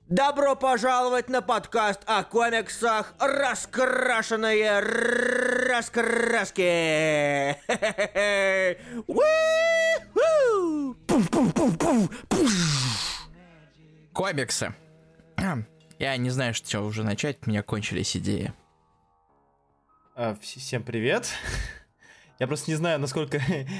Добро пожаловать на подкаст о комиксах «Раскрашенные раскраски». Комиксы. Я не знаю, что уже начать, у меня кончились идеи. Всем привет. Я просто не знаю, насколько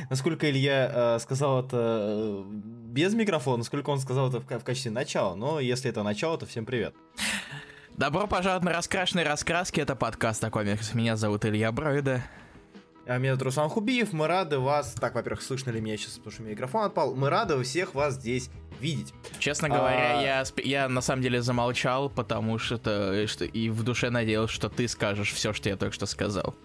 Илья сказал это без микрофона, насколько он сказал это в качестве начала. Но если это начало, то всем привет. Добро пожаловать на «Раскрашенные раскраски». Это подкаст о комиксах. Меня зовут Илья Бройда. А меня зовут Руслан Хубиев. Мы рады вас... Так, во-первых, слышно ли меня сейчас, потому что у меня микрофон отпал. Мы рады всех вас здесь видеть. Честно говоря, я на самом деле замолчал, потому что и в душе надеялся, что ты скажешь все, что я только что сказал.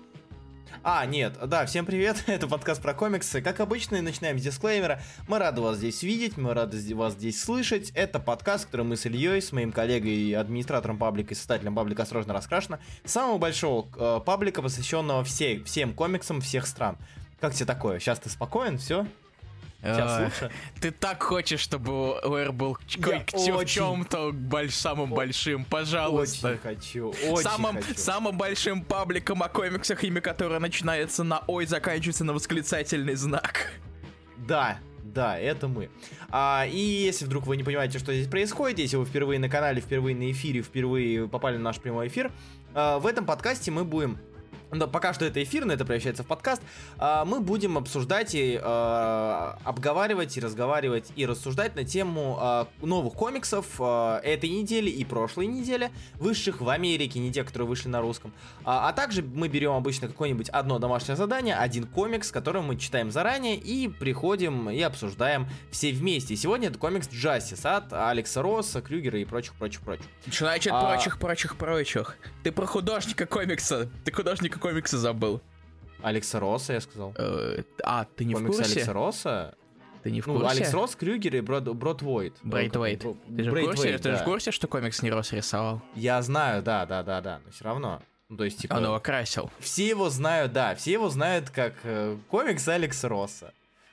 Нет, да, всем привет, это подкаст про комиксы. Как обычно, начинаем с дисклеймера. Мы рады вас здесь видеть, мы рады вас здесь слышать. Это подкаст, который мы с Ильей, с моим коллегой, администратором паблика и создателем паблика «Осторожно, раскрашено», самого большого паблика, посвященного всем комиксам всех стран. Как тебе такое? Сейчас ты спокоен, все? Сейчас лучше? Ты так хочешь, чтобы ОР был в чем-то самым большим, пожалуйста. Очень хочу, хочу. Самым большим пабликом о комиксах, имя которого начинается на «Ой», заканчивается на восклицательный знак. Да, это мы. И если вдруг вы не понимаете, что здесь происходит, если вы впервые на канале, впервые на эфире, впервые попали на наш прямой эфир, в этом подкасте мы будем... Да, пока что это эфир, но это превращается в подкаст. Мы будем обсуждать и обговаривать, и разговаривать, и рассуждать на тему новых комиксов этой недели и прошлой недели, вышедших в Америке, не те, которые вышли на русском. А также мы берем обычно какое-нибудь одно домашнее задание, один комикс, который мы читаем заранее, и приходим и обсуждаем все вместе. Сегодня это комикс Justice от Алекса Росса, Крюгера и прочих. Что значит прочих? Ты про художника комикса. Ты художника комикса забыл. Алекса Росса, я сказал. Ты не комикс в курсе? Алекса Росса? Ты не в курсе? Алекс Росс, Крюгер и Брод Войт. Брейтвейт. Ты же в курсе, что комикс не Росс рисовал? Я знаю, да, но все равно. То есть, типа... Он его красил. Все его знают, все его знают как комикс Алекса Росса.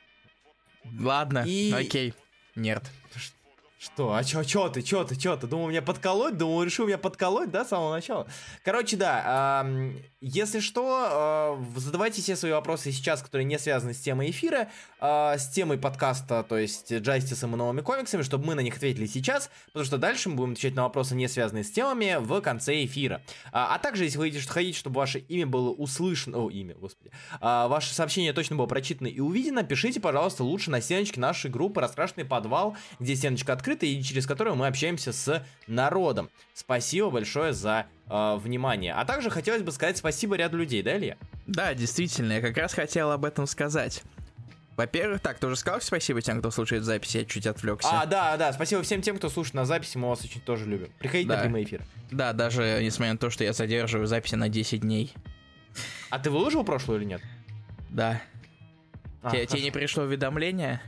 Ладно, окей. Нет. Что? Чё ты? Думал, меня подколоть? Решил меня подколоть, да, с самого начала? Короче, да, если что, задавайте все свои вопросы сейчас, которые не связаны с темой эфира, с темой подкаста, то есть Justice и новыми комиксами, чтобы мы на них ответили сейчас, потому что дальше мы будем отвечать на вопросы, не связанные с темами, в конце эфира. А также, если вы хотите, чтобы ваше имя было услышано, ваше сообщение точно было прочитано и увидено, пишите, пожалуйста, лучше на стеночке нашей группы «Раскрашенный подвал», где стеночка открыта и через которую мы общаемся с народом. Спасибо большое за внимание. А также хотелось бы сказать спасибо ряду людей, да, Илья? Да, действительно, я как раз хотел об этом сказать. Во-первых, ты уже сказал спасибо тем, кто слушает записи, я чуть отвлекся. Да, спасибо всем тем, кто слушает на записи, мы вас очень тоже любим. Приходите на прямой эфир. Да, даже несмотря на то, что я задерживаю записи на 10 дней. А ты выложил прошлую или нет? Да. Тебе не пришло уведомление?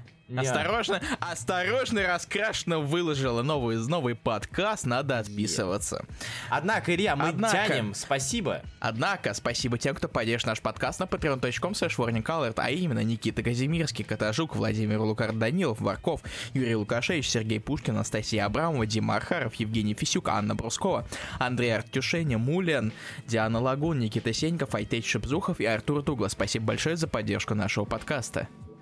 Осторожно, раскрашенно выложила новый подкаст, надо отписываться. Однако, Илья, мы тянем, спасибо. Однако, спасибо тем, кто поддержит наш подкаст на patreon.com/warningcolor, а именно Никита Казимирский, Котожук, Владимир Лукар, Данилов, Варков, Юрий Лукашевич, Сергей Пушкин, Анастасия Абрамова, Дима Архаров, Евгений Фисюк, Анна Брускова, Андрей Артюшеня, Мулен, Диана Лагун, Никита Сеньков, Айтеч Шепзухов и Артур Дуглас. Спасибо большое за поддержку нашего подкаста.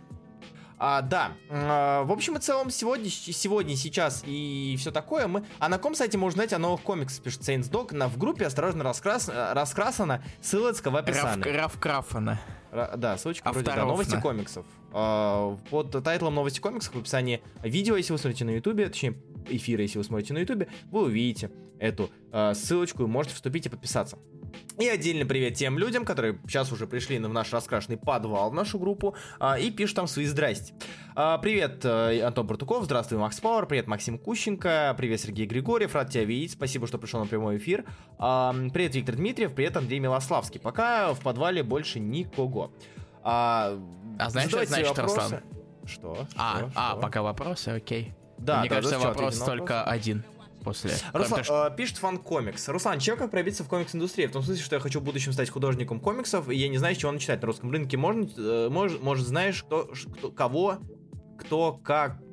В общем и целом, сегодня, сейчас и все такое А на каком сайте можно узнать о новых комиксах, пишет Saints Dog, в группе «Осторожно, раскрасано», ссылочка в описании. Равкрафана. Да, ссылочка вроде, новости комиксов. Под тайтлом «Новости комиксов» в описании видео, если вы смотрите на ютубе, точнее, эфира, если вы смотрите на ютубе, вы увидите эту ссылочку и можете вступить и подписаться. И отдельный привет тем людям, которые сейчас уже пришли в наш раскрашенный подвал, в нашу группу, и пишут там свои здрасте. Привет, Антон Бартуков, здравствуй, Макс Пауэр, привет, Максим Кущенко, привет, Сергей Григорьев, рад тебя видеть, спасибо, что пришел на прямой эфир. Привет, Виктор Дмитриев, привет, Андрей Милославский. Пока в подвале больше никого. Знаешь, что это значит, Руслан? Что? Пока вопросы, окей. Да, мне кажется, вопрос только один. После. Руслан, пишет фан-комикс. Руслан, чем как пробиться в комикс-индустрии? В том смысле, что я хочу в будущем стать художником комиксов, и я не знаю, с чего начинать на русском рынке. Может, знаешь, кто, как,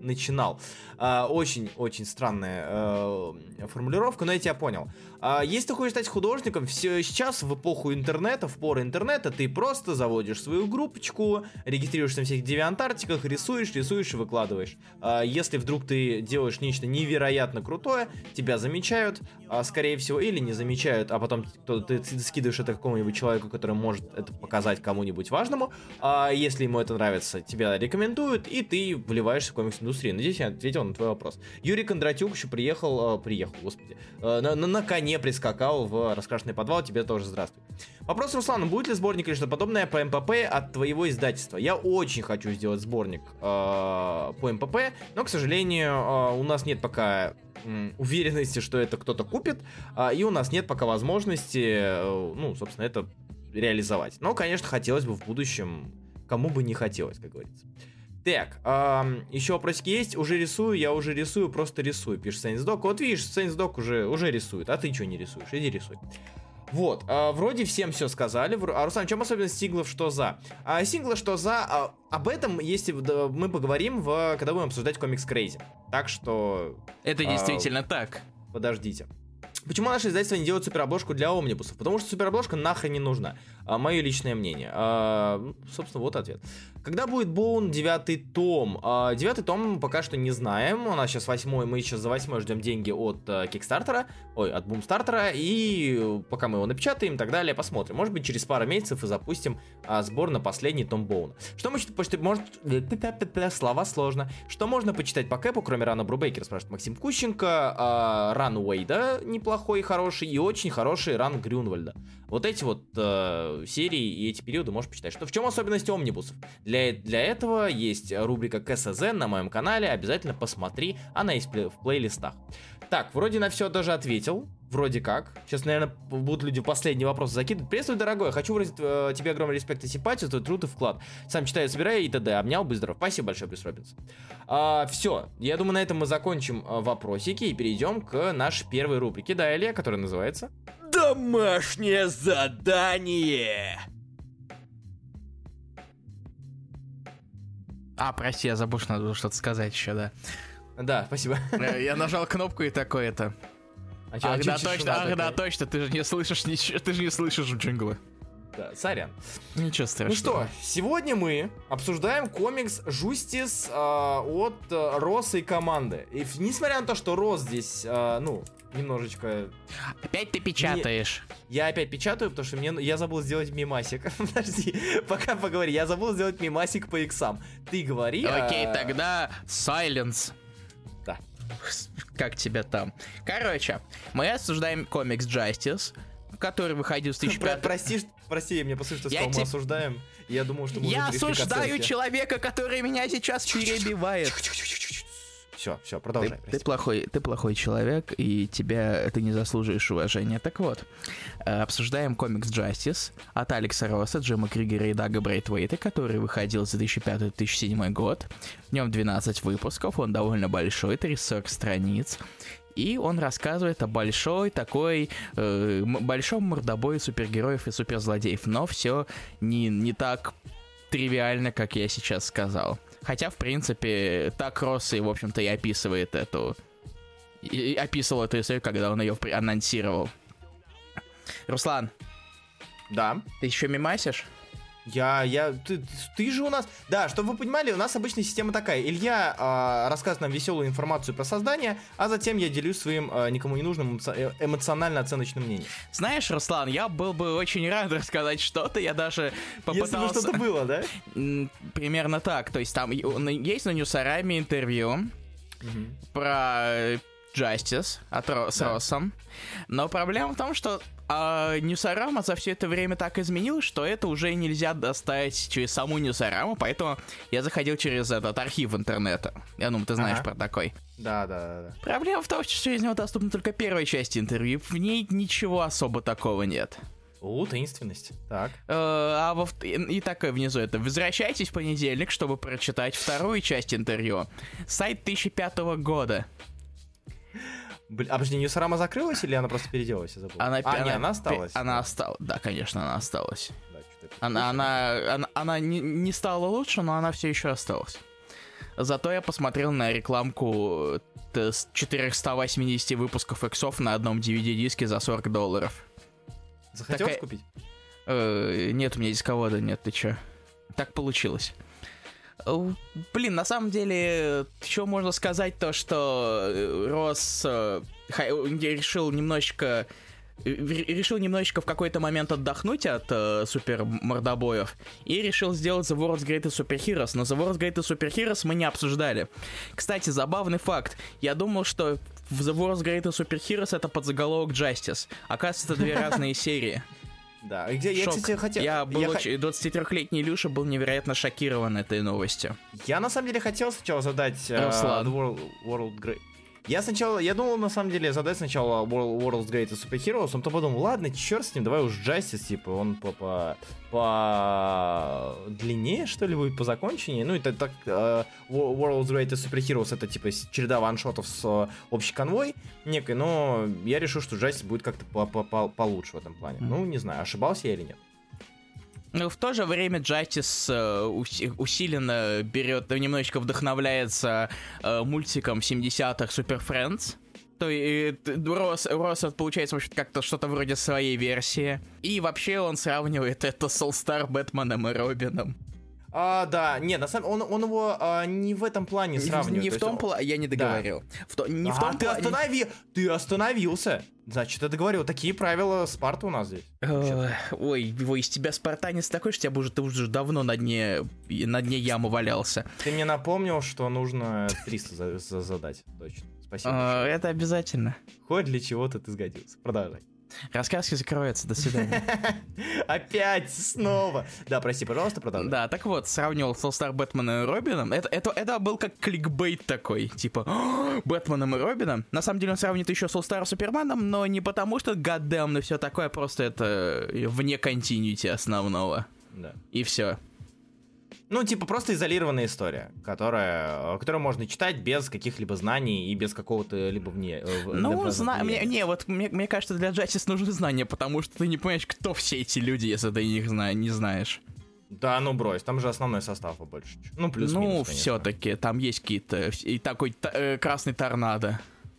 начинал. Очень-очень странная формулировка, но я тебя понял. Если ты хочешь стать художником, сейчас в эпоху интернета, в пору интернета, ты просто заводишь свою группочку, регистрируешься на всех девиантартиках, рисуешь и выкладываешь. Если вдруг ты делаешь нечто невероятно крутое, тебя замечают, скорее всего, или не замечают, а потом ты скидываешь это какому-нибудь человеку, который может это показать кому-нибудь важному. Если ему это нравится, тебя рекомендуют, и ты вливаешься в комикс-индустрию. Надеюсь, я ответил на твой вопрос. Юрий Кондратюк еще приехал, господи, на коне прискакал в раскрашенный подвал. Тебе тоже здравствуй. Вопрос Руслану: будет ли сборник или что-то подобное по МПП от твоего издательства? Я очень хочу сделать сборник по МПП, но, к сожалению, у нас нет пока уверенности, что это кто-то купит, и у нас нет пока возможности, собственно, это реализовать. Но, конечно, хотелось бы в будущем, кому бы не хотелось, как говорится. Так, еще вопросики есть. Я уже рисую, просто рисую, пишет Сейнсдок. Вот видишь, Сейнсдок уже рисует, а ты что не рисуешь? Иди рисуй. Вот, вроде всем все сказали. Руслан, в чем особенность синглов «Что за»? Синглы «Что за»? Об этом, если мы поговорим, когда будем обсуждать комикс Crazy. Так что... Это действительно так. Подождите. Почему наше издательство не делает суперобложку для омнибусов? Потому что суперобложка нахрен не нужна. Мое личное мнение. Собственно, вот ответ. Когда будет Боун 9-й том? 9-й том пока что не знаем. У нас сейчас 8-й, мы сейчас за 8-й ждем деньги от Кикстартера, от Бумстартера, и пока мы его напечатаем и так далее, посмотрим. Может быть, через пару месяцев и запустим сбор на последний том Боуна. Что слова сложно. Что можно почитать по Кэпу, кроме Рана Брубейкера, спрашивает Максим Кущенко. Ран Уэйда неплохой и хороший, и очень хороший ран Грюнвальда. Вот эти вот серии и эти периоды можешь почитать. Что в чем особенность омнибусов? Для этого есть рубрика КСЗ на моем канале, обязательно посмотри, она есть в плейлистах. Так, вроде на все даже ответил, вроде как. Сейчас, наверное, будут люди последний вопрос закидывать. Приветствую, дорогой, хочу выразить тебе огромный респект и симпатию, твой труд и вклад. Сам читаю, собираю и т.д. Обнял, будь здоров. Спасибо большое, Брюс Робинс. Все, я думаю, на этом мы закончим вопросики и перейдем к нашей первой рубрике, да, Илья, которая называется... Домашнее задание! Прости, я забыл, что надо было что-то сказать еще, да. Да, спасибо. Я нажал кнопку и такое это. Точно, ты же не слышишь ничего, ты же не слышишь джинглы. Да, сорян. Ничего страшного. Ну что, сегодня мы обсуждаем комикс Justice от Росса и команды. И несмотря на то, что Росс здесь, немножечко... Опять ты печатаешь. Я опять печатаю, потому что я забыл сделать мемасик. Подожди, пока поговори. Я забыл сделать мемасик по иксам. Ты говори. Окей, тогда silence. Да. Как тебя там? Короче, мы обсуждаем комикс Justice, который выходил с 2005... Прости, мне послышно, что мы осуждаем. Я думал, что мы Я осуждаю человека, который меня сейчас перебивает. Все, продолжай. Ты плохой человек, и ты не заслуживаешь уважения. Так вот, обсуждаем комикс Justice от Алекса Росса, Джима Кригера и Дага Брейтвейта, который выходил за 2005-2007 год. В нем 12 выпусков, он довольно большой, 340 страниц. И он рассказывает о большом мордобое супергероев и суперзлодеев, но все не так тривиально, как я сейчас сказал. Хотя, в принципе, так Росс и, в общем-то, и описывал эту историю, когда он ее анонсировал. Руслан. Да? Ты еще мемасишь? Ты же у нас... Да, чтобы вы понимали, у нас обычная система такая. Илья рассказывает нам веселую информацию про создание, а затем я делюсь своим никому не нужным эмоционально-оценочным мнением. Знаешь, Руслан, я был бы очень рад рассказать что-то, я даже попытался... Если бы что-то было, да? Примерно так, то есть там есть на Ньюсараме интервью про Justice с Россом, но проблема в том, что Ньюсарама за все это время так изменилось, что это уже нельзя достать через саму Ньюсараму, поэтому я заходил через этот архив интернета. Я думаю, ты знаешь про такой. Да. Проблема в том, что из него доступна только первая часть интервью, в ней ничего особо такого нет. Таинственность. Так. И такое внизу это. Возвращайтесь в понедельник, чтобы прочитать вторую часть интервью. Сайт 2005 года. Подожди, Ньюсарама закрылась или она просто переделалась? Я забыл. Она осталась. Она осталась. Да, конечно, она осталась. Да, она не стала лучше, но она все еще осталась. Зато я посмотрел на рекламку с 480 выпусков иксов на одном DVD-диске за $40. Захотелось купить? Нет, у меня дисковода нет, ты чё? Так получилось. Блин, на самом деле, что можно сказать, то, что Росс решил немножечко в какой-то момент отдохнуть от супер мордобоев и решил сделать The World's Greatest Superheroes, но The World's Greatest Superheroes мы не обсуждали. Кстати, забавный факт. Я думал, что в The World's Greatest Superheroes это подзаголовок Justice. Оказывается, это две разные серии. Да, и где я, кстати, хотел... 23-летний Илюша был невероятно шокирован этой новостью. Я, на самом деле, хотел сначала задать Руслан. World Great... Я думал, на самом деле, задать сначала World's Greatest Superheroes, но потом подумал, ладно, черт с ним, давай уж Justice, типа, он по длиннее, что ли, будет по закончении. Ну, это так, World's Greatest Superheroes, это, типа, череда ваншотов с общей конвой некой, но я решил, что Justice будет как-то получше в этом плане. Ну, не знаю, ошибался я или нет. Ну, в то же время Justice усиленно берет, немножечко вдохновляется мультиком 70-х Super Friends. То есть Росс получается, в общем, как-то что-то вроде своей версии. И вообще он сравнивает это с All-Star Бэтменом и Робином. Да, нет, на самом деле он его не в этом плане сравнивает. Не в том плане, я не договорил. Да. Ты остановился. Значит, ты договорил, такие правила Спарта у нас здесь. Ой, из тебя спартанец такой, что ты уже давно на дне ямы валялся. Ты мне напомнил, что нужно 300 задать, точно. Спасибо. Это обязательно. Хоть для чего-то ты сгодился. Продолжай. Рассказки закроются, до свидания. Опять, снова. Да, прости, пожалуйста, продолжай. Да, так вот, сравнивал с All-Star Бэтменом и Робином. Это был как кликбейт такой, типа, Бэтменом и Робином. На самом деле он сравнит еще с All-Star Суперменом, но не потому что гаддем и все такое, просто это вне континьюти основного. Да. И все. Ну, типа, просто изолированная история, которую можно читать без каких-либо знаний и без какого-то либо вне... мне кажется, для Justice нужны знания, потому что ты не понимаешь, кто все эти люди, если ты их не знаешь. Да, ну брось, там же основной состав побольше. Ну, плюс-минус, конечно. Все-таки, там есть какие-то... И такой красный торнадо.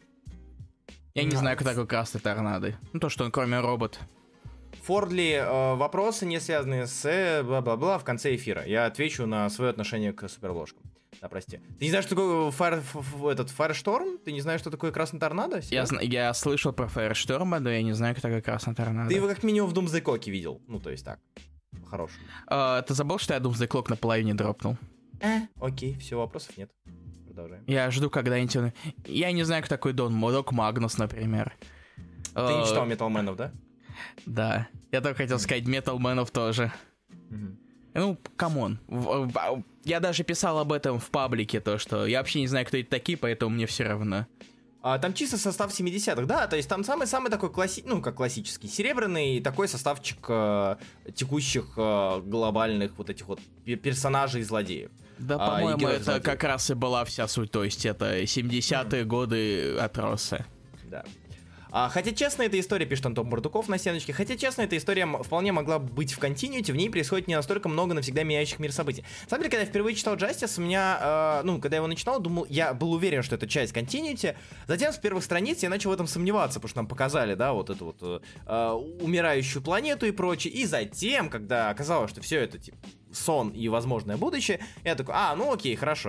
Я не знаю, кто такой красный торнадо. Ну, то, что он кроме робот. Фордли, вопросы, не связанные с бла-бла-бла, в конце эфира. Я отвечу на свое отношение к суперложкам. Да, прости. Ты не знаешь, что такое Firestorm? Ты не знаешь, что такое Красный Торнадо? Я слышал про Firestorm, но я не знаю, кто такой Красный Торнадо. Ты его как минимум в Doomsday Clock видел. Ну, то есть так, по-хорошему. Ты забыл, что я Doomsday Clock наполовине дропнул? Окей, все, вопросов нет. Продолжаем. Я жду когда-нибудь... Я не знаю, кто такой Док Магнус, например. Ты не читал Металменов, да? Да. Я только хотел сказать, Металменов тоже. Ну, камон. Я даже писал об этом в паблике, то, что я вообще не знаю, кто это такие, поэтому мне все равно. Там чисто состав 70-х, да, то есть там самый-самый такой классический, серебряный такой составчик текущих глобальных вот этих вот персонажей и злодеев. Да, по-моему, это как раз и была вся суть, то есть это 70-е годы от Росса. Да. Хотя, честно, эта история, пишет Антон Бурдуков на стеночке, хотя, честно, эта история вполне могла быть в континьюти, в ней происходит не настолько много навсегда меняющих мир событий. На самом деле, когда я впервые читал Justice, у меня, когда я его начинал, я был уверен, что это часть континьюти, затем с первых страниц я начал в этом сомневаться, потому что нам показали, да, вот эту вот умирающую планету и прочее, и затем, когда оказалось, что все это, типа, сон и возможное будущее, я такой, ну окей, хорошо,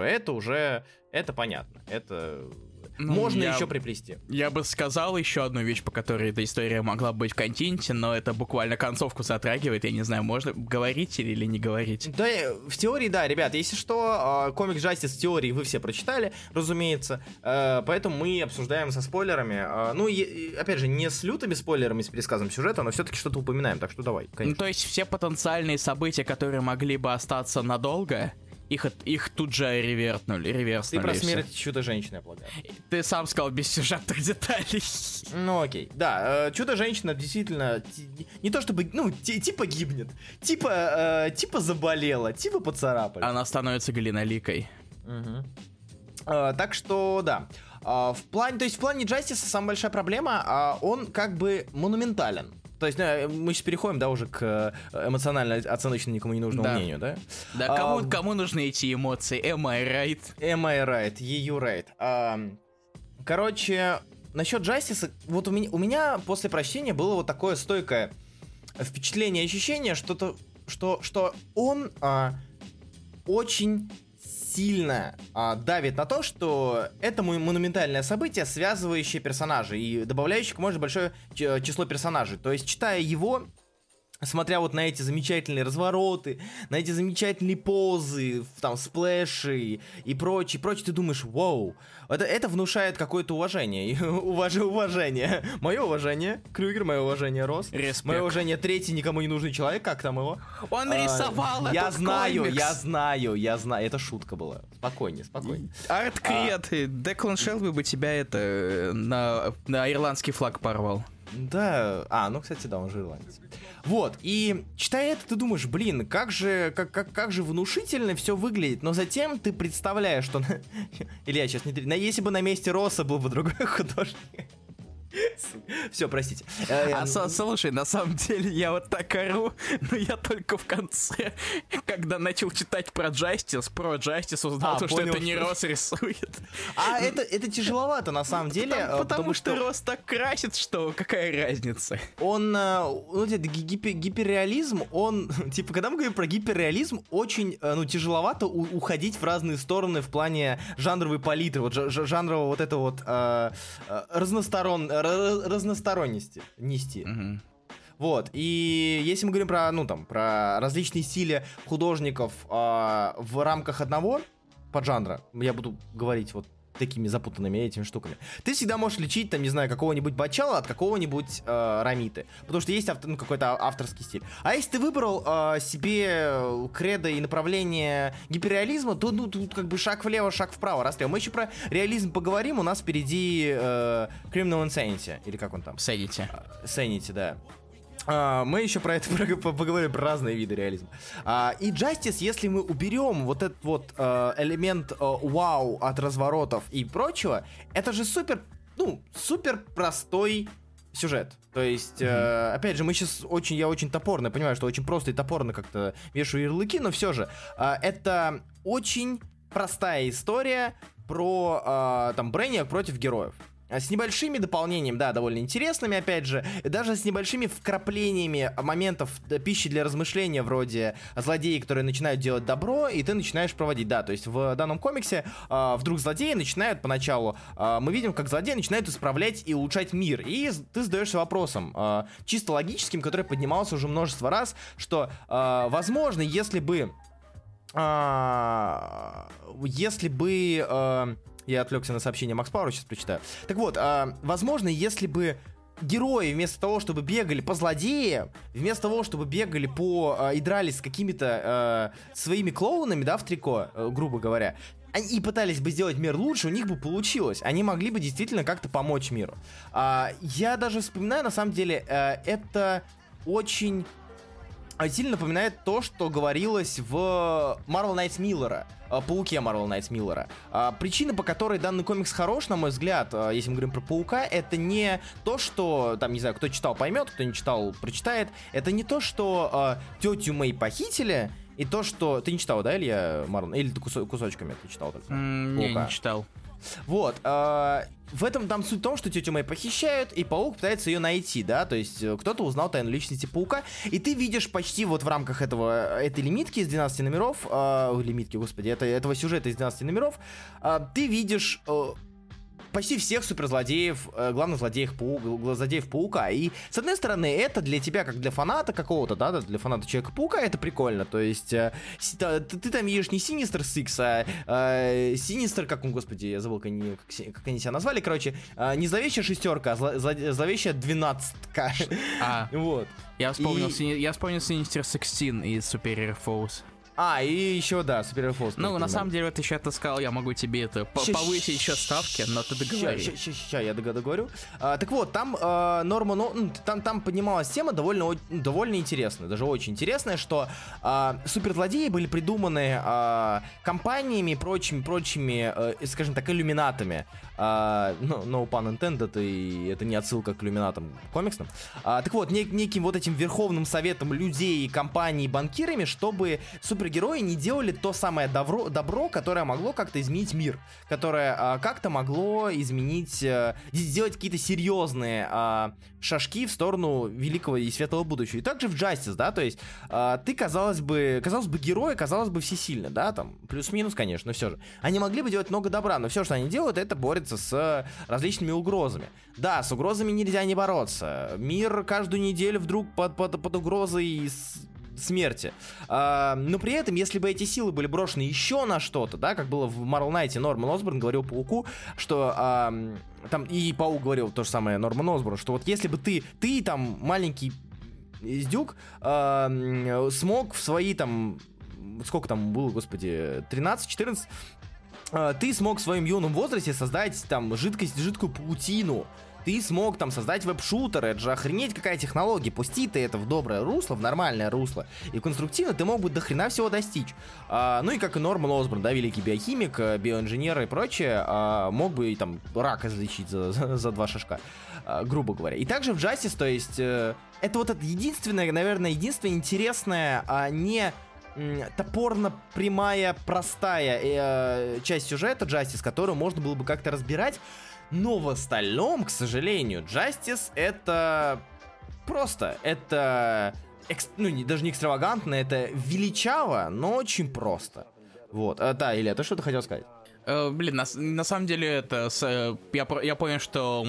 это понятно, это... Можно еще приплести. Я бы сказал еще одну вещь, по которой эта история могла быть в континенте, но это буквально концовку затрагивает. Я не знаю, можно говорить или не говорить. Да, в теории, да, ребят, если что, комикс Justice в теории вы все прочитали, разумеется, поэтому мы обсуждаем со спойлерами. Ну, опять же, не с лютыми спойлерами, с пересказом сюжета, но все-таки что-то упоминаем, так что давай. Конечно. Ну, то есть все потенциальные события, которые могли бы остаться надолго... Их тут же реверснули. Ты про смерть Чудо-женщины, я полагаю. Ты сам сказал без сюжетных деталей. Ну окей. Да, Чудо-женщина действительно не то чтобы, типа гибнет, типа заболела, типа поцарапали. Она становится глиноликой. Так что, да. В плане Justice самая большая проблема, он как бы монументален. То есть, мы сейчас переходим, да, уже к эмоционально-оценочно никому не нужному мнению, да? Да, кому нужны эти эмоции? Am I right? Am I right? You right. Короче, насчет Джастиса, вот у меня после прочтения было вот такое стойкое впечатление, ощущение, что он очень сильно давит на то, что это монументальное событие, связывающее персонажей и добавляющее, может, большое число персонажей. То есть, читая его, смотря вот на эти замечательные развороты, на эти замечательные позы, там, сплэши и прочее, ты думаешь, вау, это внушает какое-то уважение. Уважение. Мое уважение, Крюгер, мое уважение, Рос. Респект. Мое уважение, третий никому не нужный человек, как там его? Он рисовал я этот знаю, комикс. я знаю, это шутка была. Спокойнее. Арт-крет. Деклан Шелби бы тебя на ирландский флаг порвал. Да, ну, кстати, да, он же ирландец. Вот, и читая это, ты думаешь, блин, как же внушительно все выглядит, но затем ты представляешь, что... Илья, сейчас не... Если бы на месте Росса был бы другой художник... Все, простите. Слушай, на самом деле я вот так ору, но я только в конце, когда начал читать про Джастис узнал, что это не Росс рисует. Это тяжеловато, на самом деле. Потому что Росс так красит, что какая разница? Он, гиперреализм, он, типа, когда мы говорим про гиперреализм, очень, тяжеловато уходить в разные стороны в плане жанровой палитры, вот жанрового вот этого вот разносторонности нести. Угу. Вот, и если мы говорим про различные стили художников в рамках одного поджанра, я буду говорить вот такими запутанными этими штуками, ты всегда можешь лечить, там, не знаю, какого-нибудь Бачала от какого-нибудь Рамиты, потому что есть какой-то авторский стиль. А если ты выбрал себе кредо и направление гиперреализма, то, тут как бы шаг влево, шаг вправо, расстрел. Мы еще про реализм поговорим, у нас впереди Criminal Insanity, или как он там? Sanity, да. Мы еще про это поговорим, про разные виды реализма. И Justice, если мы уберем вот этот вот элемент вау от разворотов и прочего, это же супер простой сюжет. То есть, опять же, я очень топорно, понимаю, что очень просто и топорно как-то вешаю ярлыки, но все же, это очень простая история про, Брейниак против героев. С небольшими дополнениями, да, довольно интересными, опять же, и даже с небольшими вкраплениями моментов пищи для размышления, вроде злодеи, которые начинают делать добро, и ты начинаешь проводить, да, то есть в данном комиксе вдруг злодеи начинают поначалу, мы видим, как злодеи начинают исправлять и улучшать мир, и ты задаешься вопросом, чисто логическим, который поднимался уже множество раз, что, возможно, если бы я отвлекся на сообщение Макс Пауэра, сейчас прочитаю. Так вот, возможно, если бы герои вместо того, чтобы бегали по злодеям, вместо того, чтобы бегали и дрались с какими-то своими клоунами, да, в трико, грубо говоря, и пытались бы сделать мир лучше, у них бы получилось. Они могли бы действительно как-то помочь миру. Я даже вспоминаю, на самом деле, это очень сильно напоминает то, что говорилось в Marvel Knights Миллера, Пауке Marvel Knights Миллера. Причина, по которой данный комикс хорош, на мой взгляд, если мы говорим про Паука, это не то, что, там, не знаю, кто читал, поймет, кто не читал, прочитает. Это не то, что тетю Мэй похитили, и то, что... Ты не читал, да, Илья, Марвел? Или ты кусочками ты читал? Не читал. Вот, в этом там суть в том, что тетю Мэй похищают, и Паук пытается ее найти, да, то есть кто-то узнал тайну личности Паука, и ты видишь почти вот в рамках этой лимитки из 12 номеров, этого сюжета из 12 номеров, ты видишь почти всех суперзлодеев, главных злодеев Паука. И, с одной стороны, это для тебя, как для фаната какого-то, да, для фаната Человека-паука, это прикольно. То есть, ты там видишь не Синистер Сикс, а Синистер, как он, господи, я забыл, как они себя назвали, короче, не зловещая шестерка, а зловещая 12-ка. Вот. Я вспомнил Sinister 16 из Superior Foes. И еще, да, Superior Force. Ну, на самом деле, вот еще ты сказал, я могу тебе это повысить еще ставки, но ты договори. Сейчас, я договорю. Так вот, там там поднималась тема довольно интересная, даже очень интересная, что суперзлодеи были придуманы компаниями и прочими, скажем так, иллюминатами. No pun intended, и это не отсылка к иллюминатам комиксным. Так вот, неким вот этим верховным советом людей, компаний, банкирами, чтобы супергерои не делали то самое добро, которое могло как-то изменить мир, которое как-то могло изменить, сделать какие-то серьезные шажки в сторону великого и светлого будущего. И также в Justice, да, то есть ты, казалось бы, герои, казалось бы, всесильны, да, там, плюс-минус, конечно, но все же. Они могли бы делать много добра, но все, что они делают, это борются с различными угрозами. Да, с угрозами нельзя не бороться. Мир каждую неделю вдруг под угрозой смерти. Но при этом, если бы эти силы были брошены еще на что-то, да, как было в Marvel Knight, Норман Осборн говорил Пауку, что там и Паук говорил то же самое Норману Осборну, что вот если бы ты там маленький издюк смог в свои там, сколько там было, господи, 13-14, ты смог в своем юном возрасте создать там жидкую паутину. Ты смог там создать веб-шутер, это же охренеть какая технология. Пусти ты это в доброе русло, в нормальное русло. И конструктивно ты мог бы до хрена всего достичь. Ну и как и Норман Осборн, да, великий биохимик, биоинженер и прочее, мог бы и там рак излечить за 2 шажка, грубо говоря. И также в Justice, то есть, это вот это единственная интересная, не топорно-прямая, простая часть сюжета Justice, которую можно было бы как-то разбирать. Но в остальном, к сожалению, Justice это просто, это даже не экстравагантно, это величаво, но очень просто. Вот, да, Илья, ты что-то хотел сказать? На самом деле я понял, что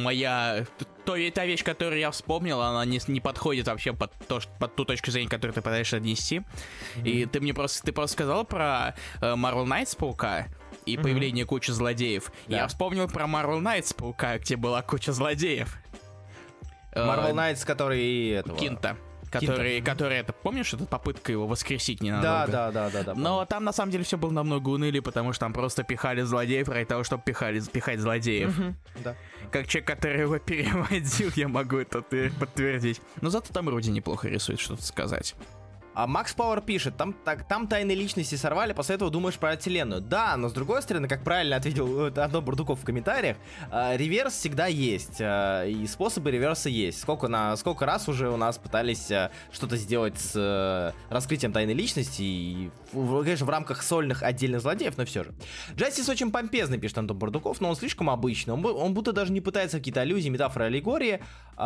та вещь, которую я вспомнил, она не подходит вообще под ту точку зрения, которую ты пытаешься донести. И ты просто сказал про Marvel Knights Паука и появление кучи злодеев. Да. Я вспомнил про Marvel Knights Паука, где была куча злодеев. Marvel Knights, который этого... Кинта. Который, это, помнишь, это попытка его воскресить ненадолго? Да. Но там, на самом деле, все было намного унылее, потому что там просто пихали злодеев ради того, чтобы пихать злодеев. Да. Как человек, который его переводил, я могу это подтвердить. Но зато там Руди неплохо рисует, что-то сказать. А Макс Пауэр пишет, там тайные личности сорвали, после этого думаешь про вселенную. Да, но с другой стороны, как правильно ответил Антон Бурдуков в комментариях, реверс всегда есть, и способы реверса есть. Сколько раз уже у нас пытались что-то сделать с раскрытием тайной личности, и, конечно, в рамках сольных отдельных злодеев, но все же. Justice очень помпезный, пишет Антон Бурдуков, но он слишком обычный, он будто даже не пытается какие-то аллюзии, метафоры, аллегории.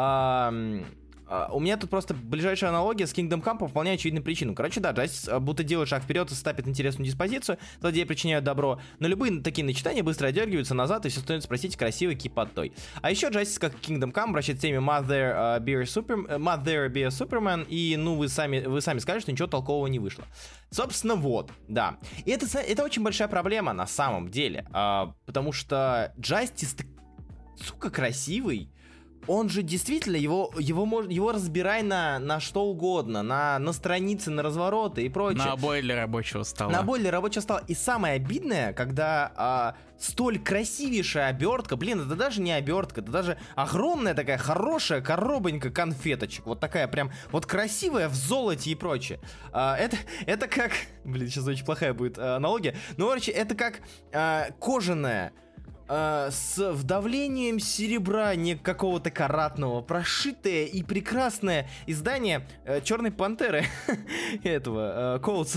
У меня тут просто ближайшая аналогия с Kingdom Come по вполне очевидным причинам. Короче, да, Justice будто делает шаг вперед и ставит интересную диспозицию, злодеи причиняют добро, но любые такие начитания быстро отдергиваются назад, и все становится, простите, красивой кипотой. А еще Justice, как Kingdom Come, обращает к теме Must There Be a Superman, и, вы сами скажете, что ничего толкового не вышло. Собственно, вот, да. И это очень большая проблема на самом деле, потому что Justice, сука, красивый. Он же действительно, его разбирай на что угодно, на страницы, на развороты и прочее. На обои для рабочего стола. И самое обидное, когда столь красивейшая обертка, это даже не обертка, это даже огромная такая хорошая коробонька конфеточек, вот такая прям вот красивая в золоте и прочее. Это как, сейчас очень плохая будет аналогия, но, короче, это как кожаная, с вдавлением серебра, не какого-то каратного, прошитое и прекрасное издание Черной Пантеры этого Коутса,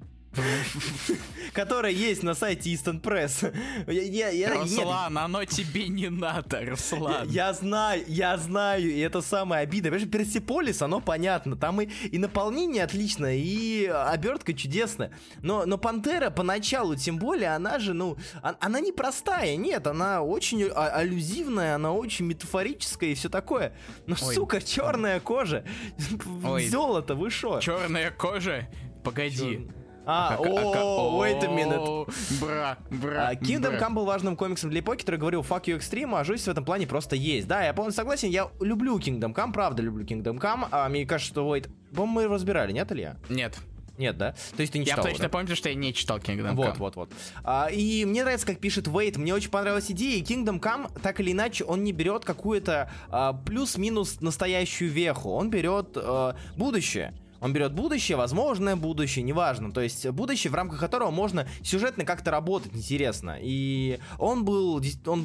которая есть на сайте Eastern Press. Руслан, оно тебе не надо, Руслан. Я знаю, и это самое обидное. Понимаешь, Персеполис, оно понятно, там и наполнение отличное, и обертка чудесная. Но Пантера поначалу, тем более, она же, она не простая, нет, она очень аллюзивная, она очень метафорическая и все такое. Но, сука, черная кожа, золото, вы шо? Черная кожа? Погоди. Wait a minute. Бра. Kingdom Come был важным комиксом для эпохи, который говорил fuck you extreme, а жизнь в этом плане просто есть. Да, я полностью согласен, я люблю Kingdom Come, правда люблю Kingdom Come. Мне кажется, что по-моему, мы разбирали, нет, Илья? Нет, да? То есть ты не читал? Я точно помню, что я не читал Kingdom Come. Вот. И мне нравится, как пишет Вейт, мне очень понравилась идея, и Kingdom Come, так или иначе, он не берет какую-то плюс-минус настоящую веху, он берет будущее. Он берет будущее, возможное будущее, неважно. То есть будущее, в рамках которого можно сюжетно как-то работать интересно. И он был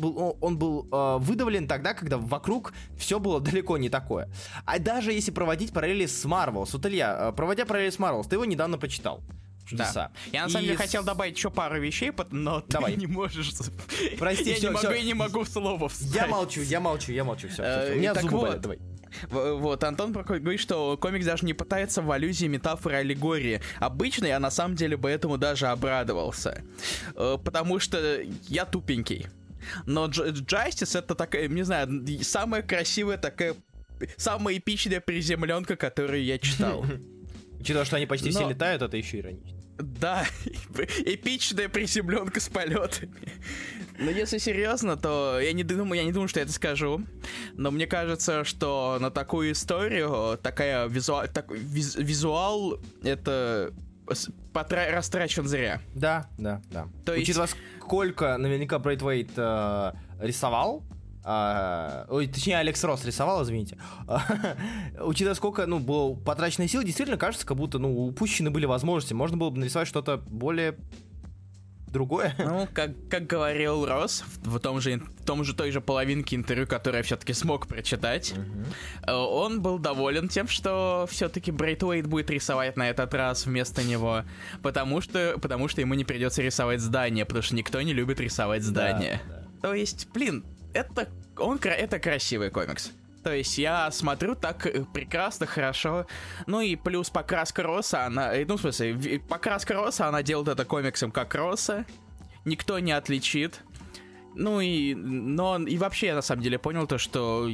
выдавлен тогда, когда вокруг все было далеко не такое. А даже если проводить параллели с Marvels, вот, Илья, проводя параллели с Marvels, ты его недавно прочитал. Чудеса. Да. Я на самом деле хотел добавить еще пару вещей, но Давай. ты не можешь. Прости, я не могу в слово вставить. Я молчу, все. У меня так зубы вот. болят, давай. Вот, Антон говорит, что комикс даже не пытается в аллюзии, метафоры, аллегории. Обычно я на самом деле бы этому даже обрадовался. Потому что я тупенький. Но Justice это такая, не знаю, самая красивая такая, самая эпичная приземленка, которую я читал. Учитывая, что они почти все летают, это еще иронично. Да, эпичная приземленка с полетами. Но если серьезно, то я не думаю, что я это скажу. Но мне кажется, что на такую историю такая визуал это растрачен зря. Да. То есть... Учитывая, сколько наверняка Брейтвейт рисовал, точнее, Алекс Росс рисовал, извините. Учитывая, сколько, было потраченной сил, действительно кажется, как будто, упущены были возможности. Можно было бы нарисовать что-то более другое. Ну, как говорил Росс в той же половинке интервью, которое я все-таки смог прочитать, он был доволен тем, что все-таки Брейтвейт будет рисовать на этот раз вместо него, потому что ему не придется рисовать здание, потому что никто не любит рисовать здание. Да. То есть, это красивый комикс. То есть я смотрю так прекрасно, хорошо. Ну и плюс покраска Росса, она делает это комиксом как Росса. Никто не отличит. И вообще я на самом деле понял то, что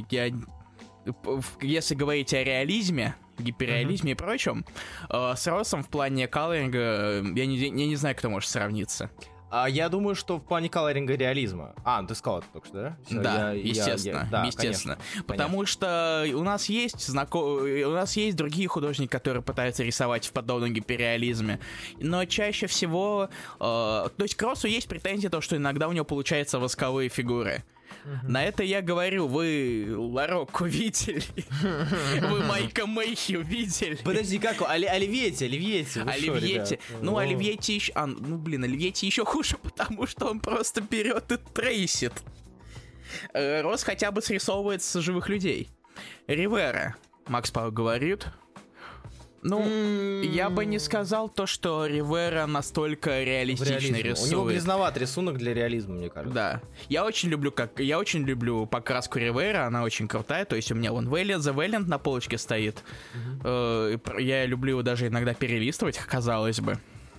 если говорить о реализме, гиперреализме и прочем, с Россом в плане колоринга я не знаю, кто может сравниться. Я думаю, что в плане колоринга реализма. Ты сказал это только что, да? Всё, да, естественно. Потому что у нас есть другие художники, которые пытаются рисовать в подобном гиперреализме. Но чаще всего... то есть к Россу есть претензия, то, что иногда у него получаются восковые фигуры. На это я говорю, вы Ларокко видели? Вы Майка Мэйхью видели? Подожди, как? Оливьетти. Оливьетти. Оливьетти еще... Оливьетти еще хуже, потому что он просто берет и трейсит. Росс хотя бы срисовывает с живых людей. Ривера. Макс Пауэр говорит... я бы не сказал то, что Ривера настолько реалистично рисует. У него грязноватый рисунок для реализма, мне кажется. Да. Я очень люблю покраску Ривера, она очень крутая. То есть у меня вон The Valiant на полочке стоит. Я люблю его даже иногда перелистывать, казалось бы.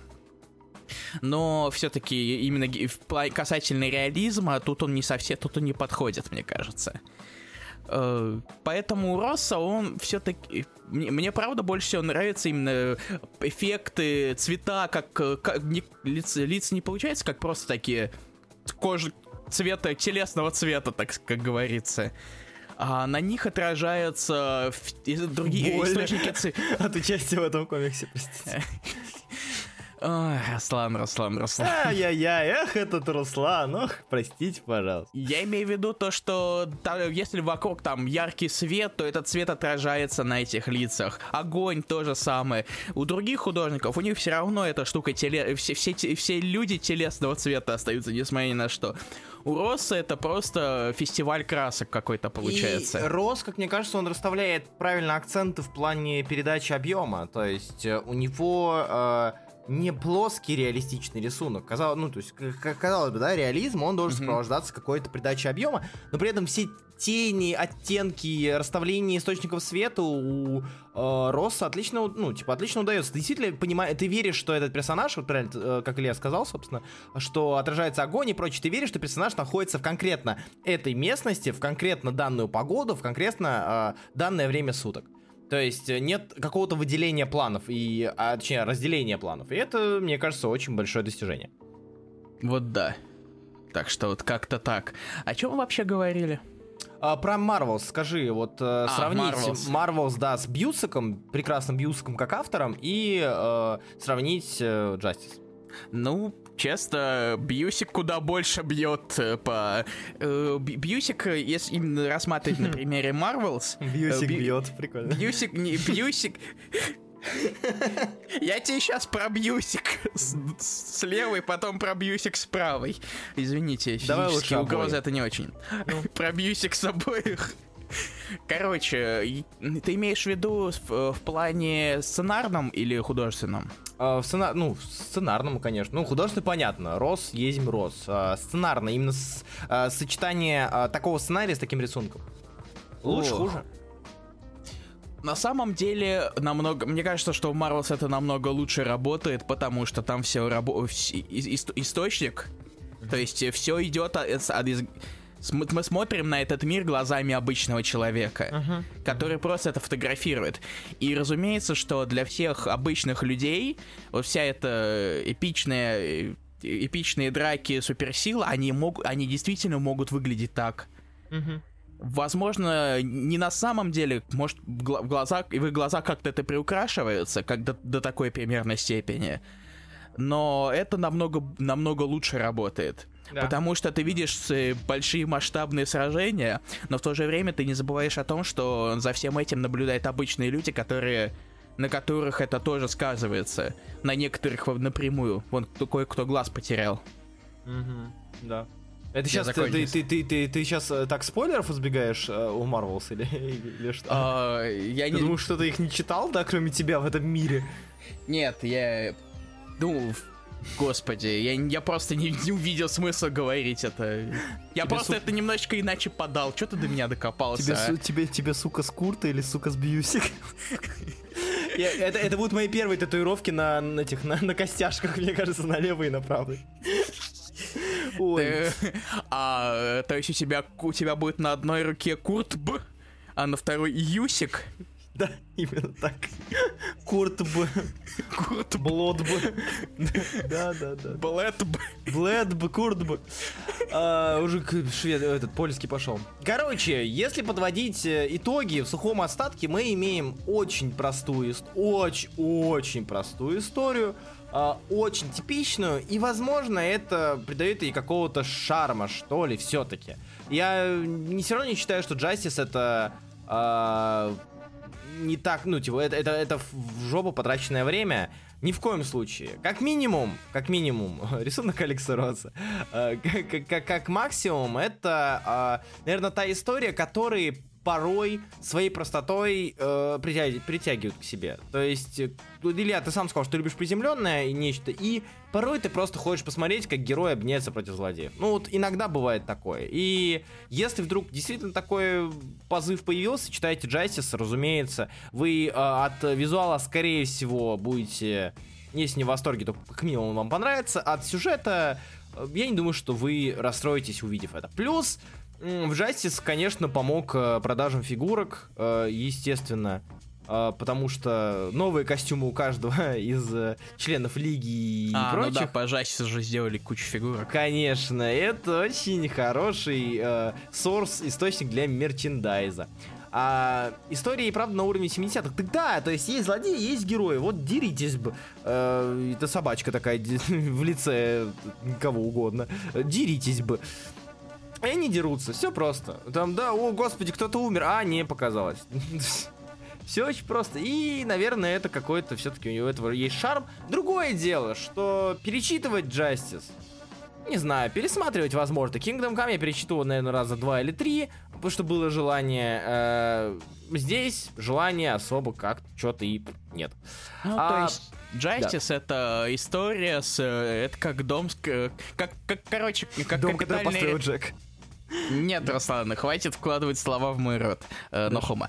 Но все-таки именно касательно реализма, тут он не подходит, мне кажется. Поэтому у Росса он все-таки... Мне правда больше всего нравятся именно эффекты, цвета, как лица не получается, как просто такие кожи цвета, телесного цвета, так как говорится. А на них отражаются другие источники от участия в этом комиксе, простите. Ой, Руслан. Ай-яй-яй, этот Руслан, простите, пожалуйста. Я имею в виду то, что если вокруг там яркий свет, то этот свет отражается на этих лицах. Огонь то же самое. У других художников, у них все равно эта штука, все люди телесного цвета остаются, несмотря ни на что. У Росса это просто фестиваль красок какой-то получается. И Росс, как мне кажется, он расставляет правильно акценты в плане передачи объема. То есть у него... не плоский реалистичный рисунок. Казалось бы, да, реализм, он должен сопровождаться какой-то придачей объема, но при этом все тени, оттенки, расставление источников света у Росса отлично удается. Ты действительно ты веришь, что этот персонаж, вот правильно, как Илья сказал, собственно, что отражается огонь и прочее, ты веришь, что персонаж находится в конкретно этой местности, в конкретно данную погоду, в конкретно данное время суток. То есть нет какого-то выделения планов, точнее, разделения планов. И это, мне кажется, очень большое достижение. Вот да. Так что вот как-то так. О чем мы вообще говорили? Про Marvels скажи, сравнить Marvels, да, с Бьюсаком, прекрасным Бьюсаком как автором, и сравнить Justice. Честно, Бьюсик куда больше бьет по... Бьюсик, если именно рассматривать на примере Marvels... Бьюсик бьет, прикольно. Бьюсик... Я тебе сейчас пробьюсик с левой, потом пробьюсик с правой. Извините, Давай лучше физические угрозы обои. это не очень. Пробьюсик с обоих. Короче, ты имеешь в виду в плане сценарном или художественном? В сценарному, конечно. Ну, художественно понятно. Рос есть рос. Сценарно, именно сочетание такого сценария с таким рисунком. Лучше, Ох. хуже? На самом деле, мне кажется, что в Marvels это намного лучше работает, потому что там все источник, то есть все идет мы смотрим на этот мир глазами обычного человека, который просто это фотографирует. И разумеется, что для всех обычных людей вот вся эта эпичные драки суперсил, они действительно могут выглядеть так. Возможно, не на самом деле, может, в их глазах как-то это приукрашивается, как до такой примерной степени. Но это намного лучше работает. Да. Потому что ты видишь большие масштабные сражения, но в то же время ты не забываешь о том, что за всем этим наблюдают обычные люди, на которых это тоже сказывается. На некоторых напрямую. Вон кое-кто глаз потерял. Да. Это Я сейчас ты сейчас так спойлеров избегаешь у Marvels или что? Я Ты думаешь, что ты их не читал, да, кроме тебя в этом мире? Нет, господи, я просто не увидел смысла говорить это. Я просто это немножечко иначе подал. Чё ты до меня докопался? Тебе сука, с Курта или сука с Бьюсик? Это будут мои первые татуировки на костяшках, мне кажется, на левой и на правой. Ой. То есть у тебя будет на одной руке Курт Б, а на второй Юсик? Да, именно так. Курт Б. Блод Б. Да. Блэд Б. Блэд Б, Курт Б. Уже польский пошел. Короче, если подводить итоги в сухом остатке, мы имеем очень простую историю, очень типичную, и, возможно, это придает ей какого-то шарма, что ли, все-таки. Я все равно не считаю, что Justice это не так, это в жопу потраченное время. Ни в коем случае. Как минимум, рисунок Алекса Росса. Как максимум, это, наверное, та история, которая порой своей простотой притягивают к себе. То есть, Илья, ты сам сказал, что ты любишь приземленное нечто, и порой ты просто хочешь посмотреть, как герой обняется против злодеев. Ну вот иногда бывает такое. И если вдруг действительно такой позыв появился, читайте Justice, разумеется, вы от визуала, скорее всего, будете, если не в восторге, то как минимум вам понравится. От сюжета я не думаю, что вы расстроитесь, увидев это. Плюс в Justice, конечно, помог продажам фигурок, естественно, потому что новые костюмы у каждого из членов Лиги и прочих. Ну да, по Justice же сделали кучу фигурок. Конечно, это очень хороший источник для мерчендайза. История и правда на уровне 70-х. Так да, то есть есть злодеи, есть герои. Вот деритесь бы. Это собачка такая в лице кого угодно. Деритесь бы. И они дерутся, все просто. Там, да, о, господи, кто-то умер, не показалось. Все очень просто. И, наверное, это какой-то, все-таки у него этого есть шарм. Другое дело, что перечитывать Justice, не знаю, пересматривать возможно. Kingdom Come я перечитывал, наверное, раза 2 или 3, потому что было желание. Здесь желания особо как-то что-то и нет. Ну, то есть Justice это история это как дом, короче, как дом, который капитальный... построил Джек. Нет, Руслан, хватит вкладывать слова в мой рот. Нохума.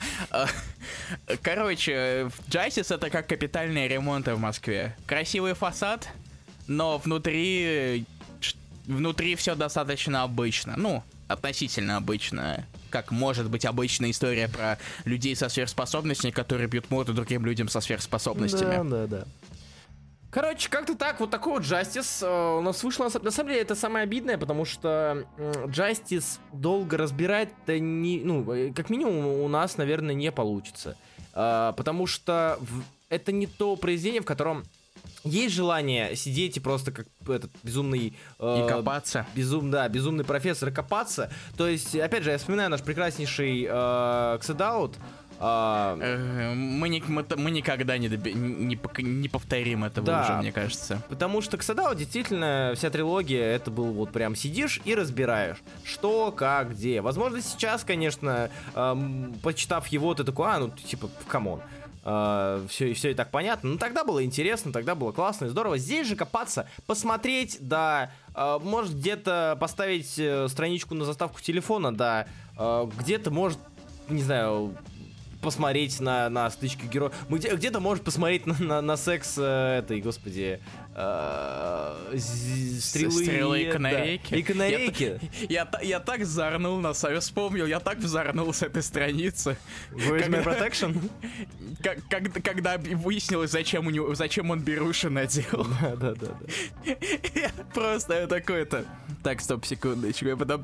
Короче, Justice это как капитальные ремонты в Москве. Красивый фасад, но внутри все достаточно обычно. Ну, относительно обычно. Как может быть обычная история про людей со сверхспособностями, которые бьют морду другим людям со сверхспособностями. Да. Короче, как-то так, вот такой вот Justice у нас вышло. На самом деле, это самое обидное, потому что Justice долго разбирать-то как минимум у нас, наверное, не получится. Потому что это не то произведение, в котором есть желание сидеть и просто как этот безумный... И копаться. Безумный профессор и копаться. То есть, опять же, я вспоминаю наш прекраснейший Xedout, Мы никогда не повторим этого Да. уже, мне кажется. Потому что Ксадау действительно, вся трилогия, это был вот прям сидишь и разбираешь, что, как, где. Возможно, сейчас, конечно, почитав его, ты такой, ну, типа, камон. Все и так понятно. Но тогда было интересно, тогда было классно и здорово. Здесь же копаться, посмотреть, да, может где-то поставить страничку на заставку телефона, да, где-то может, не знаю, посмотреть на стычки героев. Где-то может посмотреть на секс этой, господи, стрелы и канарейки. Да. И канарейки. Я так зарнул на самом вспомнил, я так взорнул с этой страницы. Where's my protection? Когда выяснилось, зачем он беруши надел. Да. Просто я такой-то. Так, стоп, секундочку, я потом...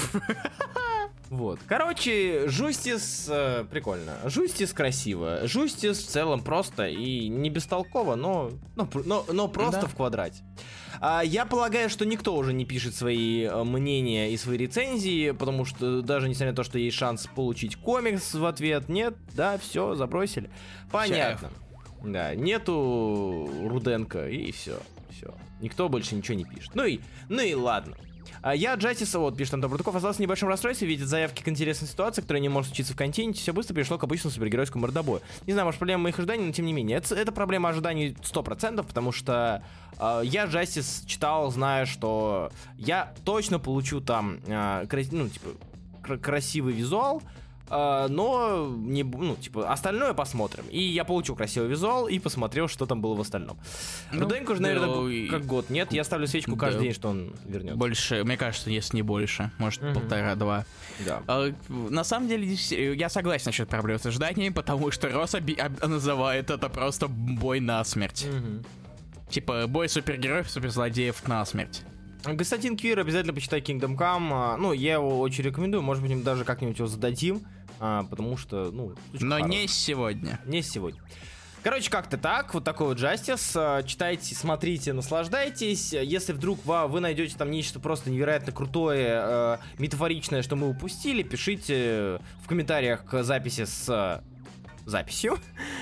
Вот. Короче, Жустис прикольно. Жустис красиво. Жустис в целом просто и не бестолково, но просто Да. в квадрате. Я полагаю, что никто уже не пишет свои мнения и свои рецензии, потому что даже несмотря на то, что есть шанс получить комикс в ответ, нет, да, все, забросили. Понятно. Да, нету Руденко, и все. Никто больше ничего не пишет. Ну и ладно. Я Джастиса, вот, пишет Антон Брутаков, остался в небольшом расстройстве, видит заявки к интересной ситуации, которая не может случиться в континенте, все быстро перешло к обычному супергеройскому мордобою. Не знаю, может, проблема моих ожиданий, но тем не менее. Это проблема ожиданий 100%, потому что я Джастис читал, зная, что я точно получу там, красивый визуал, но остальное посмотрим. И я получил красивый визуал и посмотрел, что там было в остальном. Руденко уже, наверное, как год. Нет, я ставлю свечку каждый день, что он вернется. Больше, мне кажется, если не больше. Может, 1,5-2. Да. На самом деле, я согласен насчет проблем с ожиданиями, потому что Росс называет это просто бой насмерть. Типа, бой супергероев, суперзлодеев насмерть. Константин Квир, обязательно почитай Kingdom Come. Я его очень рекомендую. Может быть, даже как-нибудь его зададим. Потому что, но хороший. не сегодня. Не сегодня. Короче, как-то так. Вот такой вот Justice. Читайте, смотрите, наслаждайтесь. Если вдруг вы найдете там нечто просто невероятно крутое, метафоричное, что мы упустили, пишите в комментариях к записи с записью.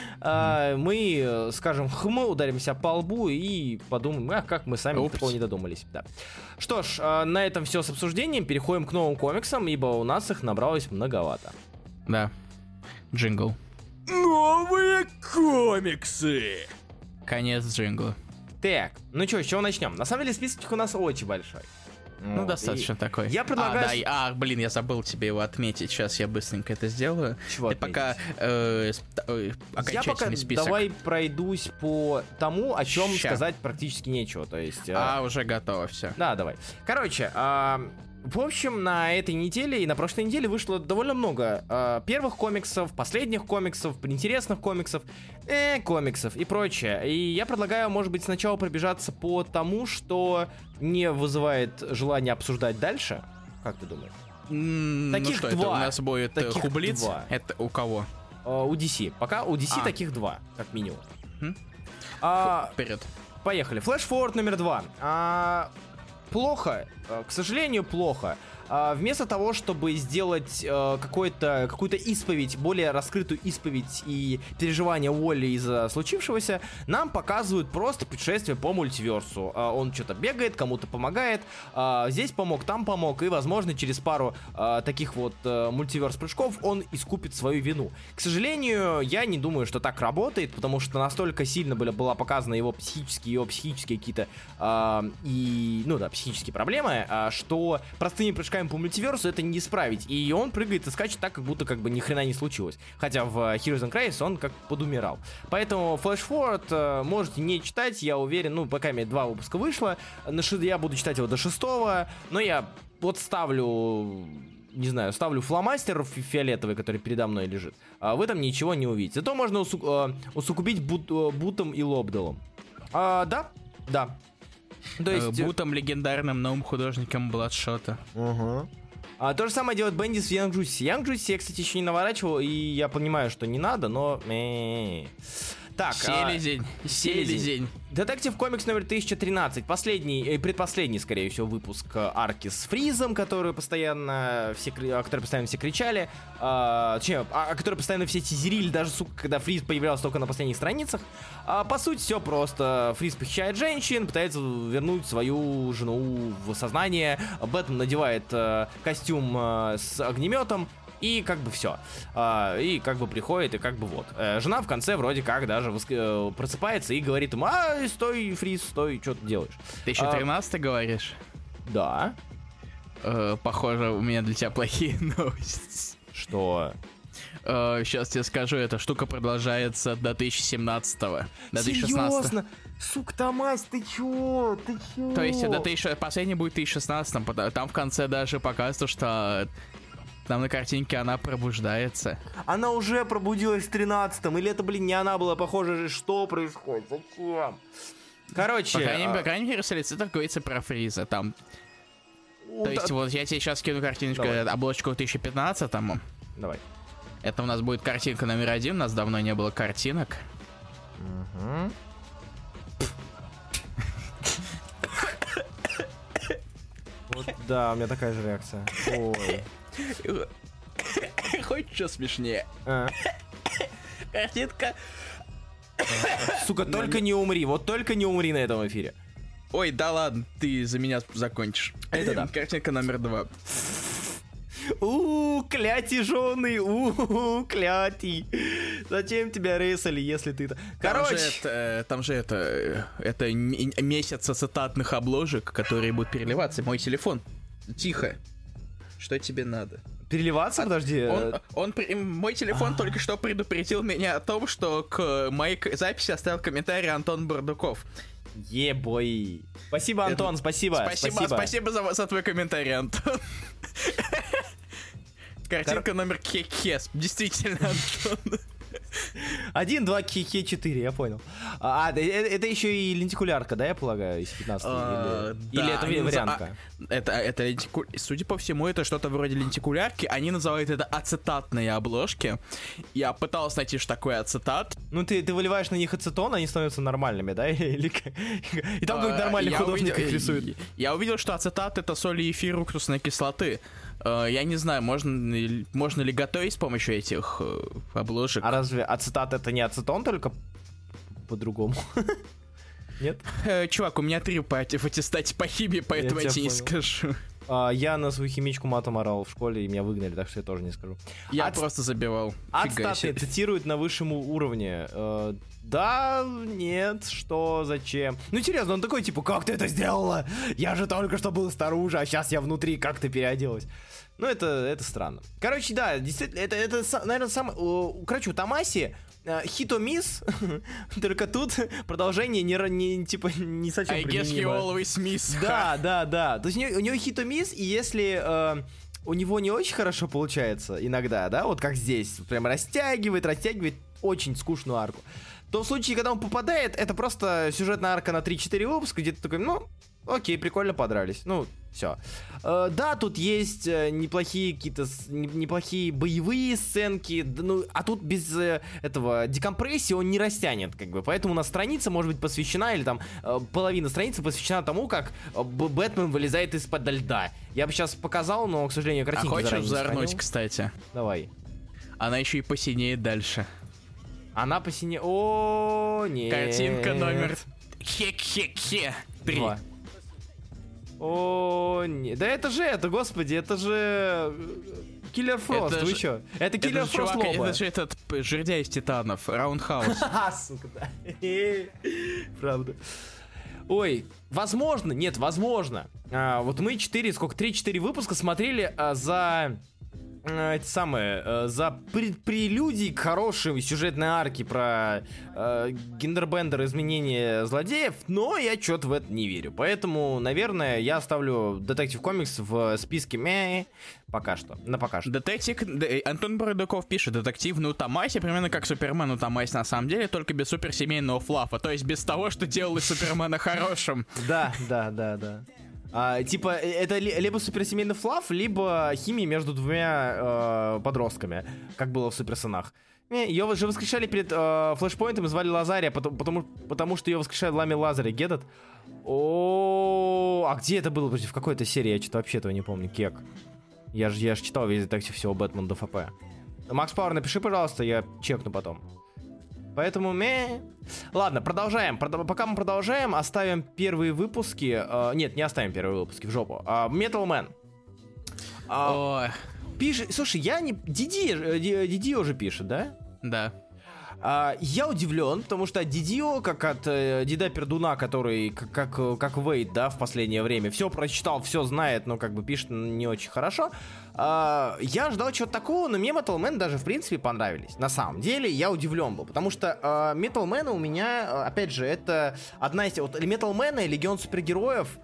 Мы скажем ударимся по лбу и подумаем, как мы сами до такого не додумались. Да. Что ж, на этом все с обсуждением. Переходим к новым комиксам, ибо у нас их набралось многовато. Да. Джингл. Новые комиксы! Конец джингла. Так, с чего начнем? На самом деле списочек у нас очень большой. Достаточно такой. Я предлагаю... Я забыл тебе его отметить. Сейчас я быстренько это сделаю. Чего Ты пока окончательный список. Давай пройдусь по тому, о чем сказать практически нечего. То есть... уже готово все. Да, давай. Короче, в общем, на этой неделе и на прошлой неделе вышло довольно много первых комиксов, последних комиксов, интересных комиксов, комиксов и прочее. И я предлагаю, может быть, сначала пробежаться по тому, что не вызывает желания обсуждать дальше. Как ты думаешь? Таких что, два. Это у нас будет Хублиц? Это у кого? У DC. Пока у DC таких два, как минимум. Вперед. Поехали. Флэш-форвард номер 2. Плохо, к сожалению, плохо. Вместо того, чтобы сделать какую-то исповедь, более раскрытую исповедь и переживания Уолли из-за случившегося, нам показывают просто путешествие по мультиверсу. Он что-то бегает, кому-то помогает, здесь помог, там помог, и, возможно, через пару таких вот мультиверс-прыжков он искупит свою вину. К сожалению, я не думаю, что так работает, потому что настолько сильно была показана его психические какие-то психические проблемы, что простыми прыжками по мультиверсу это не исправить. И он прыгает и скачет так, как будто ни хрена не случилось. Хотя в Heroes in Crisis он как подумирал. Поэтому Flash Forward можете не читать, я уверен, пока 2 выпуска вышло. Я буду читать его до 6-го, но я вот ставлю фломастер фиолетовый, который передо мной лежит. В этом ничего не увидите. Зато можно усугубить Бутом и Лобделом. Да. То есть... Бутом легендарным новым художником Бладшота. То же самое делает Бендис в Young Justice. Young Justice я, кстати, еще не наворачивал, и я понимаю, что не надо, но... Так, Селезень. Детектив комикс номер 1013, предпоследний, скорее всего, выпуск арки с Фризом, о которой постоянно все кричали, точнее, о которой постоянно все тизерили, даже, сука, когда Фриз появлялся только на последних страницах. По сути, все просто. Фриз похищает женщин, пытается вернуть свою жену в сознание, Бэтмен надевает костюм с огнеметом, и как бы все. И как бы приходит, и как бы вот. Жена в конце вроде как даже просыпается и говорит ему: стой, Фриз, стой, что ты делаешь? 1013 говоришь? Да. Похоже, у меня для тебя плохие новости. Что? Сейчас тебе скажу, эта штука продолжается до 2017-го. До 2016. Серьезно? Сука, Томась, ты чё? То есть последний будет в 2016-м. Там в конце даже показывается, что там на картинке она пробуждается. Она уже пробудилась в 13-м. Или это, блин, не она была, похоже, что происходит? Зачем? Короче... По крайней мере, с лица говорится про Фриза. Там... То есть вот я тебе сейчас скину картиночку, обложку к 2015-му. Давай. Это у нас будет картинка номер 1, у нас давно не было картинок. Угу. Вот, да, у меня такая же реакция. Ой. Хоть что смешнее. Картинка. Сука, только не умри, вот только не умри на этом эфире. Ой, да ладно, ты за меня закончишь. Это да. Картинка номер 2. Кляти жены, кляти. Зачем тебя рейсали, если ты... Короче... Там же это месяц цитатных обложек, которые будут переливаться. Мой телефон. Тихо. Что тебе надо? Переливаться? Подожди. Мой телефон только что предупредил меня о том, что к моей записи оставил комментарий Антон Бардуков. Ебой. Спасибо, Антон, спасибо. Спасибо за твой комментарий, Антон. Картинка номер Кекес. Действительно, Антон. 1, 2, Кеке 4, я понял. Это еще и лентикулярка, да, я полагаю, из 15-й? Или это вариантка? Это судя по всему, это что-то вроде лентикулярки. Они называют это ацетатные обложки. Я пытался найти, что такое ацетат. Ну, ты выливаешь на них ацетон, они становятся нормальными, да? И там какой-то нормальный художник их рисует. Я увидел, что ацетат — это соль и эфир уксусной кислоты. Я не знаю, можно ли готовить с помощью этих обложек. А разве ацетат — это не ацетон, только по-другому? Нет? Чувак, у меня 3 в аттестате по химии, поэтому я тебе не скажу. Я на свою химичку матом орал в школе, и меня выгнали, так что я тоже не скажу. Я просто забивал. Ацетаты цитируют на высшем уровне. Да, нет, что, зачем? Ну, интересно, он такой, типа, как ты это сделала? Я же только что был снаружи, а сейчас я внутри, как ты переоделась? Ну, это странно. Короче, да, действительно, это наверное, короче, у Томаси хит-о-мисс, только тут продолжение не совсем I guess you always miss. Да. То есть у него хит-о-мисс, и если у него не очень хорошо получается иногда, да, вот как здесь, прям растягивает очень скучную арку, то в случае, когда он попадает, это просто сюжетная арка на 3-4 выпуска, где ты такой, ну, окей, прикольно подрались, ну, все. Да, тут есть неплохие какие-то неплохие боевые сценки, ну, а тут без этого декомпрессии он не растянет, как бы, поэтому у нас страница может быть посвящена, или там половина страницы посвящена тому, как Бэтмен вылезает из-под льда. Я бы сейчас показал, но, к сожалению, картинки заранее не сохранил. А хочешь зарнуть, кстати? Давай. Она еще и посинеет дальше. Она посинеет... О, нет. Картинка номер... Хе-хе-хе. 3. О, нет. Да это же господи, это же... Киллер Фрост, вы чё? Это Киллер Фрост Лоба. Это же этот жердяй из Титанов, Раундхаус. Сука, да. Правда. Ой, возможно, нет, возможно. Вот мы 3-4 выпуска смотрели за... эти самые, за прелюдии к хорошей сюжетной арке про гендербендер, изменение злодеев, но я что-то в это не верю. Поэтому, наверное, я оставлю Detective Comics в списке пока что. Антон Бородуков пишет: детективный Томаси примерно как Супермен у Томаси на самом деле, только без суперсемейного флафа, то есть без того, что делал из Супермена хорошим. Да. Типа, это либо суперсемейный флаф, либо химия между двумя подростками, как было в Суперсынах. Ее же воскрешали перед флешпоинтом и звали Лазария, потому что ее воскрешает Лами Лазаря. Get it? А где это было? В какой-то серии? Я что-то вообще этого не помню. Кек. Я ж читал весь детектив всего Бэтмен до ФП. Макс Пауэр, напиши, пожалуйста, я чекну потом. Поэтому Ладно, продолжаем. Пока мы продолжаем, оставим первые выпуски. Нет, не оставим первые выпуски, в жопу. Metal Man. Слушай, я не... Дидио же пишет, да? Да. Я удивлен, потому что от Дидио, как от Дида Пердуна, который как Вейд, да, в последнее время, все прочитал, все знает, но как бы пишет не очень хорошо. Я ждал чего-то такого, но мне Metal Man даже в принципе понравились. На самом деле я удивлен был, потому что Metal Man у меня, опять же, это одна из... Вот Metal Man и Легион супергероев...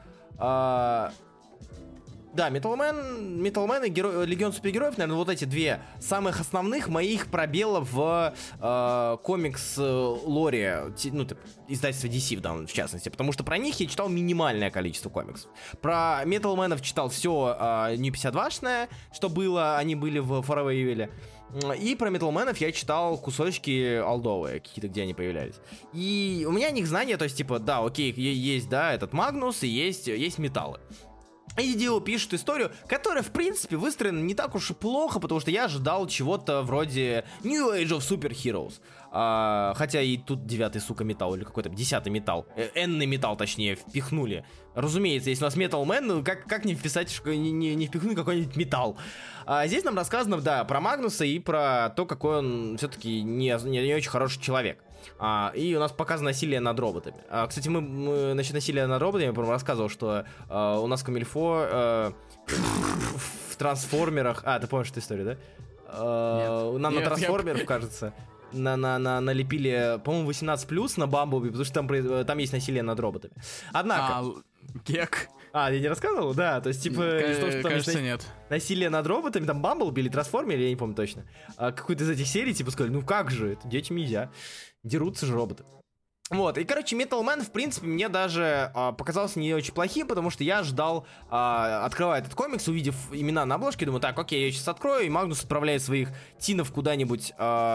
Да, Metal Man и Легион супергероев, наверное, вот эти две самых основных моих пробела в комикс-лоре, ну, издательства DC, в частности, потому что про них я читал минимальное количество комиксов. Про Metal Man читал все New 52-шное, что было, они были в Forever Evil. И про Metal Man я читал кусочки олдовые, какие-то, где они появлялись. И у меня о них знания, то есть, типа, да, окей, есть, да, этот Магнус, и есть металлы. И Дидио пишет историю, которая, в принципе, выстроена не так уж и плохо, потому что я ожидал чего-то вроде New Age of Superheroes. Хотя и тут 9-й, сука, металл, или какой-то 10-й металл, N-ный металл, точнее, впихнули. Разумеется, если у нас Metal Man, ну как не вписать, не впихнуть какой-нибудь металл. Здесь нам рассказано, да, про Магнуса и про то, какой он все-таки не очень хороший человек. И у нас показано насилие над роботами. Кстати, мы насчет насилия над роботами, я, по-моему, рассказывал, что у нас Камильфо в трансформерах... ты помнишь эту историю, да? Нам на трансформерах, кажется, налепили, по-моему, 18+, на Бамблби, потому что там есть насилие над роботами. Однако... Гек. Я не рассказывал? Да, то есть, типа... Кажется, нет. Насилие над роботами, там Бамблби или Трансформер, я не помню точно. Какую-то из этих серий, типа, сказали, ну как же, это детям нельзя. Дерутся же роботы. Вот, и, короче, Metal Man, в принципе, мне даже показался не очень плохим, потому что я ждал, открывая этот комикс, увидев имена на обложке, думаю, так, окей, я сейчас открою, и Магнус отправляет своих тинов куда-нибудь...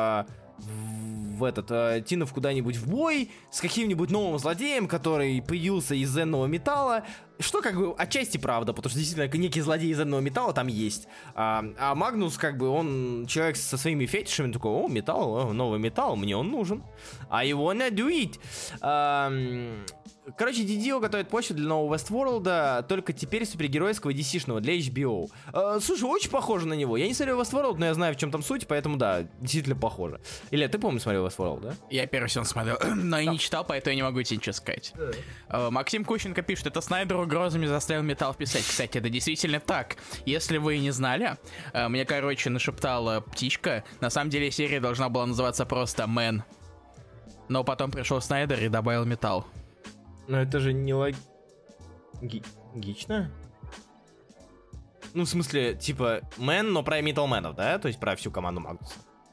Тинов куда-нибудь в бой с каким-нибудь новым злодеем, который появился из зенного металла. Что как бы отчасти правда, потому что действительно некий злодей из зенного металла там есть. А Магнус, как бы, он человек со своими фетишами, такой, металл, новый металл, мне он нужен. I wanna do it. Короче, Дидио готовит почву для нового Westworld, только теперь супергеройского DC-шного для HBO. Слушай, очень похоже на него. Я не смотрел Westworld, но я знаю, в чем там суть, поэтому да, действительно похоже. Илья, ты, помнишь, смотрел Westworld, да? Я первый сезон смотрел, но и не читал, поэтому я не могу тебе ничего сказать. Максим Кущенко пишет, это Снайдер угрозами заставил металл писать. Кстати, это действительно так. Если вы не знали, мне, короче, нашептала птичка. На самом деле серия должна была называться просто Man. Но потом пришел Снайдер и добавил металл. Но это же не логично. Ну, в смысле, типа, Мэн, но про Metal Man'ов, да? То есть про всю команду Магнуса.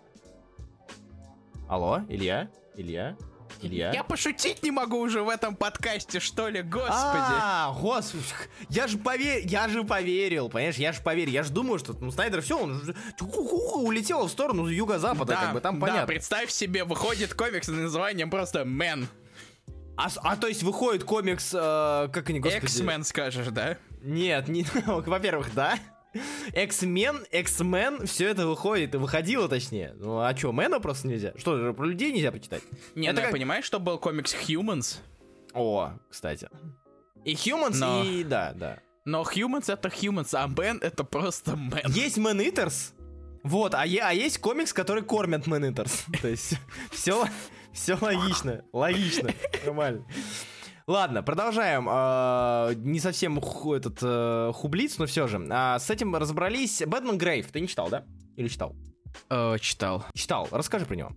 Алло, Илья? Я пошутить не могу уже в этом подкасте, что ли, господи. Господи, я же поверил, понимаешь, я же думаю, что Снайдер все, он улетел в сторону юго-запада, да, как бы там понятно. Да, представь себе, выходит комикс с названием просто Man. То есть выходит комикс, как они, господи... X-Men скажешь, да? Нет, во-первых, да. X-Men, все это выходит, и выходило точнее. Ну а что, Мэна просто нельзя? Что же, про людей нельзя почитать? Не, ну я понимаю, что был комикс Humans. О, кстати. И Humans, и да. Но Humans это Humans, а Man это просто Man. Есть Man-Eaters, вот, а есть комикс, который кормят Man-Eaters. То есть все логично, нормально. Ладно, продолжаем. Не совсем хублиц, но все же. С этим разобрались. Бэтмен Грейв. Ты не читал, да? Или читал? Читал. Читал. Расскажи про него.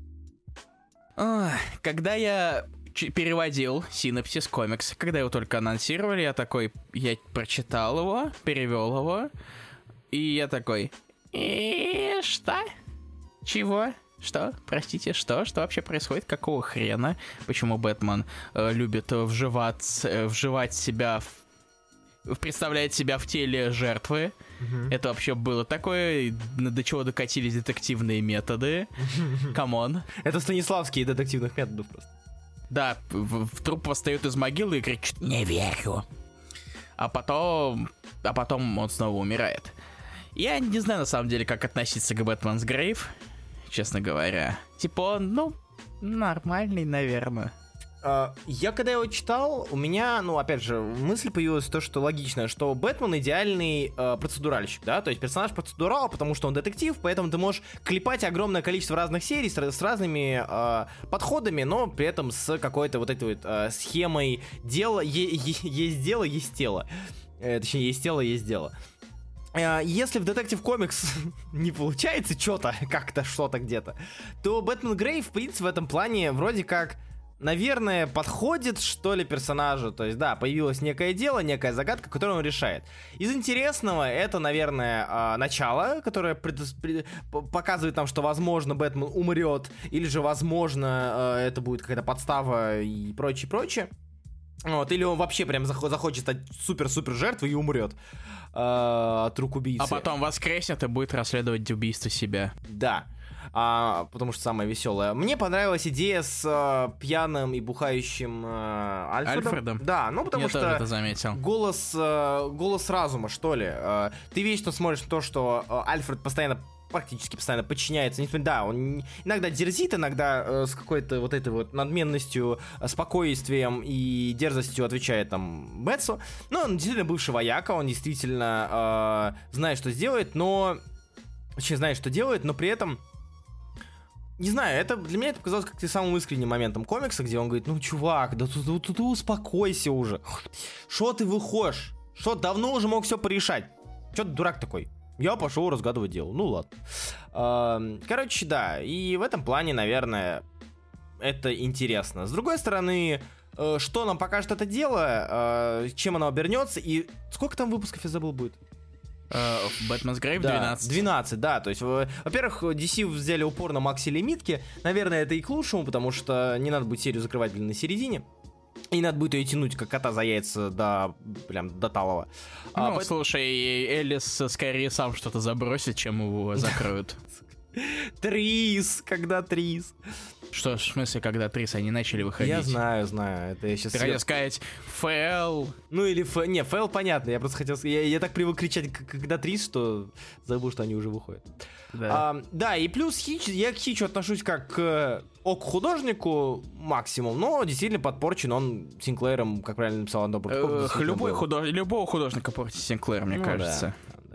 Когда я переводил синопсис комикса, когда его только анонсировали, я прочитал его, перевел его, и я такой... Что? Чего? Что? Простите, что? Что вообще происходит? Какого хрена? Почему Бэтмен любит вживать себя представляет себя в теле жертвы. Это вообще было такое, до чего докатились детективные методы. Камон. Это Станиславские детективных методов просто. Да, в труп восстает из могилы и кричит «Не верю». А потом он снова умирает. Я не знаю, на самом деле, как относиться к Бэтмен's Grave, честно говоря. Типа он, нормальный, наверное. Я когда его читал, у меня, опять же, мысль появилась то, что логично, что Бэтмен идеальный процедуральщик, да, то есть персонаж процедурал, потому что он детектив, поэтому ты можешь клепать огромное количество разных серий с разными подходами, но при этом с какой-то вот этой вот схемой дела, есть дело, есть тело. Точнее, есть тело, есть дело. Если в Detective Comics не получается что-то, как-то, что-то где-то, то Бэтмен Грей, в принципе, в этом плане вроде как, наверное, подходит, что ли, персонажу. То есть, да, появилось некое дело, некая загадка, которую он решает. Из интересного это, наверное, начало, которое показывает нам, что, возможно, Бэтмен умрет, или же, возможно, это будет какая-то подстава и прочее. Вот, или он вообще прям захочет стать супер-супер жертвой и умрет от рук убийцы. А потом воскреснет и будет расследовать убийство себя. Да. Потому что самое веселое. Мне понравилась идея с пьяным и бухающим Альфредом. Да, потому я что тоже это заметил. Голос разума, что ли. Ты вечно смотришь на то, что Альфред практически постоянно подчиняется. Да, он иногда дерзит, иногда с какой-то вот этой вот надменностью, спокойствием и дерзостью отвечает там Бэтсу. Но он действительно бывший вояка, он действительно знает, что делает, но при этом не знаю, для меня это показалось как-то самым искренним моментом комикса, где он говорит, чувак, да ты успокойся уже. Шо ты выходишь? Шо, давно уже мог все порешать? Чё ты дурак такой? Я пошел разгадывать дело. Ладно. Короче, да. И в этом плане, наверное, это интересно. С другой стороны, что нам покажет это дело, чем оно обернется, и сколько там выпусков, я забыл, будет? В Batman's Grave 12. 12, да. То есть, во-первых, DC взяли упор на макси-лимитке. Наверное, это и к лучшему, потому что не надо будет серию закрывать, на середине. И надо будет ее тянуть, как кота за яйца, до талого. Слушай, Элис скорее сам что-то забросит, чем его закроют. Трис, когда Трис. Что, в смысле, когда Трис, они начали выходить? Я знаю. Это я сейчас... Ты хотел сказать ФЛ. Не, ФЛ понятно. Я просто хотел сказать... Я так привык кричать, когда Трис, что забыл, что они уже выходят. Да, и плюс я к Хичу отношусь как к художнику максимум, но действительно подпорчен он Синклером, как правильно написал Антон Бурдуков. Любого художника портит Синклер, мне кажется.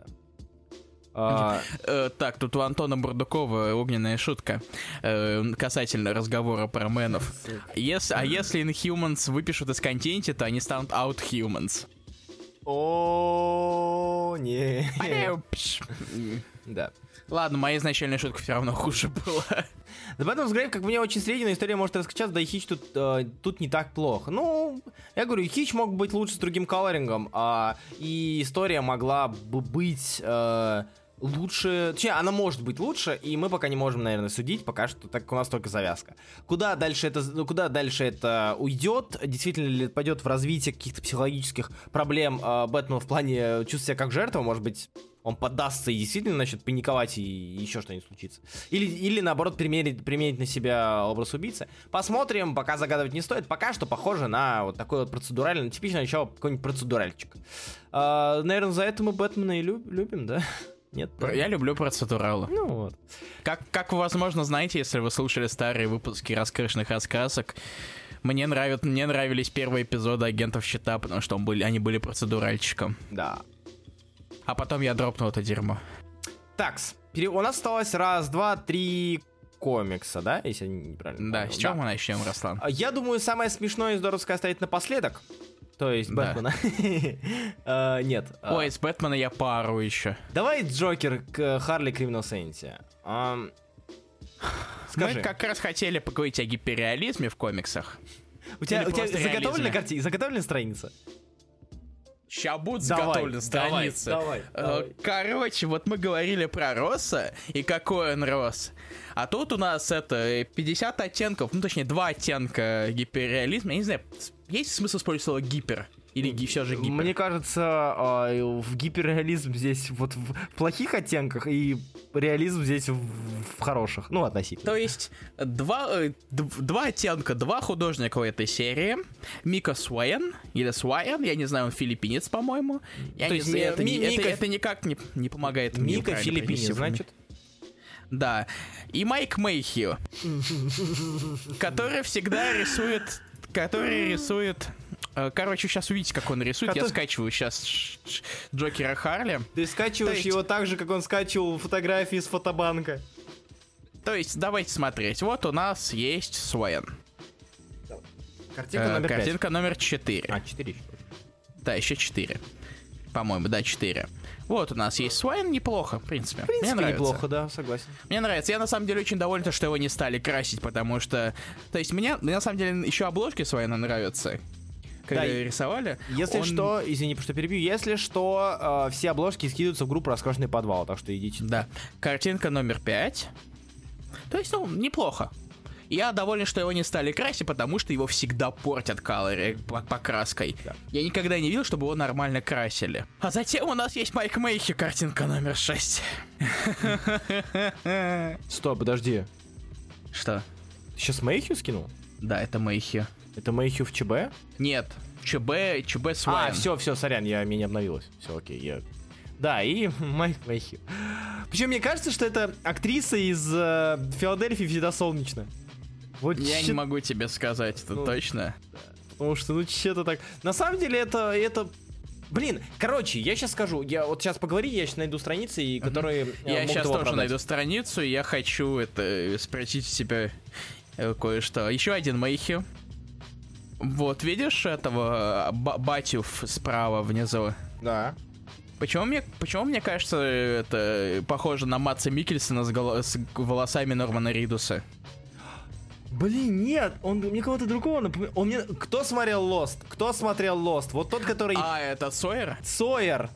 Так, тут у Антона Бурдукова огненная шутка касательно разговора про мэнов. Если Inhumans выпишут из Continuity, то они станут Outhumans. Не. Да. Ладно, моя изначальная шутка все равно хуже была. Да, Batman's Grave, как мне очень средняя история может раскачаться, да и Хич тут не так плохо. Я говорю, Хич мог быть лучше с другим колорингом, и история могла бы быть лучше, точнее, она может быть лучше, и мы пока не можем, наверное, судить, пока что так у нас только завязка. Куда дальше это уйдет, действительно ли пойдет в развитие каких-то психологических проблем Бэтмена в плане чувствовать себя как жертва, может быть, он поддастся и действительно начнет паниковать, и еще что-нибудь случится. Или наоборот, применить на себя образ убийцы. Посмотрим, пока загадывать не стоит. Пока что похоже на вот такой вот процедуральный, типичное начало какой-нибудь процедуральчик. Наверное, за это мы Бэтмена и любим, да? Нет? Я люблю процедуралы. Вот. Как вы, возможно, знаете, если вы слушали старые выпуски «Раскрашенных раскрасок», мне нравились первые эпизоды «Агентов Щита», потому что они были процедуральчиком. Да. А потом я дропнул это дерьмо. Такс, у нас осталось 1, 2, 3 комикса, да? Если я неправильно Да, понял. с чего мы начнем, Руслан? Я думаю, самое смешное и здоровское оставить напоследок. То есть Бэтмена. Нет. Ой, с Бэтмена я пару еще. Давай Джокер к Харли Криминал Сейнте. Скажи. Мы как раз хотели поговорить о гиперреализме в комиксах. У тебя заготовлена картина, заготовлена страница? Ща будут заготовлены страницы. Давай. Короче, вот мы говорили про Росса и какой он рос. А тут у нас 50 оттенков, точнее 2 оттенка гиперреализма. Я не знаю, есть смысл использовать слово гипер? Или все же гипер? Мне кажется, в гиперреализм здесь вот в плохих оттенках, и реализм здесь в хороших, ну, относительно. То есть два оттенка, два художника в этой серии. Мика Суэйн, или Суэйн, я не знаю, он филиппинец, по-моему. То есть это никак не помогает мне Мика филиппинец, значит? Да. И Майк Мэйхью, который всегда рисует... Короче, сейчас увидите, как он рисует. Я скачиваю сейчас Джокера Харли. Ты скачиваешь его так же, как он скачивал фотографии с фотобанка. То есть, давайте смотреть. Вот у нас есть Суэйн. Картинка номер 5. Картинка номер 4. 4. Да, еще 4. По-моему, да, 4. Вот у нас есть Суэйн, неплохо, в принципе. В принципе, мне нравится. Неплохо, да, согласен. Мне нравится. Я на самом деле очень доволен, что его не стали красить, потому что... То есть мне на самом деле еще обложки Суэйна нравятся. Когда Да, рисовали. Если что, извини, что перебью, если что, все обложки скидываются в группу «Роскошный подвал», так что идите. Да. Картинка номер 5. То есть, ну, неплохо. Я доволен, что его не стали красить, потому что его всегда портят покраской. Да. Я никогда не видел, чтобы его нормально красили. А затем у нас есть Майк Мэйхью, картинка номер 6. Стоп, подожди. Что? Ты сейчас Мэйхью скинул? Да, это Мэйхью. Это Мэйхью в ЧБ? Нет, ЧБ Суэйн. Все, сорян, меня не обновилось. Все, окей, Да, и Майк Мэйхью. Причем мне кажется, что это актриса из Филадельфии всегда солнечно. Вот я не могу тебе сказать, это точно. Потому что, что-то так... На самом деле, это... Блин, короче, я сейчас скажу. Я вот сейчас поговори, я сейчас найду страницы, которые я сейчас тоже найду страницу, и я хочу спросить у тебя кое-что. Еще один Мэйхью. Вот, видишь этого батю справа внизу? Да. Почему мне кажется, это похоже на Мадса Миккельсона с волосами Нормана Ридуса? Блин, нет, он мне кого-то другого напоминает. Кто смотрел Lost? Вот тот, который... это Сойер? Сойер.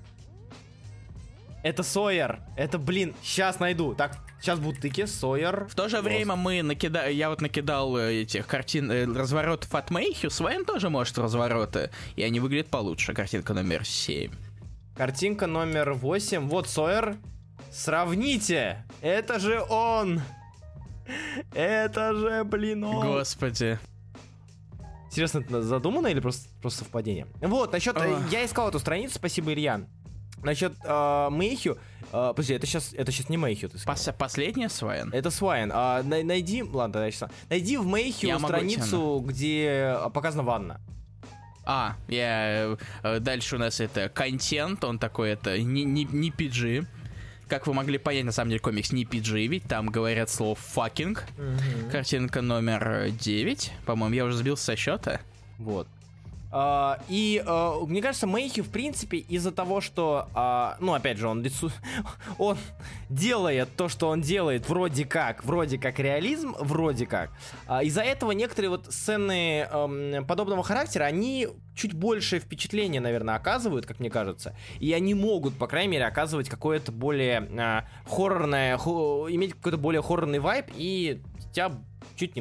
Это Сойер. Это, блин, сейчас найду. Так, сейчас будут тыки, Сойер. В то же время я вот накидал этих картин, разворотов от Мэйхью. Суэйн тоже может развороты, и они выглядят получше. Картинка номер 7. Картинка номер 8. Вот Сойер. Сравните! Это же он! Это же, блин, он! Господи. Серьезно, это задумано или просто совпадение? Вот, насчет... Я искал эту страницу, спасибо, Илья. Насчет Мэйхью... Подожди, это сейчас не Мэйхью, ты сказал. Последняя Суэйн? Это Суэйн. Найди... Ладно, тогда сейчас. Найди в Мэйхью страницу, где показана ванна. Дальше у нас это контент, он такой, это не PG. Как вы могли понять, на самом деле комикс не PG, ведь там говорят слово fucking. Картинка номер 9. По-моему, я уже сбился со счета. Вот. Мне кажется, Мэйхью, в принципе, из-за того, что, опять же, он делает то, что он делает, вроде как реализм, из-за этого некоторые вот сцены подобного характера, они чуть большее впечатление, наверное, оказывают, как мне кажется, и они могут, по крайней мере, оказывать какое-то более хоррорное, иметь какой-то более хоррорный вайб, и тебя чуть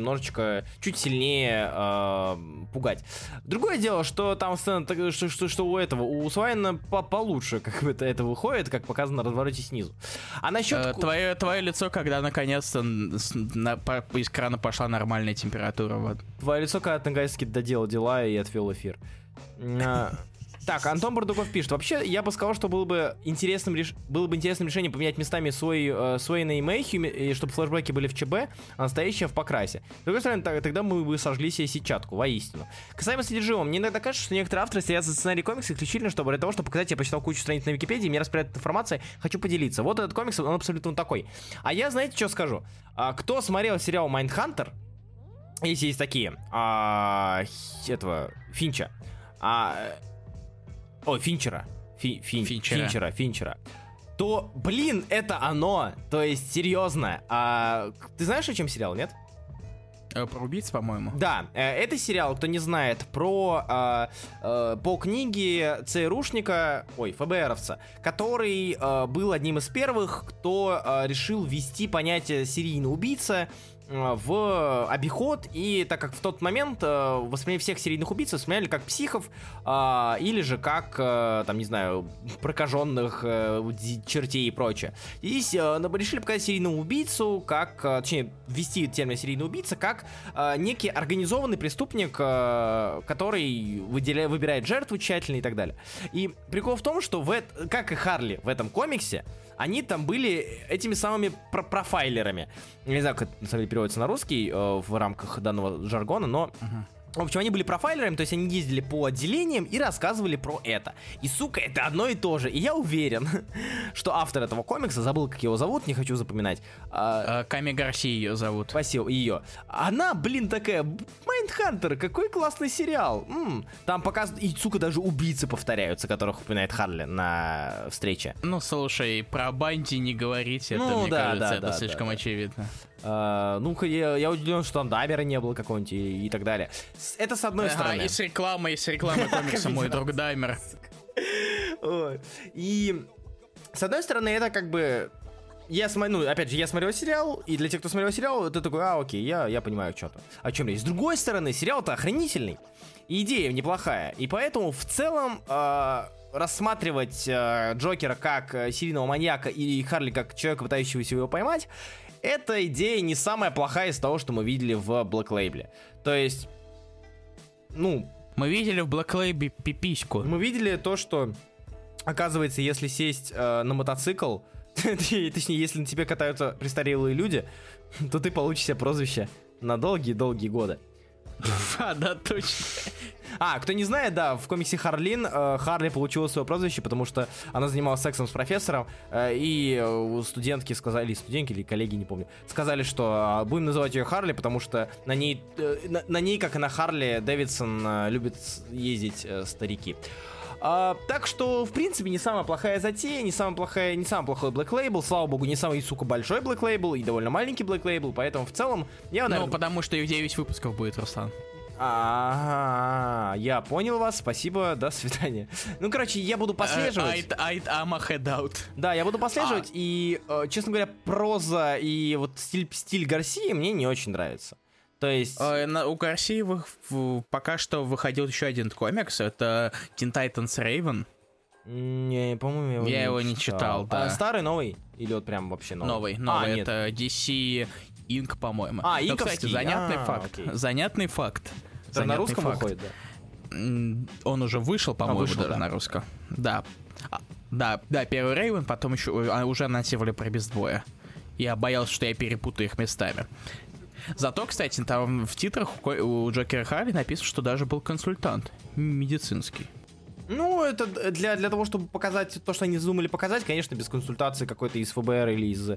сильнее пугать. Другое дело, что там сцена, что у Суэйна получше, как это выходит, как показано на развороте снизу. А насчет... Твое лицо, когда наконец-то из крана пошла нормальная температура. Вот. Твое лицо, когда ты наконец-таки доделал дела и отвел эфир. Так, Антон Бардуков пишет. Вообще, я бы сказал, что было бы интересным решением поменять местами Суэйна и Мэйхью, и чтобы флешбеки были в ЧБ, а настоящие в покрасе. С другой стороны, тогда мы бы сожгли себе сетчатку, воистину. Касаемо содержимого, мне иногда кажется, что некоторые авторы стоят за сценарий комикса исключительно, чтобы для того, чтобы показать, я почитал кучу страниц на Википедии, мне распределяет информация, хочу поделиться. Вот этот комикс, он абсолютно такой. А я, знаете, что скажу? Кто смотрел сериал Майндхантер, если есть такие, Финча, Финчера. То, блин, это оно. То есть, серьезно. Ты знаешь, о чем сериал, нет? Про убийц, по-моему. Да, это сериал, кто не знает, по книге ЦРУшника, ФБРовца, который был одним из первых, кто решил ввести понятие серийный убийца в обиход, и так как в тот момент воспринимали всех серийных убийц, воспринимали как психов, или же как, там, не знаю, прокаженных чертей и прочее. И решили показать серийного убийцу как, точнее, ввести термин серийный убийца как некий организованный преступник, который выбирает жертву тщательно и так далее. И прикол в том, что как и Харли в этом комиксе, они там были этими самыми профайлерами. Я не знаю, как это на самом деле переводится на русский в рамках данного жаргона, но... В общем, они были профайлерами, то есть они ездили по отделениям и рассказывали про это. И, сука, это одно и то же. И я уверен, что автор этого комикса, забыл, как его зовут, не хочу запоминать. Ками Гарси ее зовут. Спасибо, ее. Она, блин, такая, Майндхантер, какой классный сериал. Там показывают, и, сука, даже убийцы повторяются, которых упоминает Харли на встрече. Ну, слушай, про Банди не говорить, это, мне кажется, это слишком очевидно. Я удивлен, что там Даймера не было какого-нибудь и так далее. Это с одной стороны. Есть реклама комикса «Мой друг Даймер». И с одной стороны, это как бы... опять же, я смотрел сериал, и для тех, кто смотрел сериал, ты такой, окей, я понимаю что-то. О чем речь. С другой стороны, сериал-то охренительный. И идея неплохая. И поэтому в целом... рассматривать Джокера как серийного маньяка и Харли как человека, пытающегося его поймать, эта идея не самая плохая из того, что мы видели в Black Label. То есть, мы видели в Black Label пипиську. Мы видели то, что, оказывается, если сесть на мотоцикл, точнее, если на тебе катаются престарелые люди, то ты получишь себе прозвище на долгие-долгие годы. Да, точно. Кто не знает, да, в комиксе Харлин Харли получила свое прозвище, потому что она занималась сексом с профессором, и студентки сказали, или коллеги, не помню, сказали, что будем называть ее Харли, потому что на ней, как и на Харли Дэвидсон, любят ездить старики. Так что, в принципе, не самая плохая затея, не самый плохой Black Label, слава богу, не самый, сука, большой Black Label и довольно маленький Black Label, поэтому в целом я, наверное... потому что и 9 выпусков будет, Руслан. Я понял вас, спасибо, до свидания. Я буду послеживать. I'm a head out. Да, я буду послеживать, и, честно говоря, проза и вот стиль Гарсии мне не очень нравится. То есть... У Гарсии пока что выходил еще один комикс, это Teen Titans Raven. Не, по-моему, я его не читал, да. Старый, новый? Или вот прям вообще новый? Новый, это DC Inc, по-моему. Инковский. Кстати, занятный факт. Это на русском выходит, да? Он уже вышел, по-моему, даже на русском. Да, первый Рейвен, потом еще уже анонсировали про Бездвоя. Я боялся, что я перепутаю их местами. Зато, кстати, там в титрах у Джокера Харли написано, что даже был консультант медицинский. Это для того, чтобы показать то, что они задумали показать, конечно, без консультации какой-то из ФБР или из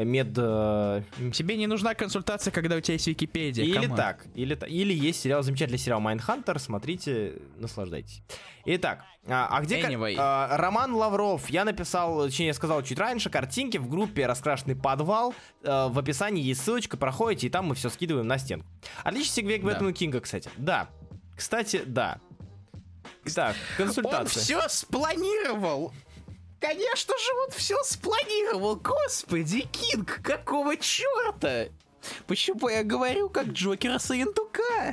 Тебе не нужна консультация, когда у тебя есть Википедия. Или есть замечательный сериал Майндхантер, смотрите, наслаждайтесь. Итак, Роман Лавров, я сказал чуть раньше, картинки в группе «Раскрашенный подвал», в описании есть ссылочка, проходите, и там мы все скидываем на стенку. Отличный сегвей к Бэтмену Кинга, кстати. Да, кстати, да. Так, консультация. Он все спланировал. Конечно же, он все спланировал. Господи, Кинг, какого черта? Почему я говорю, как Джокера Саентука?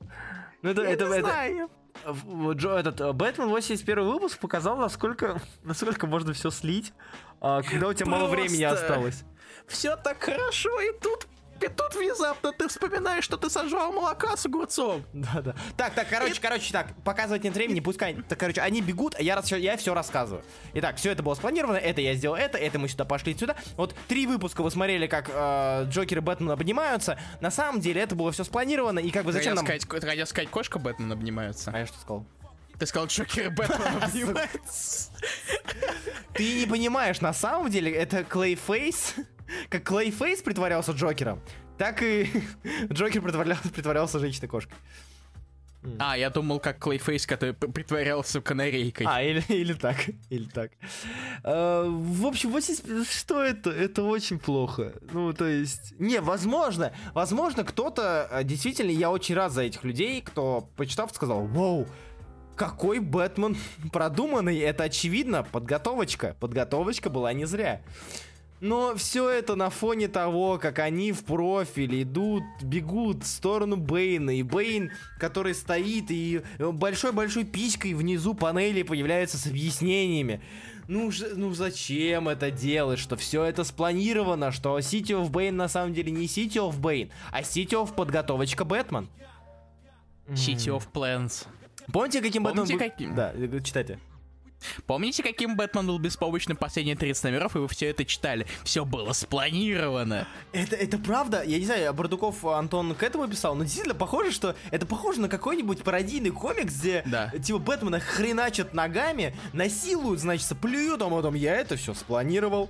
Знаю. Бэтмен 81 выпуск показал, насколько можно все слить, когда у тебя мало времени осталось. Все так хорошо, и тут внезапно ты вспоминаешь, что ты сожрал молока с огурцом. Да. Так, показывать нет времени, пускай. Они бегут, а я все рассказываю. Итак, все это было спланировано, это я сделал, это мы сюда пошли, сюда. Вот 3 выпуска вы смотрели, как Джокер и Бэтмен обнимаются. На самом деле это было все спланировано, и как бы зачем нам... Хотел сказать, кошка Бэтмен обнимается. А я что сказал? Ты сказал, Джокер и Бэтмен обнимаются. Ты не понимаешь, на самом деле это Клейфейс... Как Клейфейс притворялся Джокером, так и Джокер притворялся женщиной-кошкой. Я думал, как Клейфейс, который притворялся канарейкой. Или так. В общем, вот что это? Это очень плохо. Возможно, кто-то... Действительно, я очень рад за этих людей, кто, почитав, сказал, вау, какой Бэтмен продуманный, это очевидно, подготовочка была не зря. Но все это на фоне того, как они в профиле бегут в сторону Бэйна. И Бэйн, который стоит, и большой-большой писькой внизу панели появляется с объяснениями. Ну зачем это делать, что все это спланировано, что City of Bane на самом деле не City of Bane, а City of подготовочка Бэтмен. City of Plans. Помните, каким Бэтмен был? Каким? Да, читайте. Помните, каким Бэтмен был беспомощным последние 30 номеров, и вы все это читали? Все было спланировано. Это правда? Я не знаю, Бардуков Антон к этому писал, но действительно похоже, что это похоже на какой-нибудь пародийный комикс, где типа Бэтмена хреначат ногами, насилуют, значит, плюют, а потом я это все спланировал.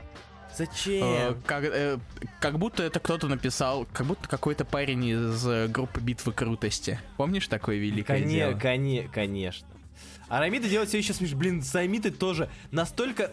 Зачем? Как будто это кто-то написал, как будто какой-то парень из группы «Битвы крутости». Помнишь такое великое дело? Конечно. А Рамита делает все еще смешно. Блин, с Рамитой тоже настолько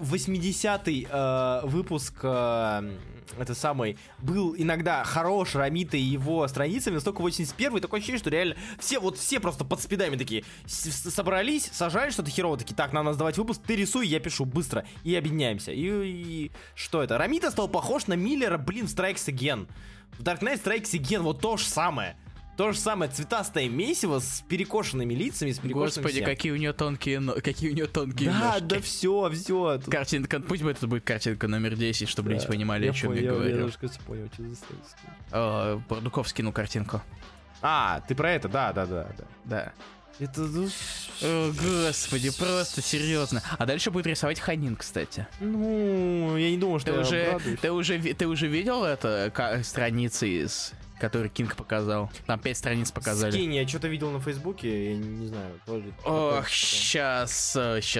80-й выпуск это самый был иногда хорош Рамита и его страницами, настолько 81-й, такое ощущение, что реально все просто под спидами такие собрались, сажали что-то херово, такие, так, нам надо сдавать выпуск, ты рисуй, я пишу быстро, и объединяемся. И что это? Рамита стал похож на Миллера, блин, в Strikes Again. В Dark Knight Strikes Again, вот то же самое. То же самое, цветастое месиво с перекошенными лицами, с перекошенными Господи, всем. какие у нее тонкие ножки. Да, все. Картинка, пусть это будет картинка номер 10, чтобы люди понимали, о чем я говорю. Я немножко понял, что заставил. Бардуков скинул картинку. А, ты про это? Да. Да. Это... О, господи, просто серьезно. А дальше будет рисовать Ханин, кстати. Ну, я не думал, что ты уже видел это страницы который Кинг показал? Там 5 страниц показали. Скинь, я что-то видел на Фейсбуке, я не знаю. Ох, сейчас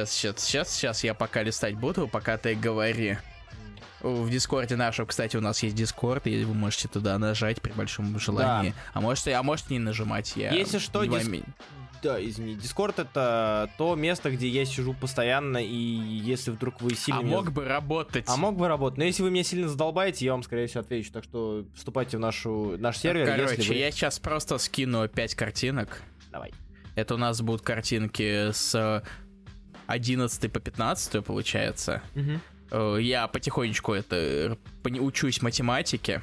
я пока листать буду, пока ты говори. В Дискорде нашем, кстати, у нас есть Дискорд, и вы можете туда нажать при большом желании. Да. А можете не нажимать. Если что, Да, извини. Дискорд — это то место, где я сижу постоянно, и если вдруг вы сильно... мог бы работать. Мог бы работать. Но если вы меня сильно задолбаете, я вам, скорее всего, отвечу. Так что вступайте в наш сервер. Короче, я сейчас просто скину 5 картинок. Давай. Это у нас будут картинки с 11 по 15, получается. Угу. Я потихонечку учусь математике.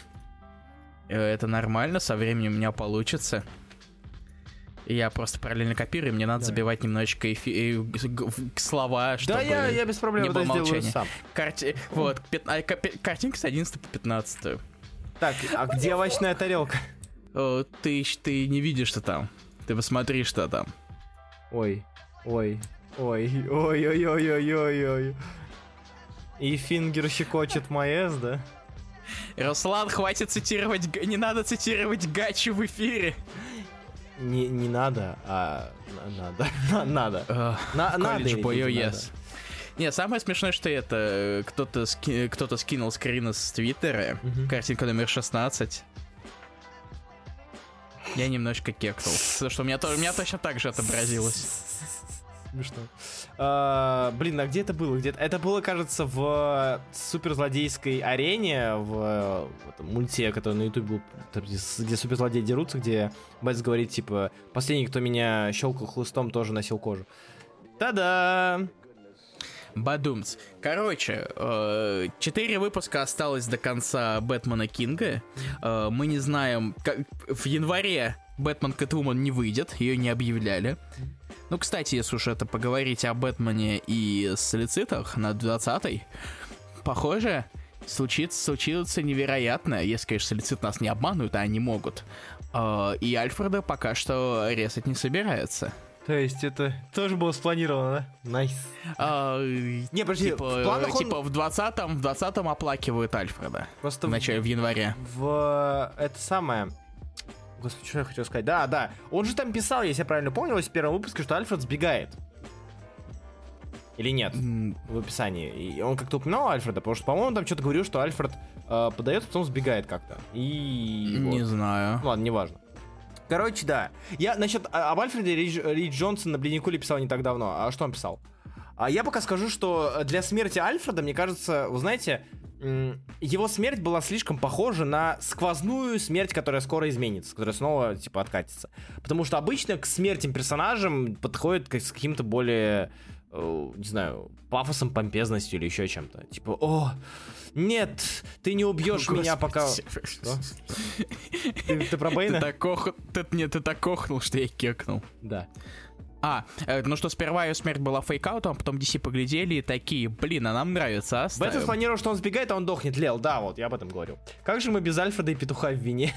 Это нормально, со временем у меня получится. Я просто параллельно копирую, мне надо забивать немножечко слова, чтобы я без проблем это сделаю сам. Вот, картинка с 11 по 15. Так, а где овощная тарелка? Ты не видишь, что там. Ты посмотри, что там. Ой. И Фингер щекочет Маэс, да? Руслан, хватит цитировать, не надо цитировать Гачи в эфире. Не надо, а надо. College Boy, yes. Не, самое смешное, что это кто-то скинул скрин из Твиттера, картинка номер 16. Я немножко кекнул, потому что у меня точно так же отобразилось. Смешно. Блин, а где это было? Это было, кажется, в суперзлодейской арене, в мульте, который на YouTube был, где суперзлодеи дерутся, где Бэтс говорит, типа, последний, кто меня щелкал хлыстом, тоже носил кожу. Та-да! Бадумц. Короче, 4 выпуска осталось до конца Бэтмена Кинга. Мы не знаем, как в январе Бэтмен Кэтвумен не выйдет, ее не объявляли. Ну, кстати, если уж это поговорить о Бэтмене и солицитах на 20-й, похоже, случится невероятное, если, конечно, солицит нас не обманывают, а они могут. И Альфреда пока что резать не собирается. То есть это тоже было спланировано, да? Найс. Не, подожди, в 20-м оплакивают Альфреда. Просто в январе. Это самое... Господи, что я хотел сказать? Да. Он же там писал, если я правильно помню, в первом выпуске, что Альфред сбегает. Или нет? В описании. И он как-то упоминал Альфреда, потому что, по-моему, там что-то говорил, что Альфред подает, потом сбегает как-то. Не знаю. Ладно, неважно. Короче, да. Я насчет об Альфреде Рич Джонсон на Бледникуле писал не так давно. А что он писал? Я пока скажу, что для смерти Альфреда, мне кажется, вы знаете, его смерть была слишком похожа на сквозную смерть, которая скоро изменится, которая снова, типа, откатится. Потому что обычно к смертям персонажам подходят с каким-то более не знаю, пафосом, помпезностью или еще чем-то. Типа, о, нет, ты не убьешь меня, пока... Ты про Бэйна? Ты так кохнул, что я кекнул. Да. Ну что, сперва ее смерть была фейкаутом, а потом DC поглядели и такие, блин, а нам нравится, оставим. Бэтмен спланировал, что он сбегает, а он дохнет. Лел, да, вот, я об этом говорю. Как же мы без Альфреда и Петуха в вине?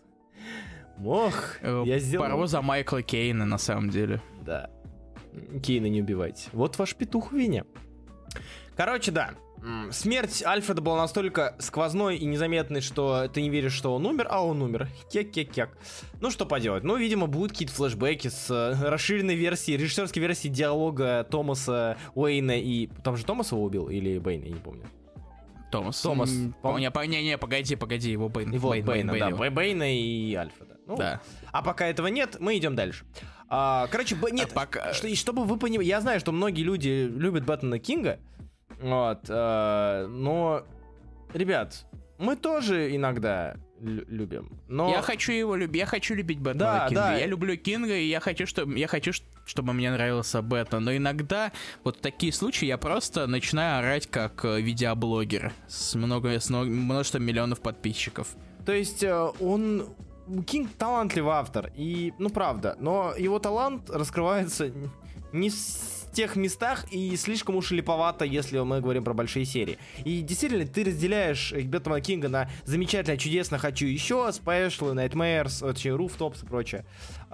Я сделал... Порву за Майкла Кейна, на самом деле. Да. Кейна не убивайте. Вот ваш петух в вине. Короче, да. Смерть Альфреда была настолько сквозной и незаметной, что ты не веришь, что он умер, а он умер. Кек-кек-кек. Ну, что поделать. Ну, видимо, будут какие-то флешбеки с расширенной версией, режиссерской версией диалога Томаса Уэйна и... Там же Томас его убил или Бэйн, я не помню. Томас. Погоди, его Бэйн. Бэйна, да, Бэйна и Альфреда. Ну, да. А пока этого нет, мы идем дальше. Короче, нет, чтобы вы понимали, я знаю, что многие люди любят Бэтмена Кинга, вот, но, ребят, мы тоже иногда любим, но... Я хочу любить Бэтмена Кинга, я люблю Кинга, и я хочу, чтобы мне нравился Бэтмен, но иногда вот в такие случаи я просто начинаю орать как видеоблогер с множеством миллионов подписчиков. То есть Кинг талантливый автор, и, ну правда, но его талант раскрывается не в тех местах и слишком уж липовато, если мы говорим про большие серии. И действительно, ты разделяешь Бэтмена Кинга на замечательно, чудесно, хочу еще, Special, Nightmares, Rooftops и прочее.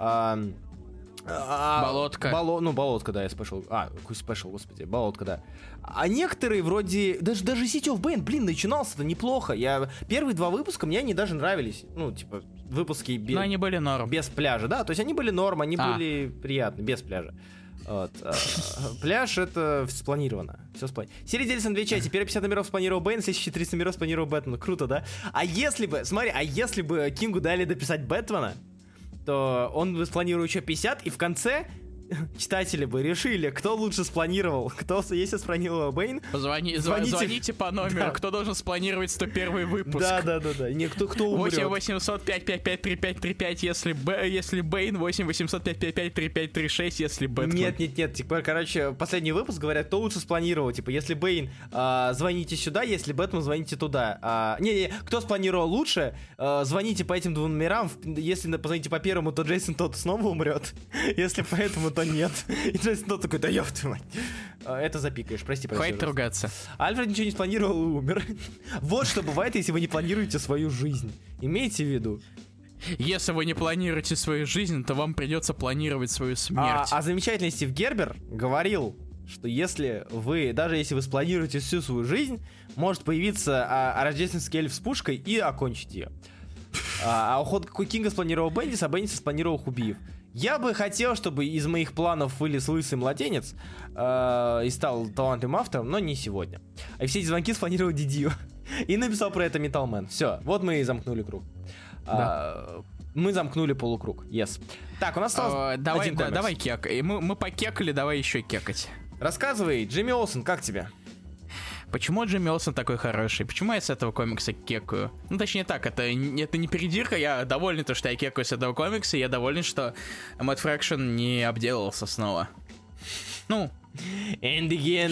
Болотка. Болотка, да, я спешл. Какой спешл, господи, болотка, да. А некоторые вроде... Даже City of Bane, блин, начинался-то неплохо. Первые 2 выпуска мне они даже нравились. Ну, типа, выпуски но они были норм. Без пляжа, да. То есть они были норм, они были приятны, без пляжа. Вот. Пляж — это спланировано. Все спланировано. Серия делится на 2 части. Первые 50 номеров спланировал Бэйн, следующие 300 номеров спланировал Бэтмен. Круто, да? А если бы Кингу дали дописать Бэтмена, то он бы спланировал еще 50, и в конце читатели бы решили, кто лучше спланировал. Если спланировал Бэйн, звоните по номеру, да. Кто должен спланировать 101 выпуск. Да. Кто умрет. 8-800-555-3535, если Бэйн, 8-800-555-3536, если Бэтмен. Нет. Типа, короче, последний выпуск говорят, кто лучше спланировал. Типа, если Бэйн, звоните сюда, если Бэтмен, звоните туда. Кто спланировал лучше, звоните по этим 2 номерам. Если позвоните по первому, то Джейсон тот снова умрет. Если по этому, то нет. И Джейсон тот такой, да ёб твою мать. Это запикаешь, прости. Хватит ругаться. Альфред ничего не спланировал и умер. Вот что бывает, если вы не планируете свою жизнь. Имейте в виду. Если вы не планируете свою жизнь, то вам придется планировать свою смерть. А замечательный Стив Гербер говорил, что даже если вы спланируете всю свою жизнь, может появиться рождественский эльф с пушкой и окончить ее. А уход Кинга спланировал Бендис, а Бендис спланировал Хубиев. Я бы хотел, чтобы из моих планов вылез лысый младенец и стал талантливым автором, но не сегодня. А все эти звонки спланировал Дидио. И написал про это Металлмен. Все, вот мы и замкнули круг. Да. Мы замкнули полукруг. Yes. Так, у нас осталось один комикс. Давай кек. Мы покекали, давай еще кекать. Рассказывай, Джимми Олсен, как тебе? Почему Джимми Олсен такой хороший? Почему я с этого комикса кекаю? Ну, точнее так, это не передирка, я доволен, что я кекаю с этого комикса, и я доволен, что Мэтт Фрэкшн не обделался снова. Ну. And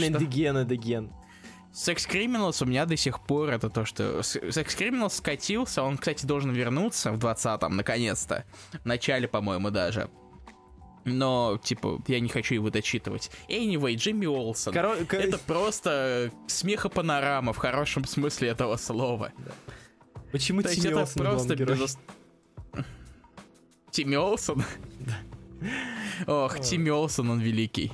again. Sex Criminals у меня до сих пор это то, что... Sex Criminals скатился, он, кстати, должен вернуться в 20-м, наконец-то. В начале, по-моему, даже. Но, типа, я не хочу его дочитывать. Anyway, Джимми Олсен. Это просто смехопанорама в хорошем смысле этого слова. Да. Почему Тимми Олсен просто Тимми Олсен? Да. Ох, Тимми Олсен, он великий.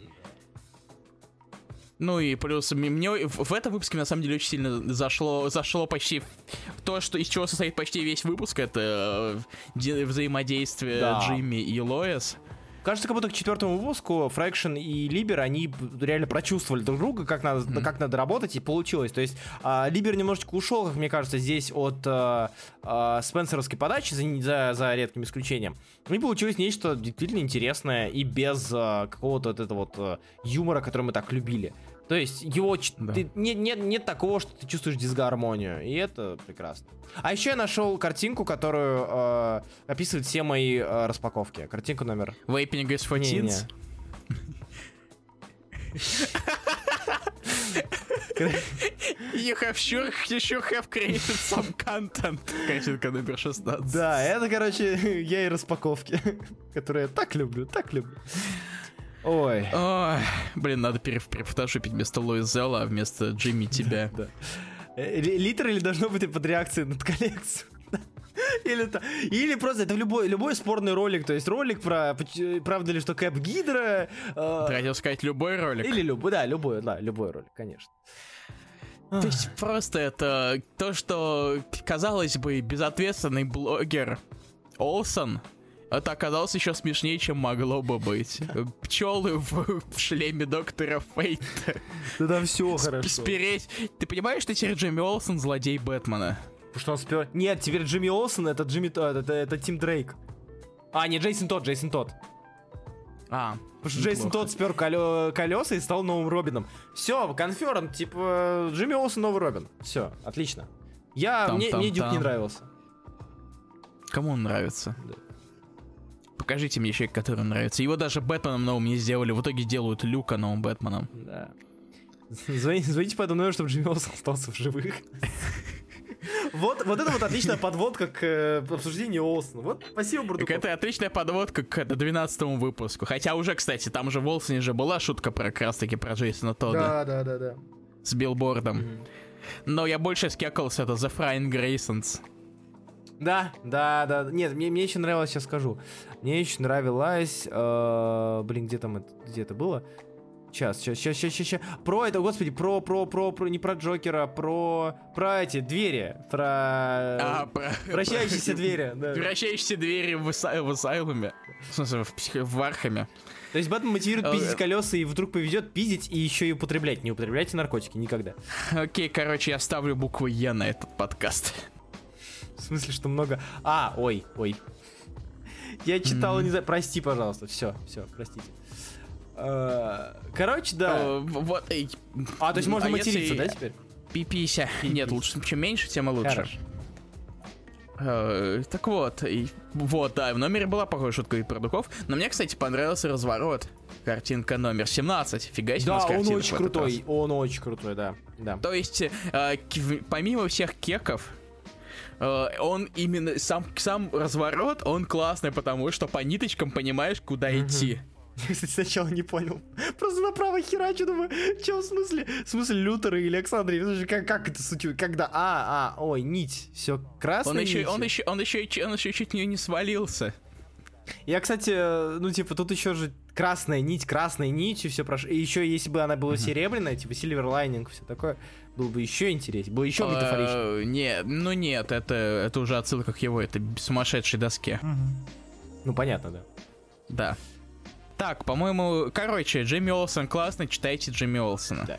Ну и плюс мне в этом выпуске на самом деле очень сильно зашло почти то, что из чего состоит почти весь выпуск, это взаимодействие Джимми и Лоис. Кажется, как будто к 4-му выпуску Фрэкшн и Либер, они реально прочувствовали друг друга, как надо работать, и получилось. То есть Либер немножечко ушел, как мне кажется, здесь от спенсеровской подачи, за редким исключением. И получилось нечто действительно интересное и без какого-то вот этого вот юмора, который мы так любили. То есть его нет такого, что ты чувствуешь дисгармонию, и это прекрасно. А еще я нашел картинку, которую описывает все мои распаковки. Картинку номер... Vaping is for teens? You sure have created some content. Картинка номер 16. Да, это, короче, я и распаковки, которые я так люблю. Ой. Ой, блин, надо перефотошопить вместо Лоис Зелла, а вместо Джимми тебя. Да. Литерально должно быть под реакцией на коллекцию. Или просто это любой спорный ролик, то есть ролик про правда ли, что Кэп Гидра. Ты хотел сказать любой ролик? Или любой ролик, конечно. То есть просто это то, что, казалось бы, безответственный блогер Олсен, это оказалось еще смешнее, чем могло бы быть. Пчелы в шлеме доктора Фейта. Да там все хорошо. Спереть. Ты понимаешь, что теперь Джимми Олсен злодей Бэтмена? Потому что он спер... Нет, теперь Джимми Олсен это Тим Дрейк. А, не, Джейсон Тодд. Потому что Джейсон Тодд спер колеса и стал новым Робином. Все, конферм, типа, Джимми Олсен новый Робин. Все, отлично. Мне Дюк не нравился. Кому он нравится? Да. Покажите мне человека, который нравится. Его даже Бэтменом новым не сделали. В итоге делают Люка новым Бэтменом. Да. Звоните по этому номеру, чтобы Джимми Олсен остался в живых. Вот это вот отличная подводка к обсуждению Олсена. Вот, спасибо, Бурдуков. Так это отличная подводка к 12-му выпуску. Хотя уже, кстати, там же в Олсене же была шутка как раз-таки про Джейсона Тодда. Да. С билбордом. Но я больше скекался, это The Frying Graysons. Да. Нет, мне еще нравилось, сейчас скажу. Мне еще нравилось... где это было? Сейчас. Про это, господи, про не про Джокера, про эти двери, про вращающиеся двери. Да. Вращающиеся двери в Асайлуме. В смысле, в Архаме. То есть Бэтмен мотивирует пиздить колеса и вдруг повезет пиздить и еще и употреблять. Не употребляйте наркотики никогда. Окей, короче, я ставлю букву Е на этот подкаст. В смысле, что много... Ой. Я читал, не знаю, прости, пожалуйста. Все, простите. Короче, да. Вот. То есть можно материться, да, теперь? Пипися. Нет, лучше, чем меньше, тем и лучше. Так вот, да, в номере была похожая шутка про духов. Но мне, кстати, понравился разворот. Картинка номер 17. Фига себе, у нас картинка. Он очень крутой, да. То есть, помимо всех кеков, он именно сам разворот, он классный, потому что по ниточкам понимаешь, куда идти. Я, кстати, сначала не понял. Просто направо херачу, думаю, что в смысле? В смысле Лютера или Александрии? Как это случилось? Когда? Нить. Все, красная нить. Он еще чуть не свалился. Я, кстати, тут еще же красная нитью все прошло. И еще, если бы она была серебряная, типа Silver Lining, все такое, было бы еще интереснее, было еще метафоричнее. Нет, это уже отсылка к его, это сумасшедшей доске. Ну, понятно, да. Да. Так, по-моему, Джимми Олсен классный, читайте Джимми Олсена.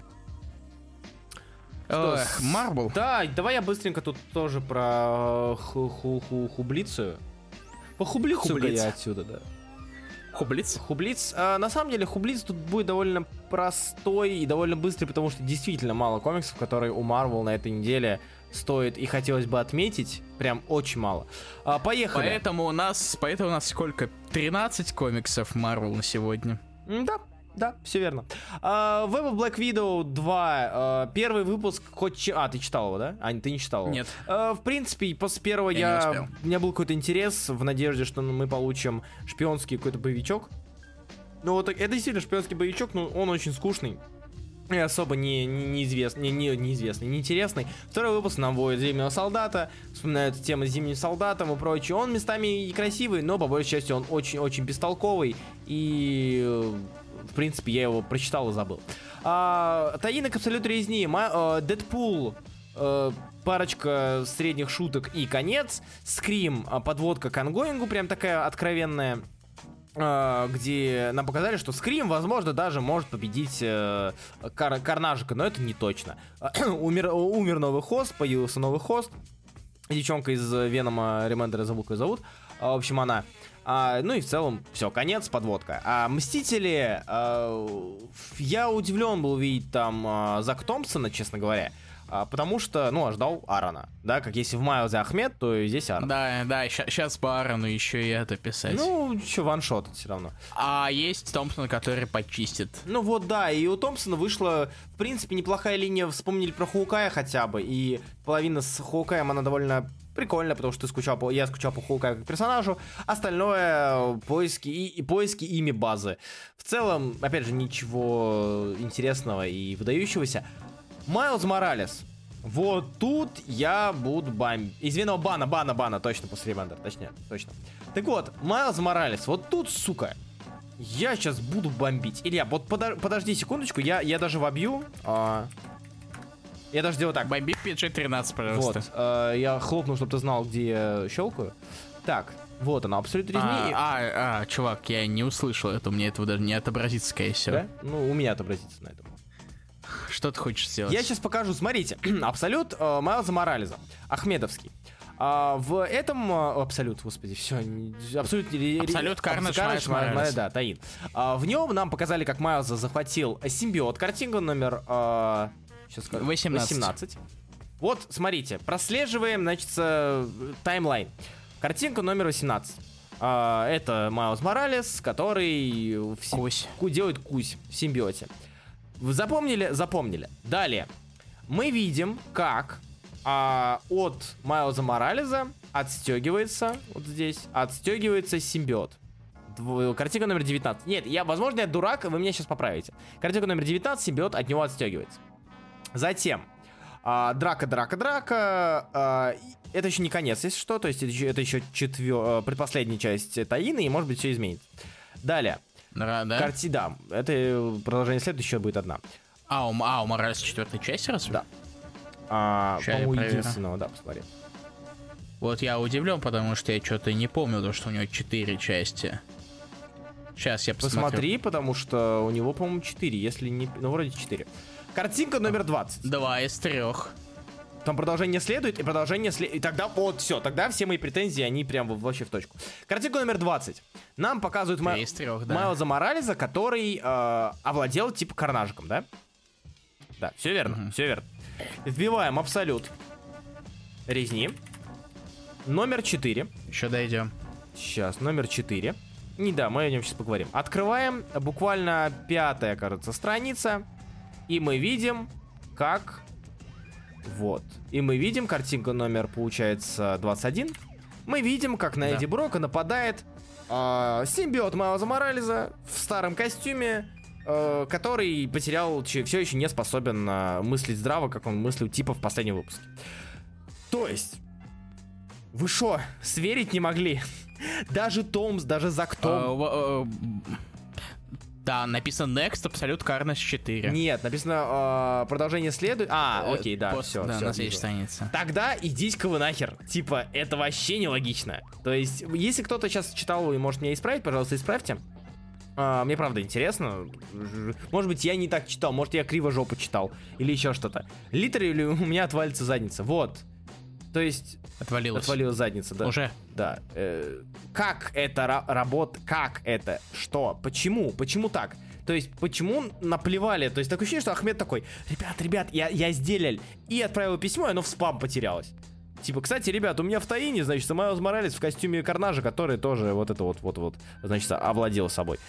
Да. Марвел. Да, давай я быстренько тут тоже про Хублицию. Похублицу я отсюда, да. Хублиц. На самом деле, Хублиц тут будет довольно простой и довольно быстрый, потому что действительно мало комиксов, которые у Marvel на этой неделе стоит и хотелось бы отметить. Прям очень мало. Поехали. Поэтому у нас сколько? 13 комиксов Marvel на сегодня. Да, все верно. Web of Black Widow 2. Первый выпуск ты читал его, да? Ты не читал его? Нет. В принципе, после первого у меня был какой-то интерес в надежде, что мы получим шпионский какой-то боевичок. Это действительно шпионский боевичок, но он очень скучный. И особо неизвестный, неинтересный. Второй выпуск нам вводит Зимнего солдата, вспоминают тему с Зимним солдатом и прочее. Он местами и красивый, но по большей части он очень-очень бестолковый. И, в принципе, я его прочитал и забыл. Таинок абсолют резни. Дэдпул. Парочка средних шуток и конец. Скрим. Подводка к ангоингу, прям такая откровенная. Где нам показали, что Скрим, возможно, даже может победить Карнажика, но это не точно. Умер новый хост, появился новый хост. Девчонка из Венома, Ремендера забыл, как зовут. В общем, она. И в целом, все, конец, подводка. Мстители, я удивлен был увидеть там Зак Томпсона, честно говоря. Потому что, ждал Аарона. Да, как если в Майлзе Ахмед, то здесь Аарон. Да, сейчас по Аарону еще и это писать. Ваншот все равно. А есть Томпсон, который почистит. И у Томпсона вышла, в принципе, неплохая линия. Вспомнили про Хоукая хотя бы, и половина с Хоукаем, она довольно прикольная, потому что я скучал по Хоукаю как персонажу. Остальное поиски ими базы. В целом, опять же, ничего интересного и выдающегося. Майлз Моралес. Вот тут я буду бомбить. Извинного бана, точно, после ремендера, точно. Так вот, Майлз Моралес, вот тут, сука, я сейчас буду бомбить. Илья, вот подожди секундочку, я даже вобью. Я даже делаю так. Бомби PG-13, пожалуйста. Вот, я хлопну, чтобы ты знал, где я щелкаю. Так, вот она, абсолют резни. Чувак, я не услышал это, мне этого даже не отобразится, скорее всего. Да? У меня отобразится на этом. Что ты хочешь сделать? Я сейчас покажу, смотрите, абсолют Майлза Моралеса, Ахмедовский. В этом абсолют, господи, все, абсолют Карнаж Моралес. Да, Таин. В нем нам показали, как Майлза захватил симбиот. Картинка номер 18. Вот, смотрите, прослеживаем, значит, таймлайн. Картинка номер 18. Это Майлз Моралес, который делает кусь в симбиоте. Запомнили. Далее. Мы видим, как от Майлза Моралеса отстегивается, вот здесь, симбиот. Картинка номер 19. Нет, возможно, я дурак, вы меня сейчас поправите. Картинка номер 19, симбиот от него отстегивается. Затем, драка. Это еще не конец, если что, то есть это еще предпоследняя часть Таины, и может быть все изменится. Далее. Да? Да, это продолжение следующего будет одна. У Моралеса 4-я часть разве? Да. По-моему, единственного, да, посмотри. Вот я удивлен, потому что я что-то не помню, что у него 4 части. Сейчас я посмотрю. Посмотри, потому что у него, по-моему, 4, если не... вроде 4. Картинка номер 20. 2 из 3. Там продолжение следует, и тогда вот, все, тогда все мои претензии, они прям вообще в точку. Картинка номер 20. Нам показывают Майлза Моралеса, который овладел типа карнажиком, да? Да, все верно, все верно. Вбиваем абсолют резни. Номер 4. Еще дойдем. Сейчас, номер 4. Мы о нем сейчас поговорим. Открываем буквально 5-я, кажется, страница. И мы видим, как... Вот. И мы видим, картинка номер, получается, 21. Мы видим, как на Эдди Брока нападает симбиот Майлза Моралеса в старом костюме, который потерял, все еще не способен мыслить здраво, как он мыслил типа в последнем выпуске. То есть, вы шо, сверить не могли? Даже Томс, даже Зак Том. Да, написано Next, Absolute Carnage 4. Нет, написано продолжение следует. Окей, да, все. Да, на следующей странице. Тогда идите-ка вы нахер. Типа, это вообще нелогично. То есть, если кто-то сейчас читал его и может меня исправить, пожалуйста, исправьте. Мне правда интересно. Может быть, я не так читал, может, я криво жопу читал. Или еще что-то. Литерали у меня отвалится задница. Вот. То есть... Отвалилась задница, да. Уже? Да. Как это работает? Как это? Что? Почему? Почему так? То есть, почему наплевали? То есть, такое ощущение, что Ахмед такой: ребят, я сделал. И отправил письмо, и оно в спам потерялось. Типа, кстати, ребят, у меня в Таине, значит, Майлз Моралес в костюме Карнажа, который тоже вот, значит, овладел собой.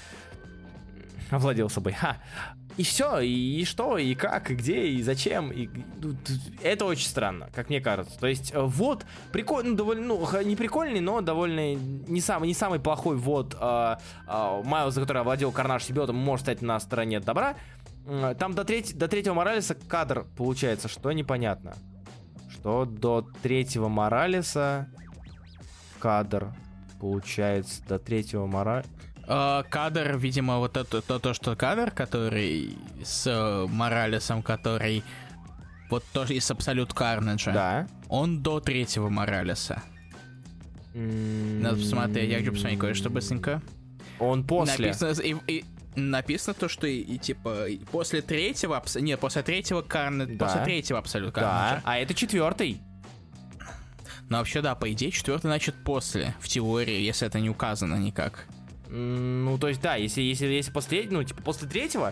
И все, и что, и как, и где, и зачем. Это очень странно, как мне кажется. То есть, вот, прикольный, довольно, не прикольный, но довольно не самый плохой вот Майлза, который овладел Карнаж симбиотом, может стать на стороне добра. Там до третьего Моралеса кадр получается, что непонятно. Что до третьего Моралеса кадр получается до третьего Моралеса. Кадр, видимо, вот то, что кадр, который с Моралесом, который вот тоже из Absolute Carnage. Да. Он до третьего Моралеса. Надо посмотреть, я хочу посмотреть кое-что быстренько. Он после. Написано то, что типа после третьего, после третьего Carnage, после третьего Absolute Carnage. Да, а это 4-й. Ну вообще да, по идее 4-й, значит после, в теории, если это не указано никак. Ну, то есть, да, если после, ну, типа, после третьего,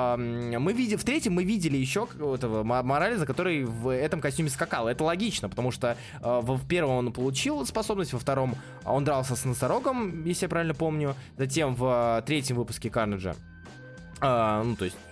в третьем мы видели еще этого Моралеса, который в этом костюме скакал. Это логично, потому что в первом он получил способность, во втором он дрался с носорогом, если я правильно помню. Затем в третьем выпуске Карнеджа, ну, то есть,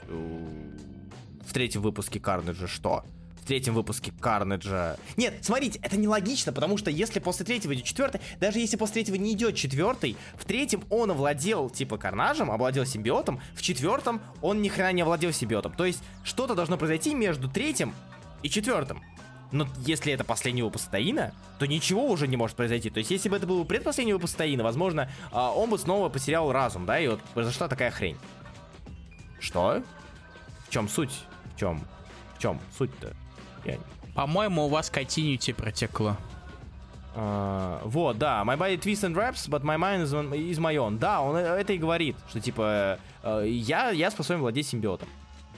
в третьем выпуске Карнеджа что? В третьем выпуске Карнеджа... Нет, смотрите, это нелогично, потому что если после третьего идет четвертый, даже если после третьего не идет четвертый, в третьем он овладел, типа, Карнажем, овладел симбиотом, в четвертом он ни хрена не овладел симбиотом. То есть что-то должно произойти между третьим и четвертым. Но если это последний выпуск Таина, то ничего уже не может произойти. То есть если бы это был предпоследний выпуск Таина, возможно, он бы снова потерял разум, да, и вот произошла такая хрень. Что? В чем суть? В чем суть-то? По-моему, у вас Continuity протекло. Вот, да. My body twists and wraps, but my mind is my own. Да, он это и говорит, что типа я способен владеть симбиотом.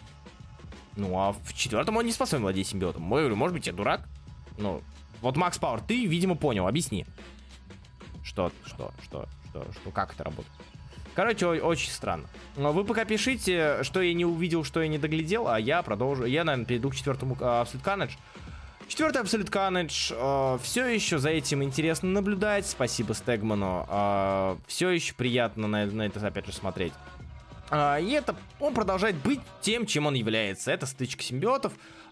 Ну, а в четвертом он не способен владеть симбиотом. Я говорю, может быть, я дурак? Ну, вот Макс Пауэр, ты, видимо, понял. Объясни. Что, как это работает? Короче, очень странно. Вы пока пишите, что я не увидел, что я не доглядел, а я продолжу. Я, наверное, перейду к четвертому Absolute Carnage. Четвертый Absolute Carnage. Все еще за этим интересно наблюдать. Спасибо Стегману. Все еще приятно на это, опять же, смотреть. И он продолжает быть тем, чем он является. Это стычка симбиотов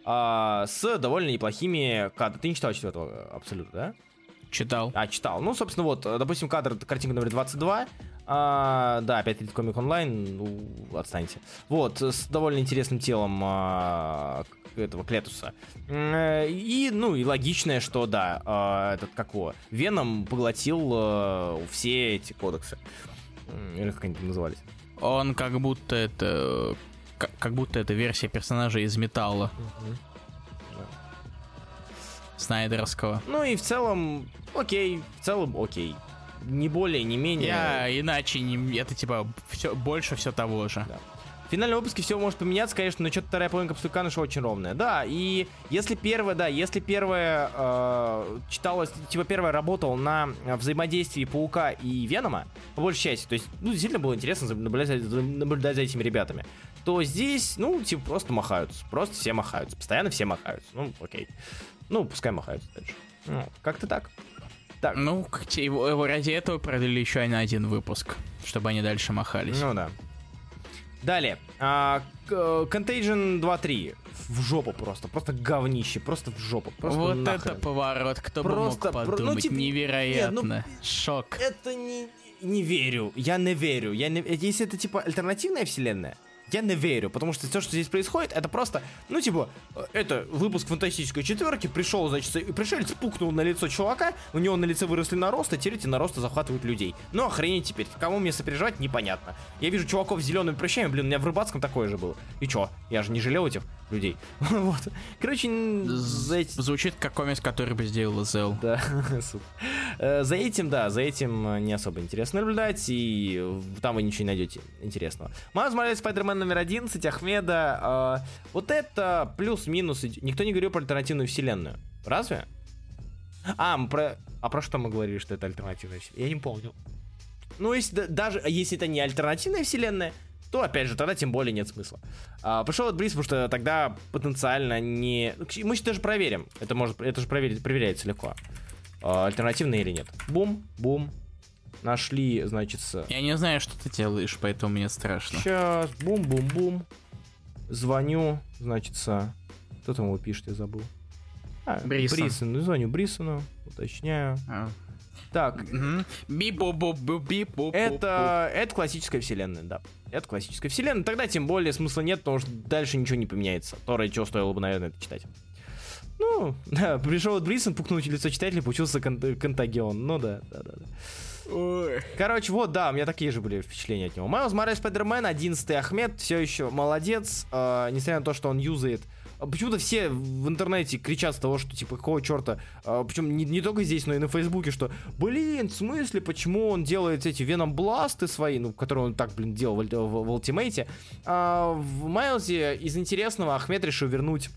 с довольно неплохими кадрами. Ты не читал четвертого Absolute, да? Читал. Читал. Ну, собственно, вот, допустим, картинка номер 22. Да, опять Comic Online, ну, отстаньте. Вот, с довольно интересным телом этого Клетуса. И, ну, и логичное, что, да, Веном поглотил все эти кодексы. Или как они там назывались? Он как будто это версия персонажа из Металла. Снайдеровского. Ну и в целом, окей. Не более, не менее. Это типа больше все того же. Да. В финальном выпуске все может поменяться, конечно, но что-то вторая половинка Absolute Carnage очень ровная. Да, и если первая читалась, типа первая работала на взаимодействии Паука и Венома, по большей части, то есть, ну, действительно было интересно наблюдать за этими ребятами, то здесь, ну, типа, просто все махаются, постоянно все махаются, ну, окей. Ну, пускай махаются дальше. Ну, как-то так. Ну, его ради этого продлили еще на один выпуск, чтобы они дальше махались. Ну да. Далее. Contagion 2.3. В жопу просто говнище. Просто в жопу. Просто вот нахрен. Это поворот. Кто бы мог подумать. Ну, типа, невероятно. Шок. Это не верю. Я не верю. Если это типа альтернативная вселенная, я не верю, потому что все, что здесь происходит, это просто, ну, типа, это выпуск фантастической четверки, пришел, значит, пришелец пукнул на лицо чувака, у него на лице выросли наросты, теперь эти наросты захватывают людей. Ну, охренеть теперь, кому мне сопереживать, непонятно. Я вижу чуваков с зелеными прыщами, блин, у меня в Рыбацком такое же было. И чё? Я же не жалел этих людей. Вот. Короче, звучит как комикс, который бы сделал Зел. Да, супер. За этим не особо интересно наблюдать, и там вы ничего не найдете интересного. Майлз Моралес, Спайдермен номер 11, Ахмеда. Вот это плюс-минус. Никто не говорил про альтернативную вселенную. Разве? Про что мы говорили, что это альтернативная вселенная? Я не помню. Ну, даже если это не альтернативная вселенная, то, опять же, тогда тем более нет смысла. Пришел от Брис, потому что тогда потенциально не... Мы сейчас даже проверим. Это же проверяется легко. Альтернативная или нет. Бум. Нашли, значит... Я не знаю, что ты делаешь, поэтому мне страшно. Сейчас. Бум. Звоню, значит... Кто там его пишет, я забыл. Брисон. Звоню Брисону, уточняю. Так. Это классическая вселенная, да. Это классическая вселенная. Тогда тем более смысла нет, потому что дальше ничего не поменяется. Тора, чего стоило бы, наверное, это читать. Ну, да, пришел от Брисон, пукнул в лицо читателя, получился контагион. Ну да. Ой. Короче, вот, да, у меня такие же были впечатления от него. Майлз Моралес, Спайдермен, 11-й Ахмед, все еще молодец, несмотря на то, что он юзает. Почему-то все в интернете кричат с того, что типа какого черта, причем не только здесь, но и на Фейсбуке, что, блин, в смысле, почему он делает эти Веном-бласты свои, ну, которые он так, делал в Ультимейте. В Майлзе из интересного Ахмед решил вернуть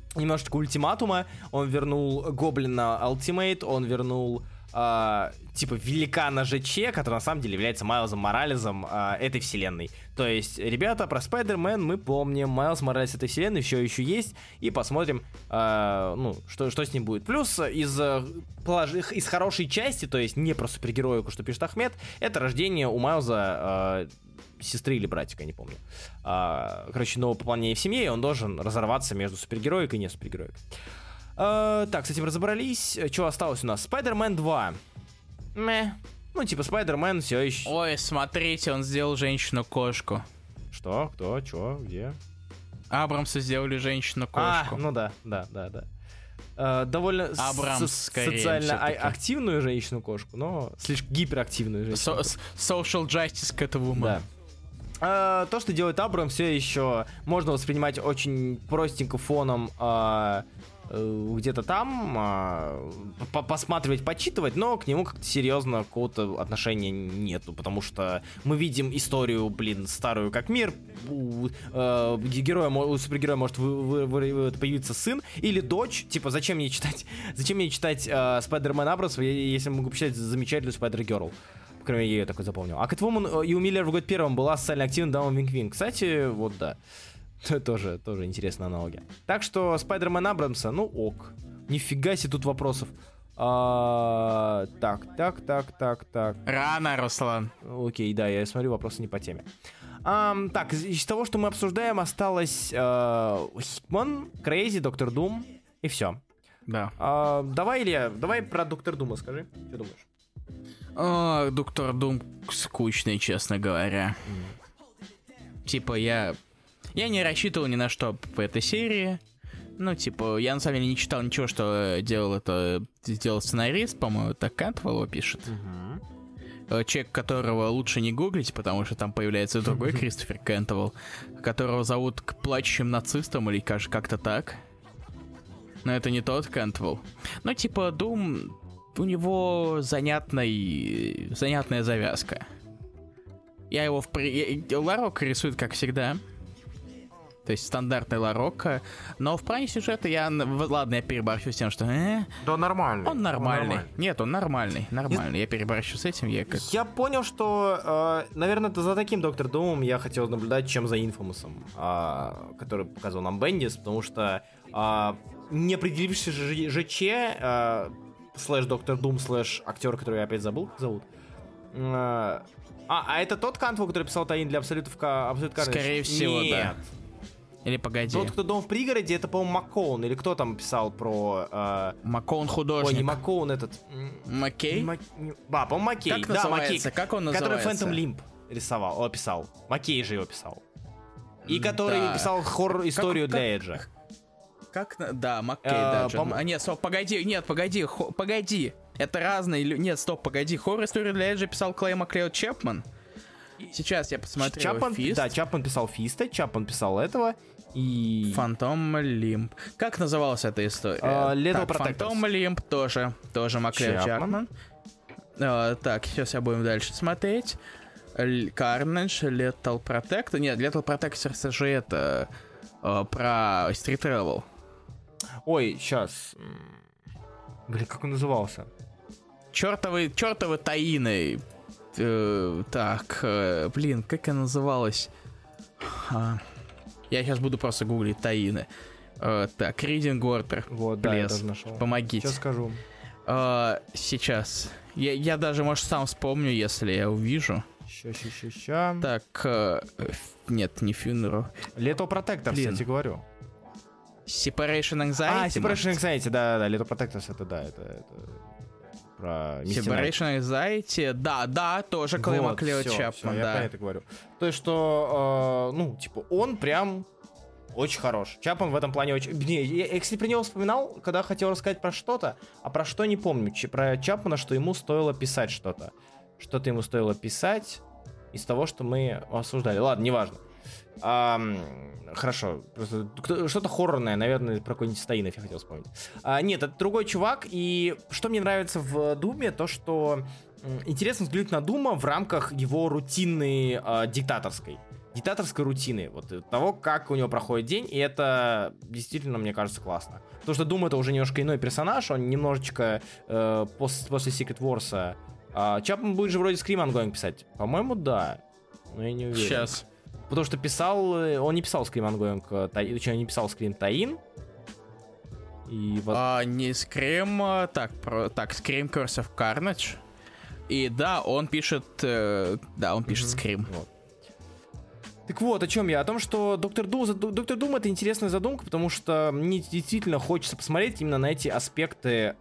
немножечко ультиматума, он вернул Гоблина Ultimate, он вернул типа великана ЖЧ, который на самом деле является Майлзом Моралесом этой вселенной. То есть, ребята, про Спайдермен мы помним, Майлз Моралес этой вселенной все еще есть, и посмотрим, что с ним будет. Плюс из хорошей части, то есть не про супергероику, что пишет Ахмед, это рождение у Майлза сестры или братика, не помню. Короче, новое пополнение в семье, и он должен разорваться между супергероикой и не супергероикой. Так, с этим разобрались. Что осталось у нас? Spider-Man 2. Ну, типа, Spider-Man все еще... Ой, смотрите, он сделал женщину-кошку. Что? Кто? Чё? Где? Абрамсы сделали женщину-кошку. Ну да. Довольно социально активную женщину-кошку, но слишком гиперактивную женщину-кошку. Social Justice Catwoman. Да. То, что делает Абрам, все еще можно воспринимать очень простенько фоном где-то там, посматривать, почитывать, но к нему как-то серьезно какого-то отношения нету, потому что мы видим историю, старую как мир, у супергероя может появиться сын или дочь, типа, зачем мне читать Спайдермен Абрамса, если могу почитать замечательную Спайдер-Герл. По крайней мере, я ее такой запомнил. А Кэтвумен и у Миллера в год первом была социально активной дамой Винг-Винг. Кстати, вот да. Тоже интересная аналогия. Так что Спайдермен Абрамса, ок. Нифига себе тут вопросов. Так. Рано, Руслан. Окей, да, я смотрю, вопросы не по теме. Так, из того, что мы обсуждаем, осталось Хикман, Крейзи, Доктор Дум и все. Да. Давай, Илья, про Доктор Дума скажи. Что думаешь? Доктор Дум скучный, честно говоря. Типа, я не рассчитывал ни на что по этой серии. Я на самом деле не читал ничего, что сделал сценарист, по-моему, так Кантвелл его пишет. Человек, которого лучше не гуглить, потому что там появляется другой Кристофер Кантвелл, которого зовут плачущим нацистом или как-то так. Но это не тот Кантвелл. Дум, у него занятная завязка. Ларок рисует, как всегда. То есть стандартный Ларокко. Но в плане сюжета я переборщу с тем, что... Да, нормальный. Он нормальный. Нет, он нормальный. Я переборщу с этим. Я понял, что, наверное, это за таким Доктор Думом я хотел наблюдать, чем за Инфамусом, который показывал нам Бендис, потому что не определившийся ЖЧ, слэш Доктор Дум, слэш актер, который я опять забыл, как зовут. Это тот Кантвелл, который писал таин для Абсолют Карнейдж? Скорее всего, Нет. да. Или погоди. Тот, кто «Дом в пригороде», это, по-моему, Маккоун. Или кто там писал про... Маккоун художник. Ой, не Маккоун, этот... Маккей? По-моему, Маккей. Как называется? Маккей. Как он называется? Который Phantom Limb писал. Маккей же его писал. И который писал хоррор-историю для Эджа. Да, Маккей, да. Нет, стоп, погоди. Это разные... Нет, стоп, погоди. Хоррор-историю для Эджа писал Клей Маклеод Чепман. Сейчас я посмотрю. Фист. Да, Чапман писал Фиста, Чапман писал этого, и... Фантом Лимб. Как называлась эта история? Little Protectors. Фантом Лимб тоже Маклеод Чапман. Так, сейчас я будем дальше смотреть. Carnage, Lethal Protector. Нет, Lethal Protector же это про Street Travel. Ой, сейчас. Как он назывался? Чёртовы таины. Так, как она называлась? Я сейчас буду просто гуглить таины. Так, Reading Order. Вот, да, я тоже нашел. Помогите. Сейчас скажу. Сейчас. Я даже, может, сам вспомню, если я увижу. Ща. Так, нет, не Funeral. Lethal Protector, кстати, говорю. Separation Anxiety. Separation Anxiety, да, Lethal Protectors, это про Separation Anxiety, да, тоже Клей Маклеод Чапман, я про это говорю. То есть, что, он прям очень хорош. Чапман в этом плане очень... Я, кстати, про него вспоминал, когда хотел рассказать про что-то, а про что не помню. Про Чапмана, что ему стоило писать что-то. Что-то ему стоило писать из того, что мы обсуждали. Ладно, неважно. Хорошо. Что-то хоррорное, наверное, про какой-нибудь Стаинов я хотел вспомнить. Нет, это другой чувак. И что мне нравится в Думе, то что интересно взглянуть на Дума в рамках его рутины диктаторской. диктаторской рутины, вот того, как у него проходит день, и это действительно, мне кажется, классно. Потому что Doom — это уже немножко иной персонаж, он немножечко после Secret Wars. Чапман будет же вроде Scream Ongoing писать. По-моему, да. Но я не уверен. Сейчас. Потому что он не писал Scream Ongoing, точнее, не писал Scream Tie-In. И вот... Не Scream, Scream Curse of Carnage. И да, он пишет Scream. Вот. Так вот, о чем я? О том, что Доктор Doom это интересная задумка, потому что мне действительно хочется посмотреть именно на эти аспекты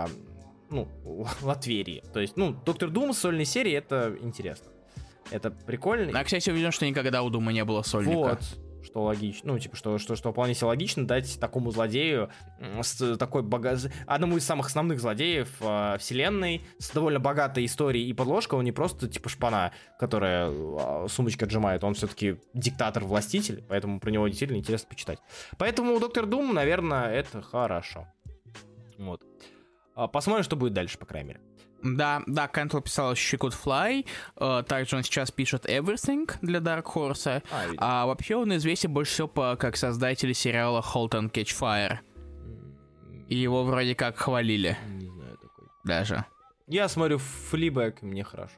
Латверии. То есть, Доктор Doom с сольной серии — это интересно. Это прикольно. А, кстати, увидел, что никогда у Дума не было сольника. Вот, что логично. Что вполне себе логично дать такому злодею с такой одному из самых основных злодеев вселенной, с довольно богатой историей и подложкой. Он не просто типа шпана, которая сумочки отжимает, он все-таки диктатор-властитель, поэтому про него действительно интересно почитать. Поэтому Доктор Дум, наверное, это хорошо. Вот. Посмотрим, что будет дальше, по крайней мере. Да, Кэнтл писал She Could Fly, также он сейчас пишет Everything для Dark Horse, а вообще он известен больше всего как создатель сериала Halt and Catch Fire. И его вроде как хвалили. Не знаю такой. Даже. Я смотрю Fleabag, и мне хорошо.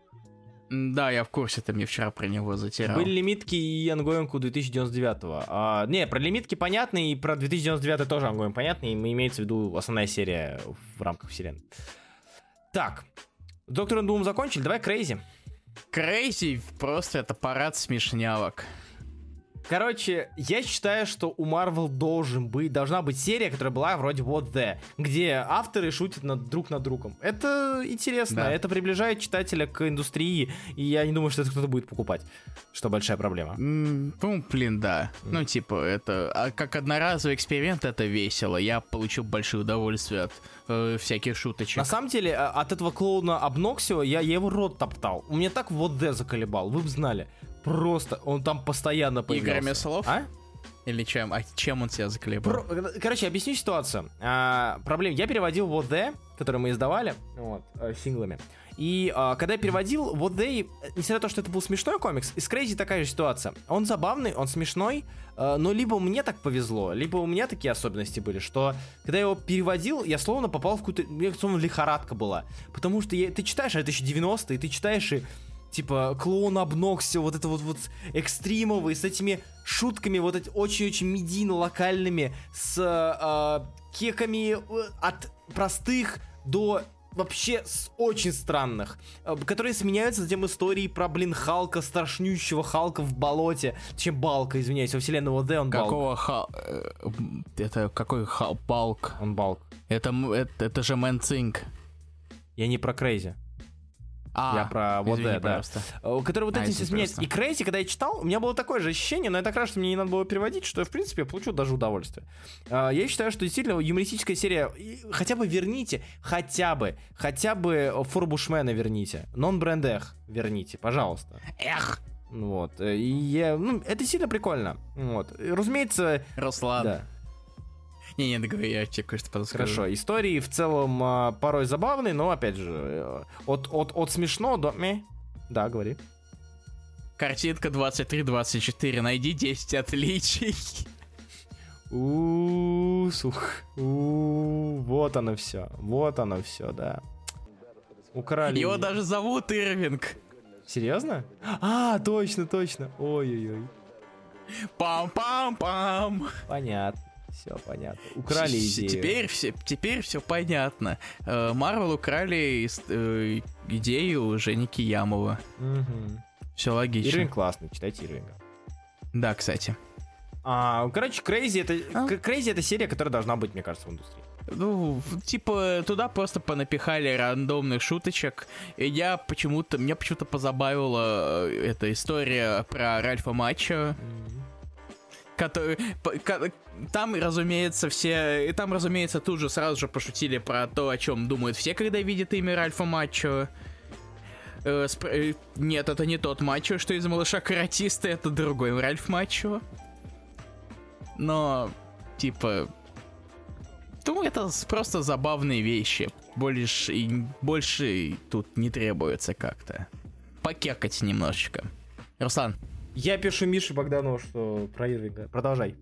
Да, я в курсе, ты мне вчера про него затирал. Были лимитки и ангоинг у 2099-го. Не, про лимитки понятно, и про 2099 тоже ангоинг понятно, и имеется в виду основная серия в рамках вселенной. Так, Доктор Doom закончили, давай Crazy. Crazy просто это парад смешнявок. Короче, я считаю, что у Marvel должна быть серия, которая была вроде What The, где авторы шутят друг над другом. Это интересно, да. Это приближает читателя к индустрии, и я не думаю, что это кто-то будет покупать, что большая проблема. Да. Это как одноразовый эксперимент, это весело. Я получил большое удовольствие от всяких шуточек. На самом деле, от этого клоуна Обноксио я его рот топтал. У меня так What The заколебал, вы бы знали. Просто, он там постоянно появлялся. Играми слов? А? Или чем? А чем он тебя заколебал? Короче, объясню ситуацию. Проблема. Я переводил What The, который мы издавали, синглами. И когда я переводил What The, несмотря на то, что это был смешной комикс, и с Crazy такая же ситуация. Он забавный, он смешной, но либо мне так повезло, либо у меня такие особенности были, что когда я его переводил, я словно попал в какую-то... У меня словно лихорадка была. Потому что ты читаешь, а это еще 90-е, ты читаешь и... Типа, клоун Обноксио, вот это вот экстримовый, с этими шутками, вот эти очень-очень медийно-локальными, с кеками от простых до вообще очень странных, которые сменяются затем историей про, Халка, страшнющего Халка в болоте, точнее, Балка, извиняюсь, во вселенной ОД он Балк. Это какой Балк? Он Балк. Это же Мэн Цинк. Я не про Crazy. Я про вот это, да. Который вот этим все сменяется. И Crazy, когда я читал, у меня было такое же ощущение, но я так рад, что мне не надо было переводить, что я, в принципе, получил даже удовольствие. Я считаю, что действительно юмористическая серия, хотя бы верните, хотя бы Форбушмена верните, Нон-Брендех верните, пожалуйста. Эх! Вот. Это сильно прикольно. Вот. Разумеется... Руслан. Да. Не, договори, я тебе кое-что потом скажу. Хорошо, истории в целом порой забавные, но, опять же, от смешно до... Да, говори. Картинка 23-24, найди 10 отличий. Вот оно все, да. Украли. Его даже зовут Ирвинг. Серьезно? Точно. Ой-ой-ой. Пам-пам-пам. Понятно. Все понятно. Украли идею. Теперь все понятно. Marvel украли идею Жени Киямова. Угу. Все логично. Ирвинг классный, читайте Ирвинга. Да, кстати. Короче, Crazy это серия, которая должна быть, мне кажется, в индустрии. Туда просто понапихали рандомных шуточек. И меня почему-то позабавила эта история про Ральфа Мачо. Там, разумеется, тут же сразу же пошутили про то, о чем думают все, когда видят имя Ральфа Мачо. Нет, это не тот Мачо, что из «Малыша каратиста», это другой Ральф Мачо. Но, это просто забавные вещи. Больше тут не требуется как-то. Покекать немножечко. Руслан. Я пишу Мише Богданову, что про Ирвинга. Продолжай.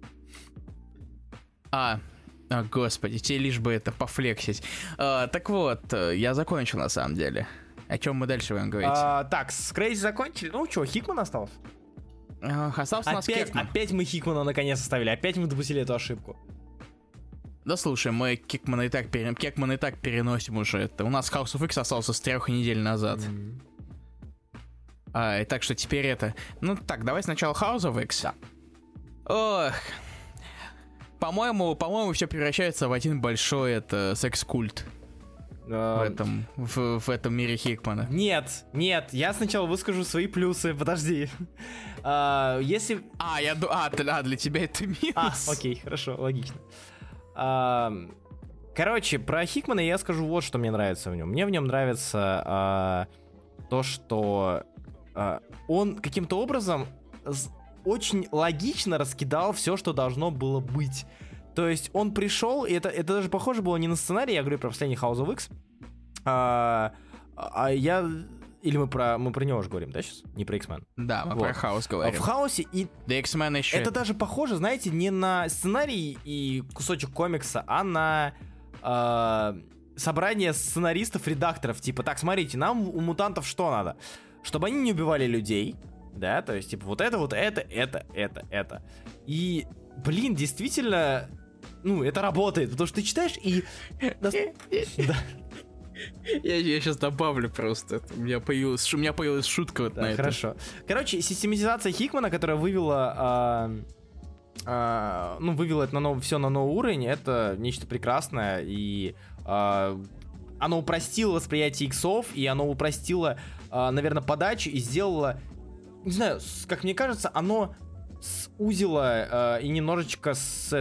Господи, тебе лишь бы это пофлексить. Так вот, я закончил на самом деле. О чем мы дальше будем говорить? Так, с Крейзи закончили. Ну что, Хикман остался? Остался у нас Кекман. Опять мы Хикмана наконец оставили. Опять мы допустили эту ошибку. Да слушай, мы Кекмана и так переносим уже. Это у нас House of X остался с 3 недель назад. И так что теперь это... Ну так, давай сначала House of X. Да. Ох. По-моему, все превращается в один большой секс-культ. В этом мире Хикмана. Нет, я сначала выскажу свои плюсы, подожди. Если... для тебя это минус. Окей, хорошо, логично. Короче, про Хикмана я скажу вот, что мне нравится в нем. Мне в нем нравится то, что он каким-то образом очень логично раскидал все, что должно было быть. То есть он пришел, и это даже похоже было не на сценарий, я говорю про последний House of X. Или мы про него уже говорим, да, сейчас? Не про X-Men. Да, мы про Хаус говорим. В Хаусе и... Да, X-Men еще... Это даже похоже, знаете, не на сценарий и кусочек комикса, а на собрание сценаристов-редакторов. Типа, так, смотрите, нам у мутантов что надо? Чтобы они не убивали людей, да, то есть, типа, вот это. И, блин, действительно, ну, это работает, потому что ты читаешь и... Я сейчас добавлю просто. У меня появилась шутка вот на это. Хорошо. Короче, систематизация Хикмана, которая вывела это все на новый уровень, это нечто прекрасное, и оно упростило восприятие иксов, и оно упростило, наверное, подачу, и сделало, не знаю, как мне кажется, оно сузило и немножечко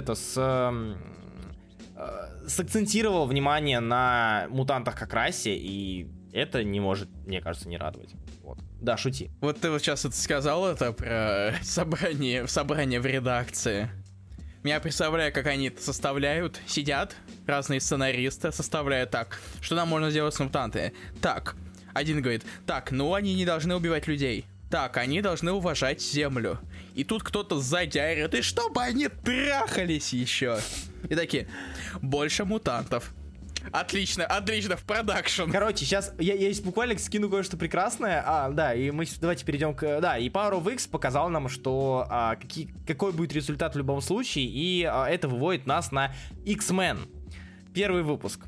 сакцентировал внимание на мутантах как расе, и это не может, мне кажется, не радовать. Вот. Да, шути. Вот ты вот сейчас это сказал, это про собрание в редакции. Я представляю, как они это составляют. Сидят разные сценаристы, составляют так, что нам можно сделать с мутантами. Так, один говорит, так, ну они не должны убивать людей. Так, они должны уважать землю. И тут кто-то сзади орет, и чтобы они трахались еще. И такие, больше мутантов. Отлично, в продакшн. Короче, сейчас я буквально скину кое-что прекрасное. Да, и мы давайте перейдем к... Да, и Power of X показал нам, что какой будет результат в любом случае, и это выводит нас на X-Men. Первый выпуск.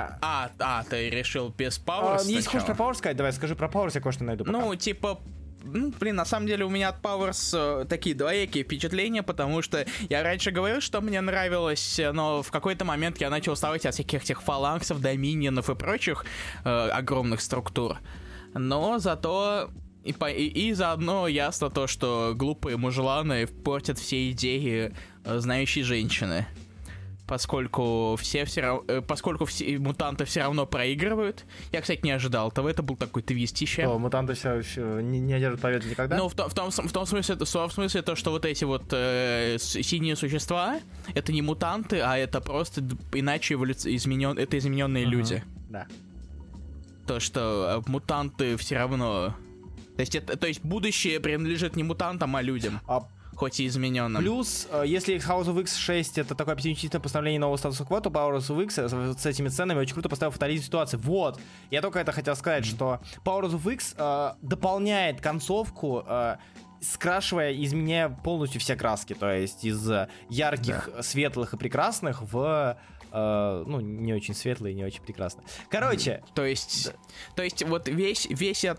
Ты решил без Powers сначала? Если хочешь про Powers сказать, давай скажи про Powers, я кое-что найду пока. Ну, типа... на самом деле у меня от Powers такие двоякие впечатления, потому что я раньше говорил, что мне нравилось, но в какой-то момент я начал уставать от всяких этих фаланксов, доминионов и прочих огромных структур. Но зато и заодно ясно то, что глупые мужланы портят все идеи знающей женщины. Поскольку все мутанты все равно проигрывают. Я, кстати, не ожидал того. Это был такой твистище. Что, мутанты все не одержат победу никогда? Ну, в том смысле то, что вот эти вот синие существа, это не мутанты, а это просто иначе измененные люди. Да. То, что мутанты все равно... То есть будущее принадлежит не мутантам, а людям. Хоть и измененным. Плюс, если House of X 6 это такое оптимистичное постановление нового статуса кво, то Power of X с этими ценами очень круто поставил фатализм ситуации. Вот, я только это хотел сказать, что Power of X дополняет концовку, скрашивая, изменяя полностью все краски, то есть из ярких, светлых и прекрасных в... не очень светлые, не очень прекрасно. Короче. То есть вот весь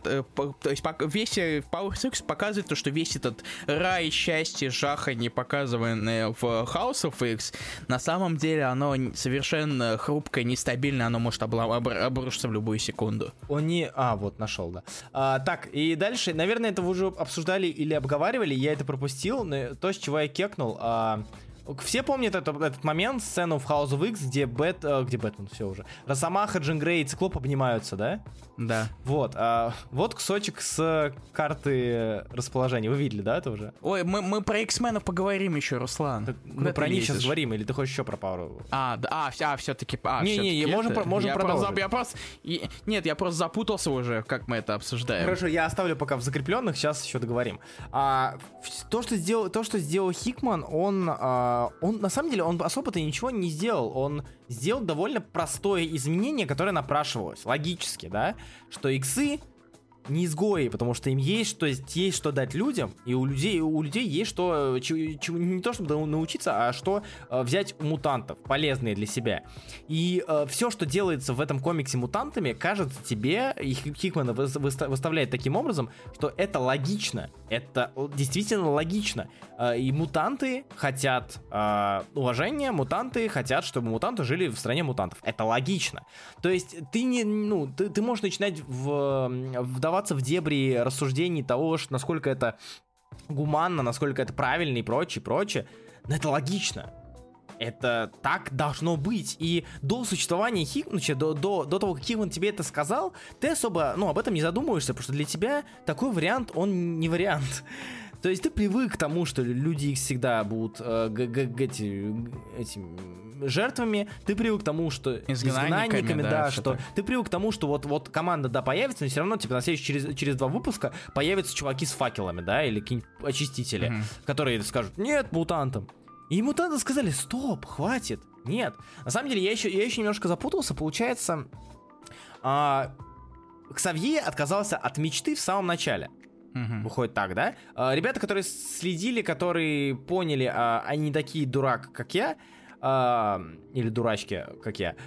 Power Six показывает то, что весь этот рай, счастье, жаханье, показанное в House of X, на самом деле оно совершенно хрупкое, нестабильное, оно может обрушиться в любую секунду. Вот, нашел, да. Так, и дальше, наверное, это вы уже обсуждали или обговаривали, я это пропустил, но то, с чего я кекнул, Все помнят этот момент, сцену в House of X, где Бэтмен, все уже. Росомаха, Джин Грей и Циклоп обнимаются, да? Да. Вот. Вот кусочек с карты расположения. Вы видели, да, это уже? Ой, мы про X-менов поговорим еще, Руслан. Мы про них сейчас говорим, или ты хочешь еще про Power? Все-таки. Не, можем продолжить. Нет, я просто запутался уже, как мы это обсуждаем. Хорошо, я оставлю пока в закрепленных, сейчас еще договорим. То, что сделал Хикман, он на самом деле, он особо-то ничего не сделал. Он сделал довольно простое изменение, которое напрашивалось, логически, да? Что иксы не изгои, потому что им есть что дать людям, и у людей есть что, не то чтобы научиться, а что взять у мутантов, полезные для себя. И все, что делается в этом комиксе мутантами, кажется тебе, и Хикман выставляет таким образом, что это логично, это действительно логично. И мутанты хотят уважения, мутанты хотят, чтобы мутанты жили в стране мутантов. Это логично. То есть ты можешь начинать вдаваться в дебри рассуждений того, насколько это гуманно, насколько это правильно и прочее, но это логично. Это так должно быть. И до существования Хикмана, до того, как Хикман тебе это сказал, ты особо, об этом не задумываешься, потому что для тебя такой вариант, он не вариант. То есть ты привык к тому, что люди всегда будут жертвами, ты привык к тому, что изгнанниками, да, что ты привык к тому, что вот команда, появится, но все равно, на следующий, через 2 выпуска появятся чуваки с факелами, да, или какие-нибудь очистители, которые скажут, нет, мутантам. И мутанты сказали, стоп, хватит, нет. На самом деле, я еще немножко запутался, получается, Ксавье отказался от мечты в самом начале. Выходит так, да? Ребята, которые следили, которые поняли, они не такие дурак, как я, или дурачки, как я.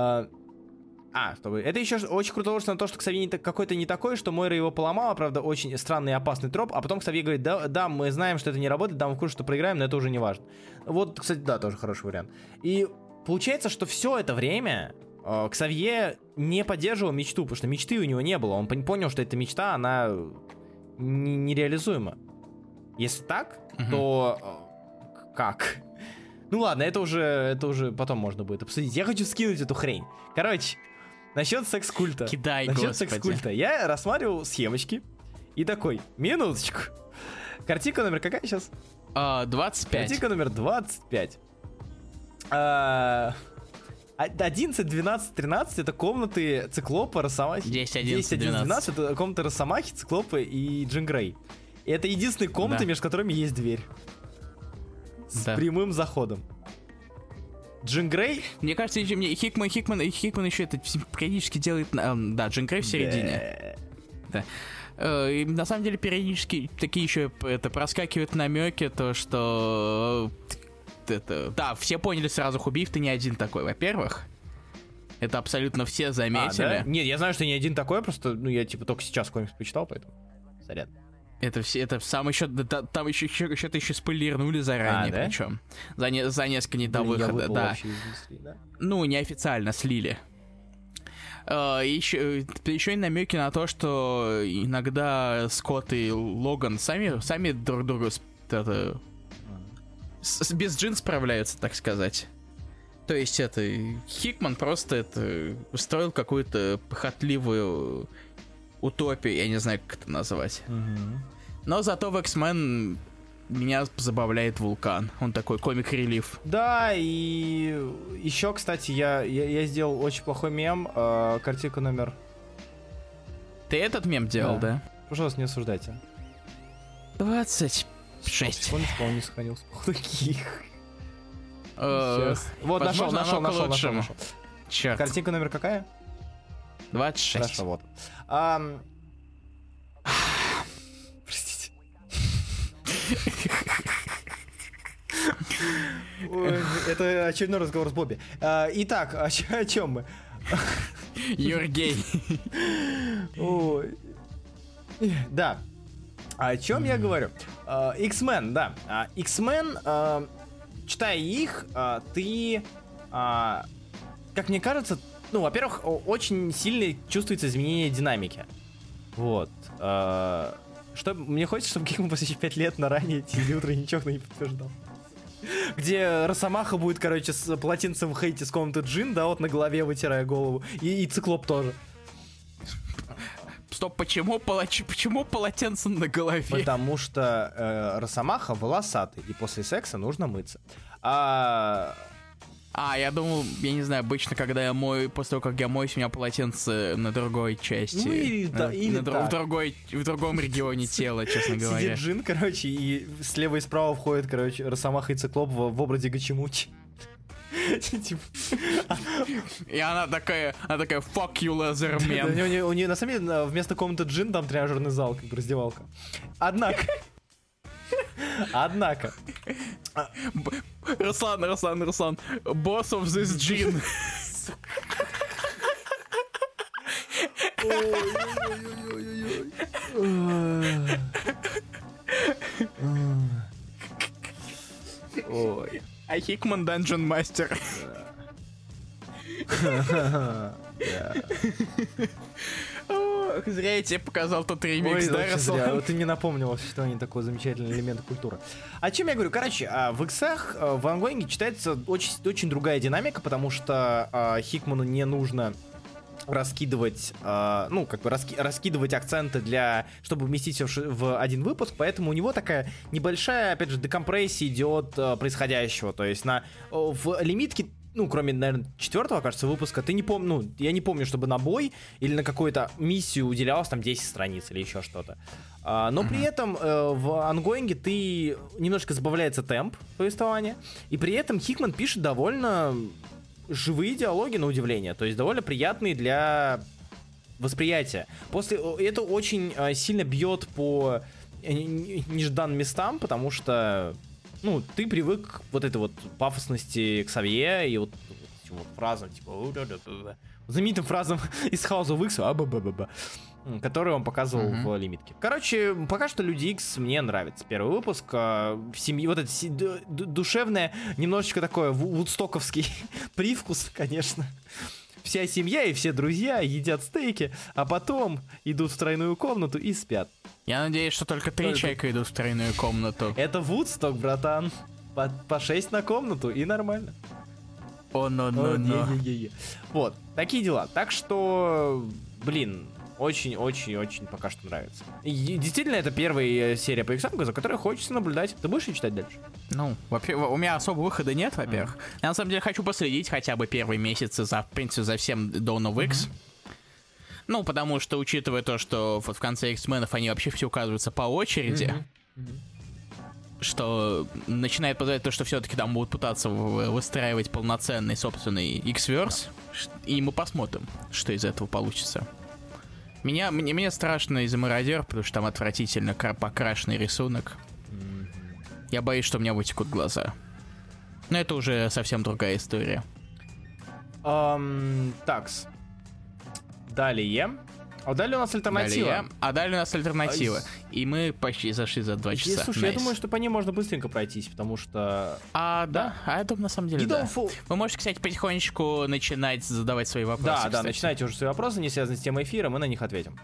Это еще очень круто, что то, что Ксавье какой-то не такой, что Мойра его поломала, правда, очень странный и опасный троп, а потом Ксавье говорит, да, мы знаем, что это не работает, да, мы в курсе, что проиграем, но это уже не важно. Вот, кстати, да, тоже хороший вариант. И получается, что все это время Ксавье не поддерживал мечту, потому что мечты у него не было, он понял, что эта мечта, она нереализуема. Если так, то как? Ну ладно, это уже потом можно будет обсудить. Я хочу скинуть эту хрень. Короче, насчет секс-культа. Кидай, насчет секс-культа. Я рассматривал схемочки и такой, минуточку. Картинка номер какая сейчас? 25. Картинка номер 25. 11, 12, 13 это комнаты Циклопа, Росомахи. 10, 11, 12 это комнаты Росомахи, Циклопа и Джин Грей. И это единственные комнаты, между которыми есть дверь. С прямым заходом. Джин Грей... Мне кажется, Хикман еще это периодически делает... Да, Джин Грей в середине. Да. И на самом деле периодически такие еще проскакивают намеки, то что... Да, все поняли сразу, Хубиев, ты не один такой, во-первых. Это абсолютно все заметили. Да? Нет, я знаю, что не один такой, просто, я только сейчас комикс почитал, поэтому... Сорян. Это сам еще, там что-то еще спойлернули заранее, да? причем. За несколько дней до выхода, да. Ну, неофициально слили. Еще и намеки на то, что иногда Скотт и Логан сами друг другу без джин справляются, так сказать. То есть Хикман просто устроил какую-то похотливую утопию, я не знаю, как это назвать. Но зато в X-Men меня забавляет Вулкан. Он такой комик-релиф. Да, и еще, кстати, я сделал очень плохой мем. Картинка номер... Ты этот мем делал, да? Пожалуйста, не осуждайте. 26. Секундочку, он не сохранился. Таких. Вот, возможно, нашел. Черт. Картинка номер какая? 26. Хорошо, вот. Простите. Это очередной разговор с Бобби. Итак, о чем мы? You're gay. Ой. Да. О чем я говорю? X-Men, да. X-Men, читая их, ты, как мне кажется, во-первых, очень сильно чувствуется изменение динамики. Вот. Мне хочется, чтобы Гейман после 5 лет на ранее Тили утро ничего не подтверждал. где Росомаха будет, короче, с полотенцем в хейте с комнаты Джин, да, вот на голове вытирая голову, и Циклоп тоже. Стоп, почему полотенце на голове? Потому что Росомаха волосатый, и после секса нужно мыться. Я думал, я не знаю, обычно, когда я мою, после того, как я моюсь, у меня полотенце на другой части. Ну, в другом регионе тела, честно говоря. Сидит Джин, короче, и слева и справа входит, короче, Росомаха и Циклоп в образе Гачимучи. И она такая, fuck you, Лазермен. У нее, на самом деле, вместо комнаты Джин там тренажерный зал, как бы раздевалка. Однако... Руслан, boss of this gin. Ой. А Хикман Dungeon Master. Зря я тебе показал тот ремикс, да, Руслан? Вот ты мне напомнил, что они такой замечательный элемент культуры. О чем я говорю? Короче, в иксах, в ангоинге читается очень другая динамика, потому что Хикману не нужно раскидывать, раскидывать акценты чтобы вместить все в один выпуск, поэтому у него такая небольшая, опять же, декомпрессия идет происходящего, то есть в лимитке, кроме, наверное, 4-го, кажется, выпуска, я не помню, чтобы на бой или на какую-то миссию уделялось там 10 страниц или еще что-то. Но при этом в ангоинге ты немножко забавляется темп повествования, и при этом Хикман пишет довольно живые диалоги, на удивление, то есть довольно приятные для восприятия. Это очень сильно бьет по нежданным местам, потому что ты привык к вот этой вот пафосности Ксавье и вот этим вот фразам, типа знаменитым фразам из House of X, который он показывал в лимитке. Короче, пока что Люди Икс мне нравится. Первый выпуск. В семье, вот это душевное, немножечко такое вудстоковский привкус, конечно. Вся семья и все друзья едят стейки, а потом идут в тройную комнату и спят. Я надеюсь, что только 3 человека идут в тройную комнату. Это Вудсток, братан. По 6 на комнату и нормально. Вот, такие дела. Так что, очень-очень-очень пока что нравится. И действительно, это первая серия по иксам, за которой хочется наблюдать. Ты будешь ее читать дальше? У меня особо выхода нет, во-первых. Я на самом деле хочу последить хотя бы первые месяцы в принципе, за всем Dawn of X. Потому что, учитывая то, что в конце X-менов они вообще все указываются по очереди, что начинает подавать то, что все-таки там будут пытаться выстраивать полноценный собственный X-верс, и мы посмотрим, что из этого получится. Мне страшно из-за мародер, потому что там отвратительно покрашенный рисунок. Я боюсь, что у меня вытекут глаза. Но это уже совсем другая история. Такс. Далее у нас альтернатива. Далее у нас альтернатива. И мы почти зашли за 2 часа. Слушай, я думаю, что по ней можно быстренько пройтись, потому что... Да. Я думаю, на самом деле, да. Вы можете, кстати, потихонечку начинать задавать свои вопросы. Да, начинайте уже свои вопросы, не связанные с темой эфира, мы на них ответим.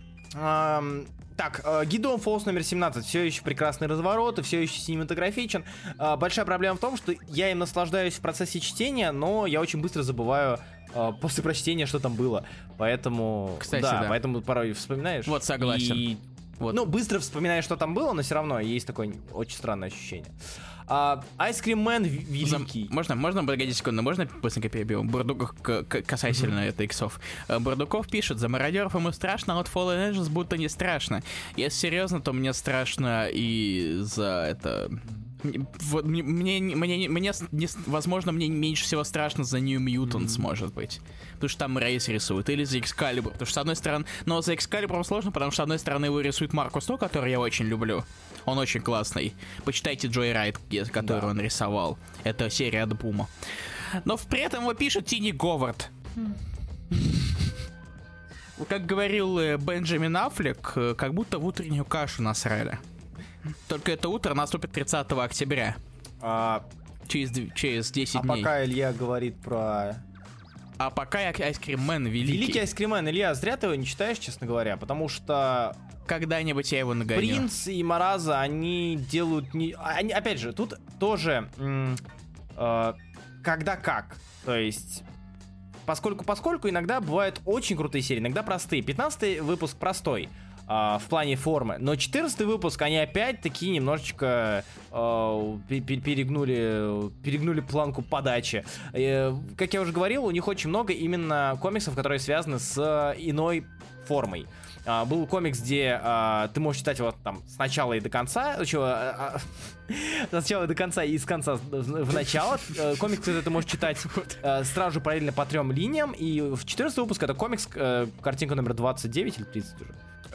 Так, Gideon Falls номер 17 все еще прекрасные развороты, все еще синематографичен. Большая проблема в том, что я им наслаждаюсь в процессе чтения, но я очень быстро забываю после прочтения, что там было. Поэтому, кстати, да. Поэтому порой вспоминаешь. Вот, согласен. Быстро вспоминаешь, что там было, но все равно есть такое очень странное ощущение. Ice Cream Man великий. Можно, погоди секунду, можно быстренько перебью? Бурдуков касательно это иксов. Бурдуков пишет: за мародеров ему страшно, а вот Fallen Angels будто не страшно. Если серьезно, то мне страшно и за это... Возможно, мне меньше всего страшно за New Mutants, может быть. Потому что там Рейс рисует. Или за Excalibur. Потому что, с одной стороны... Но за Excalibur сложно, потому что, с одной стороны, его рисует Марко Сто, который я очень люблю. Он очень классный. Почитайте Joyride, который он рисовал. Это серия от Бума. Но при этом его пишет Тини Говард. Как говорил Бенджамин Аффлек, как будто в утреннюю кашу насрали. Только это утро наступит 30 октября. Через 10 дней. А пока Илья говорит про А пока Ice Cream Man Великий Ice Cream Man, Илья, зря ты его не читаешь, честно говоря, потому что Когда-нибудь я его нагоню. Принц и Мараза, они делают... Они, опять же, тут тоже когда как. То есть... Поскольку иногда бывают очень крутые серии, иногда простые. 15-й выпуск простой в плане формы, но 14-й выпуск, они опять-таки немножечко перегнули планку подачи. Как я уже говорил, у них очень много именно комиксов, которые связаны с иной формой. Был комикс, где ты можешь читать его там с начала и до конца. Сначала и до конца, и с конца в начало. Комикс, где ты можешь читать сразу параллельно по 3 линиям. И в 14 выпуске это комикс, картинка номер 29 или 30 уже?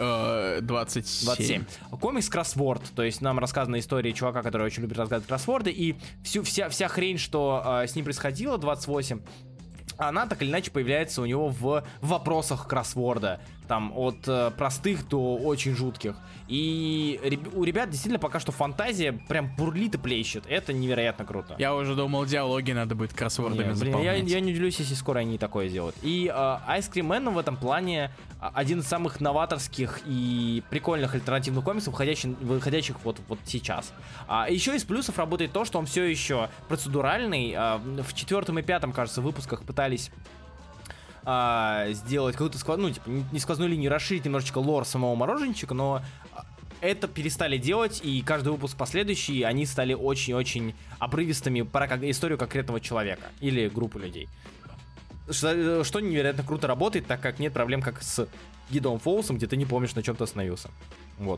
27. Комикс кроссворд, то есть нам рассказана история чувака, который очень любит разгадывать кроссворды, и вся хрень, что с ним происходило, 28, она так или иначе появляется у него в вопросах кроссворда. Там от простых до очень жутких. И у ребят действительно пока что фантазия прям бурлит и плещет. Это невероятно круто. Я уже думал, диалоги надо будет кроссвордами заполнять. Я не удивлюсь, если скоро они такое сделают. И Ice Cream Man в этом плане один из самых новаторских и прикольных альтернативных комиксов, выходящих вот сейчас. Еще из плюсов работает то, что он все еще процедуральный. В 4 и 5, кажется, выпусках пытались сделать какую-то не сквозную линию, расширить немножечко лор самого мороженщика, но это перестали делать, и каждый выпуск последующий, они стали очень-очень обрывистыми про историю конкретного человека или группы людей. Что невероятно круто работает, так как нет проблем, как с Гидом Фоусом, где ты не помнишь, на чем ты остановился. Вот.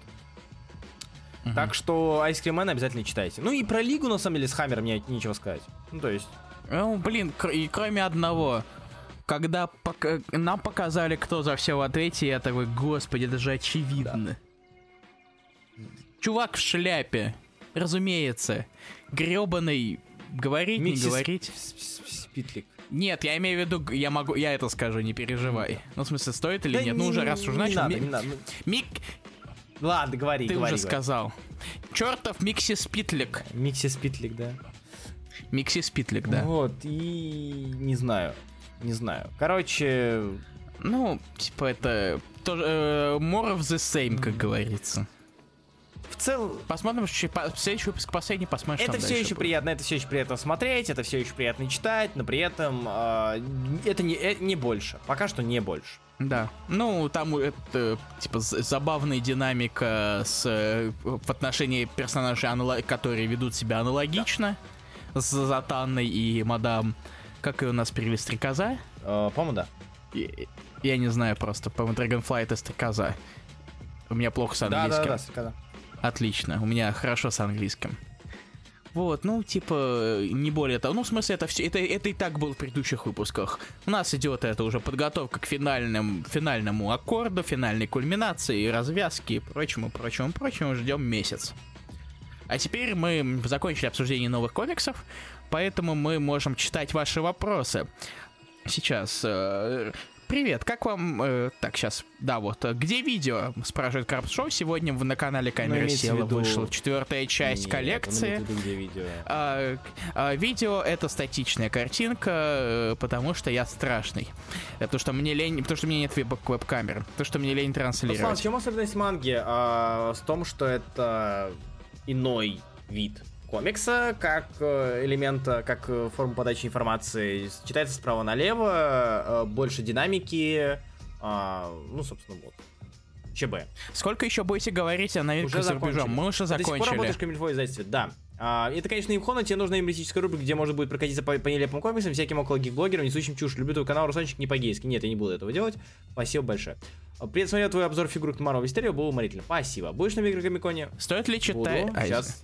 Так что Ice Cream Man обязательно читайте. Ну и про Лигу, на самом деле, с Хаммером мне нечего сказать. Ну, то есть... и кроме одного... Когда нам показали, кто за все в ответе, я такой, господи, это же очевидно. Да. Чувак в шляпе, разумеется. Гребаный, говорить, не говорить. Спитлик. Нет, я имею в виду, я это скажу, не переживай. Ну, в смысле, стоит или нет? Ну, уже раз уж начал. Не надо. Ладно, говори. Ты уже сказал. Чертов Микси Спитлик. Микси Спитлик, да. Микси Спитлик, да. Вот, и не знаю. Короче... Ну, типа это... Тоже, more of the same, как говорится. В целом... Посмотрим, следующий выпуск последний, посмотрим, это все еще приятно, это все еще приятно смотреть, это все еще приятно читать, но при этом это не больше. Пока что не больше. Да. Ну, там это, типа, забавная динамика в отношении персонажей, которые ведут себя аналогично, да. С Затанной и мадам... Как и у нас перевели стрекоза? По-моему, да. Я не знаю просто. По-моему, Dragonfly это стрекоза. У меня плохо с английским. Да, стрекоза. Отлично. У меня хорошо с английским. Вот, ну, типа, не более того. Ну, в смысле, это все. Это и так было в предыдущих выпусках. У нас идет это уже подготовка к финальному аккорду, финальной кульминации, развязке и прочему. Ждем месяц. А теперь мы закончили обсуждение новых комиксов, поэтому мы можем читать ваши вопросы. Сейчас. Привет, как вам... так, сейчас. Да, вот. Где видео? Спрашивает Карп Шоу. Сегодня на канале Камера Села вышла 4-я часть коллекции. Видео — это статичная картинка, потому что я страшный. Потому что мне нет веб-камеры. Потому что мне лень транслировать. Руслан, в чем особенность манги? В том, что это... иной вид комикса, как элемента, как форма подачи информации. Читается справа налево, больше динамики, ну, собственно, вот. ЧБ. Сколько еще будете говорить о новинках за рубежом? Мы уже закончили. До сих пор работаешь в Камильфо издательстве, да. Это, конечно, имхона, тебе нужна юмористическая рубрика, где можно будет прокатиться по нелепым комиксам, всяким около гик-блогерам, несущим чушь. Люблю твой канал, Русланчик, не по-гейски. Нет, я не буду этого делать. Спасибо большое. Привет, смотрел твой обзор фигурок Tomorrow Mysterio, был уморительно. Спасибо. Будешь на Микрокомиконе? Стоит ли читать... Сейчас.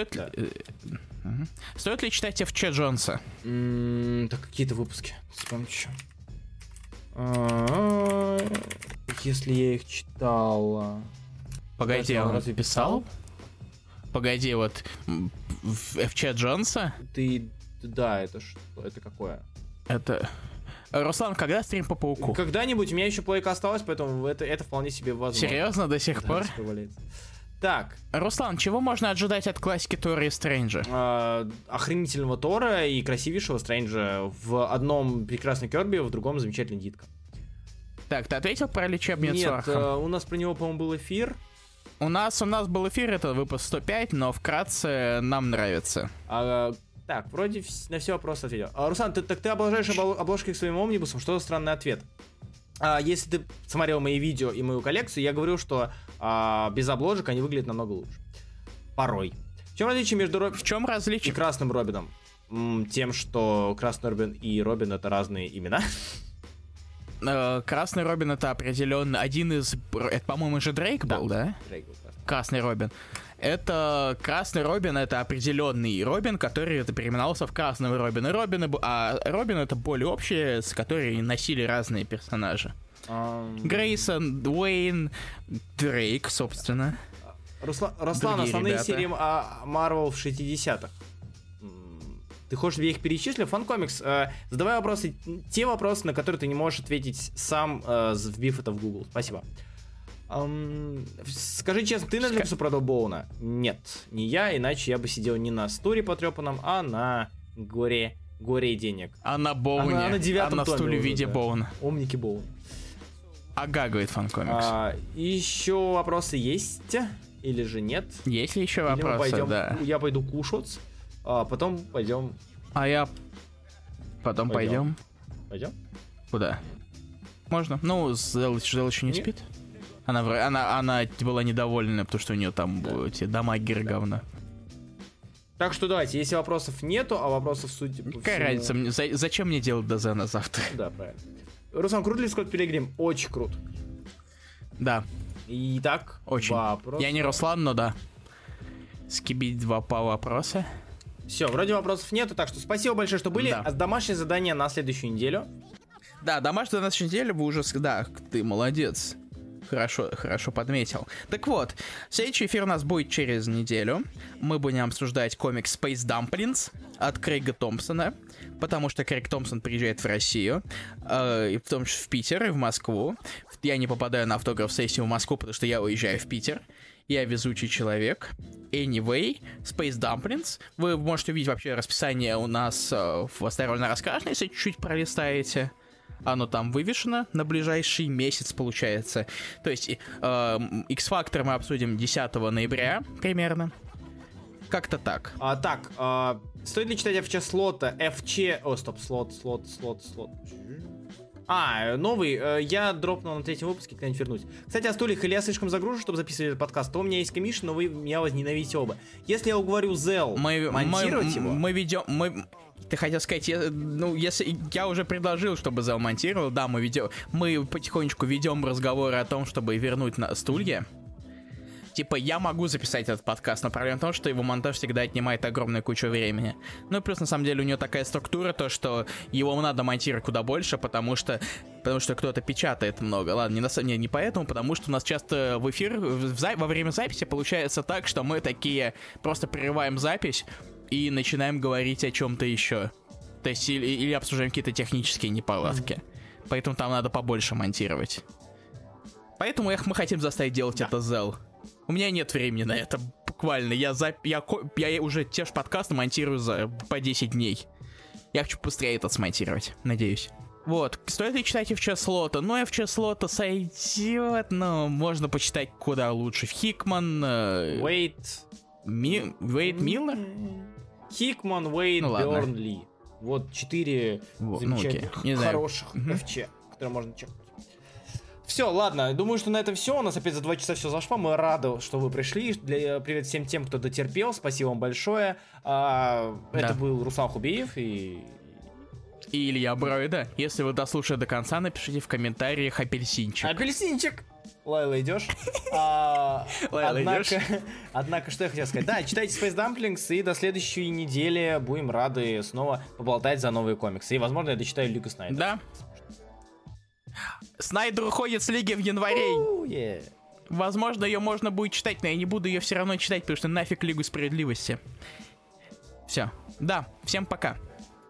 Стоит ли читать F.Ч. Джонса? Так, какие-то выпуски. Вспомню еще. Если я их читал... Погоди, он разве писал? Погоди, вот F.Ч. Джонса? Да, это что? Это какое? Это... Руслан, когда стрим по Пауку? Когда-нибудь, у меня еще плойка осталась, поэтому это вполне себе возможно. Серьезно, до сих пор? Так. Руслан, чего можно ожидать от классики Тора и Стрэнджа? Охренительного Тора и красивейшего Стрэнджа. В одном прекрасный Кёрби, в другом замечательный Дитка. Так, ты ответил про лечебницу Нет, Архам? у нас про него, по-моему, был эфир. У нас был эфир, это выпуск 105, но вкратце нам нравится. Так, вроде на все вопросы ответил. Руслан, ты облажаешь обложки к своим омнибусам? Что за странный ответ? Если ты смотрел мои видео и мою коллекцию, я говорю, что без обложек они выглядят намного лучше. Порой. В чем различие между и Красным Робином? Тем, что Красный Робин и Робин — это разные имена. Красный Робин — это определенно один из... Это, по-моему, же Дрейк был, да? Дрейк был Красный Робин. Это Красный Робин — это определенный Робин, который переименовался в Красного Робина. А Робин — это более общее, с которой носили разные персонажи. Грейсон, Дуэйн, Дрейк, собственно. Руслан, основные серии Marvel в 60-х. Ты хочешь, чтобы я их перечислил? Фанкомикс, задавай вопросы, те вопросы, на которые ты не можешь ответить сам, вбив это в Google. Спасибо. Скажи честно, ты наткнулся про Боуна? Нет, не я, иначе я бы сидел не на стуле потрепанном, а на горе денег. А на Боуне, на 9-м на стуле в виде Боуна. Омники Боун. Ага, говорит Фанкомикс. Еще вопросы есть? Или же нет? Есть ли еще вопросы, да. Я пойду кушать. Потом пойдем. Потом пойдем. Пойдем? Куда? Можно. Ну, Зел еще не спит. Она была недовольна, потому что у нее там эти дамагеры говна. Так что давайте, если вопросов нету, а вопросов судя по всему... Какая разница? Зачем мне делать ДЗ на завтра? Да, правильно. Руслан, крут ли Скотт Пилигрим? Очень крут. Да. Итак, очень. Вопрос. Я не Руслан, но да. Скибить 2 по вопросы. Все, вроде вопросов нету, так что спасибо большое, что были. Да. Домашнее задание на следующую неделю. Да, домашнее на следующую неделю вы уже... Да, ты молодец. Хорошо подметил. Так вот, следующий эфир у нас будет через неделю. Мы будем обсуждать комикс Space Dumplings от Крейга Томпсона, потому что Крейг Томпсон приезжает в Россию, и в том числе в Питер и в Москву. Я не попадаю на автограф-сессию в Москву, потому что я уезжаю в Питер. Я везучий человек. Anyway, Space Dumplings. Вы можете увидеть вообще расписание у нас в «Осторожно, расскажем», если чуть-чуть пролистаете. Оно там вывешено на ближайший месяц, получается. То есть X-Factor мы обсудим 10 ноября примерно. Как-то так. Стоит ли читать FČ слота? Слот. Новый. Я дропнул на 3-м выпуске, когда-нибудь вернусь. Кстати, о стульях, или я слишком загружен, чтобы записывать этот подкаст, то у меня есть коммишн, но вы меня возненавидите оба. Если я уговорю Зел монтировать его... Ты хотел сказать, если я уже предложил, чтобы Зел монтировал, да, мы потихонечку ведем разговоры о том, чтобы вернуть на стулья. Типа, я могу записать этот подкаст, но проблема в том, что его монтаж всегда отнимает огромную кучу времени. Ну и плюс, на самом деле, у него такая структура, то, что его надо монтировать куда больше, потому что кто-то печатает много. Ладно, не поэтому, потому что у нас часто в эфир, во время записи получается так, что мы такие просто прерываем запись и начинаем говорить о чем-то еще. То есть, или обсуждаем какие-то технические неполадки. Поэтому там надо побольше монтировать. Поэтому мы хотим заставить делать это Зел. У меня нет времени на это, буквально. Я уже те же подкасты монтирую по 10 дней. Я хочу быстрее это смонтировать, надеюсь. Вот, стоит ли читать FČ слота? Ну, FČ слота сойдет, но можно почитать куда лучше. Хикман... Уэйт Миллер? Хикман, Уэйт, Бёрнли. Вот 4 замечательных, хороших FČ, которые можно чекнуть. Все, ладно, думаю, что на этом все. У нас опять за 2 часа все зашло. Мы рады, что вы пришли. Привет всем тем, кто дотерпел. Спасибо вам большое. Это был Руслан Хубиев и Илья Брой, да. Если вы дослушали до конца, напишите в комментариях апельсинчик. Апельсинчик! Лайла, идешь? Однако, что я хотел сказать. Да, читайте Space Dumplings, и до следующей недели будем рады снова поболтать за новые комиксы. И, возможно, я дочитаю Лигу Снайдера. Да. Снайдер уходит с Лиги в январе. Возможно, ее можно будет читать, но я не буду ее все равно читать, потому что нафиг Лигу Справедливости. Все. Да, всем пока.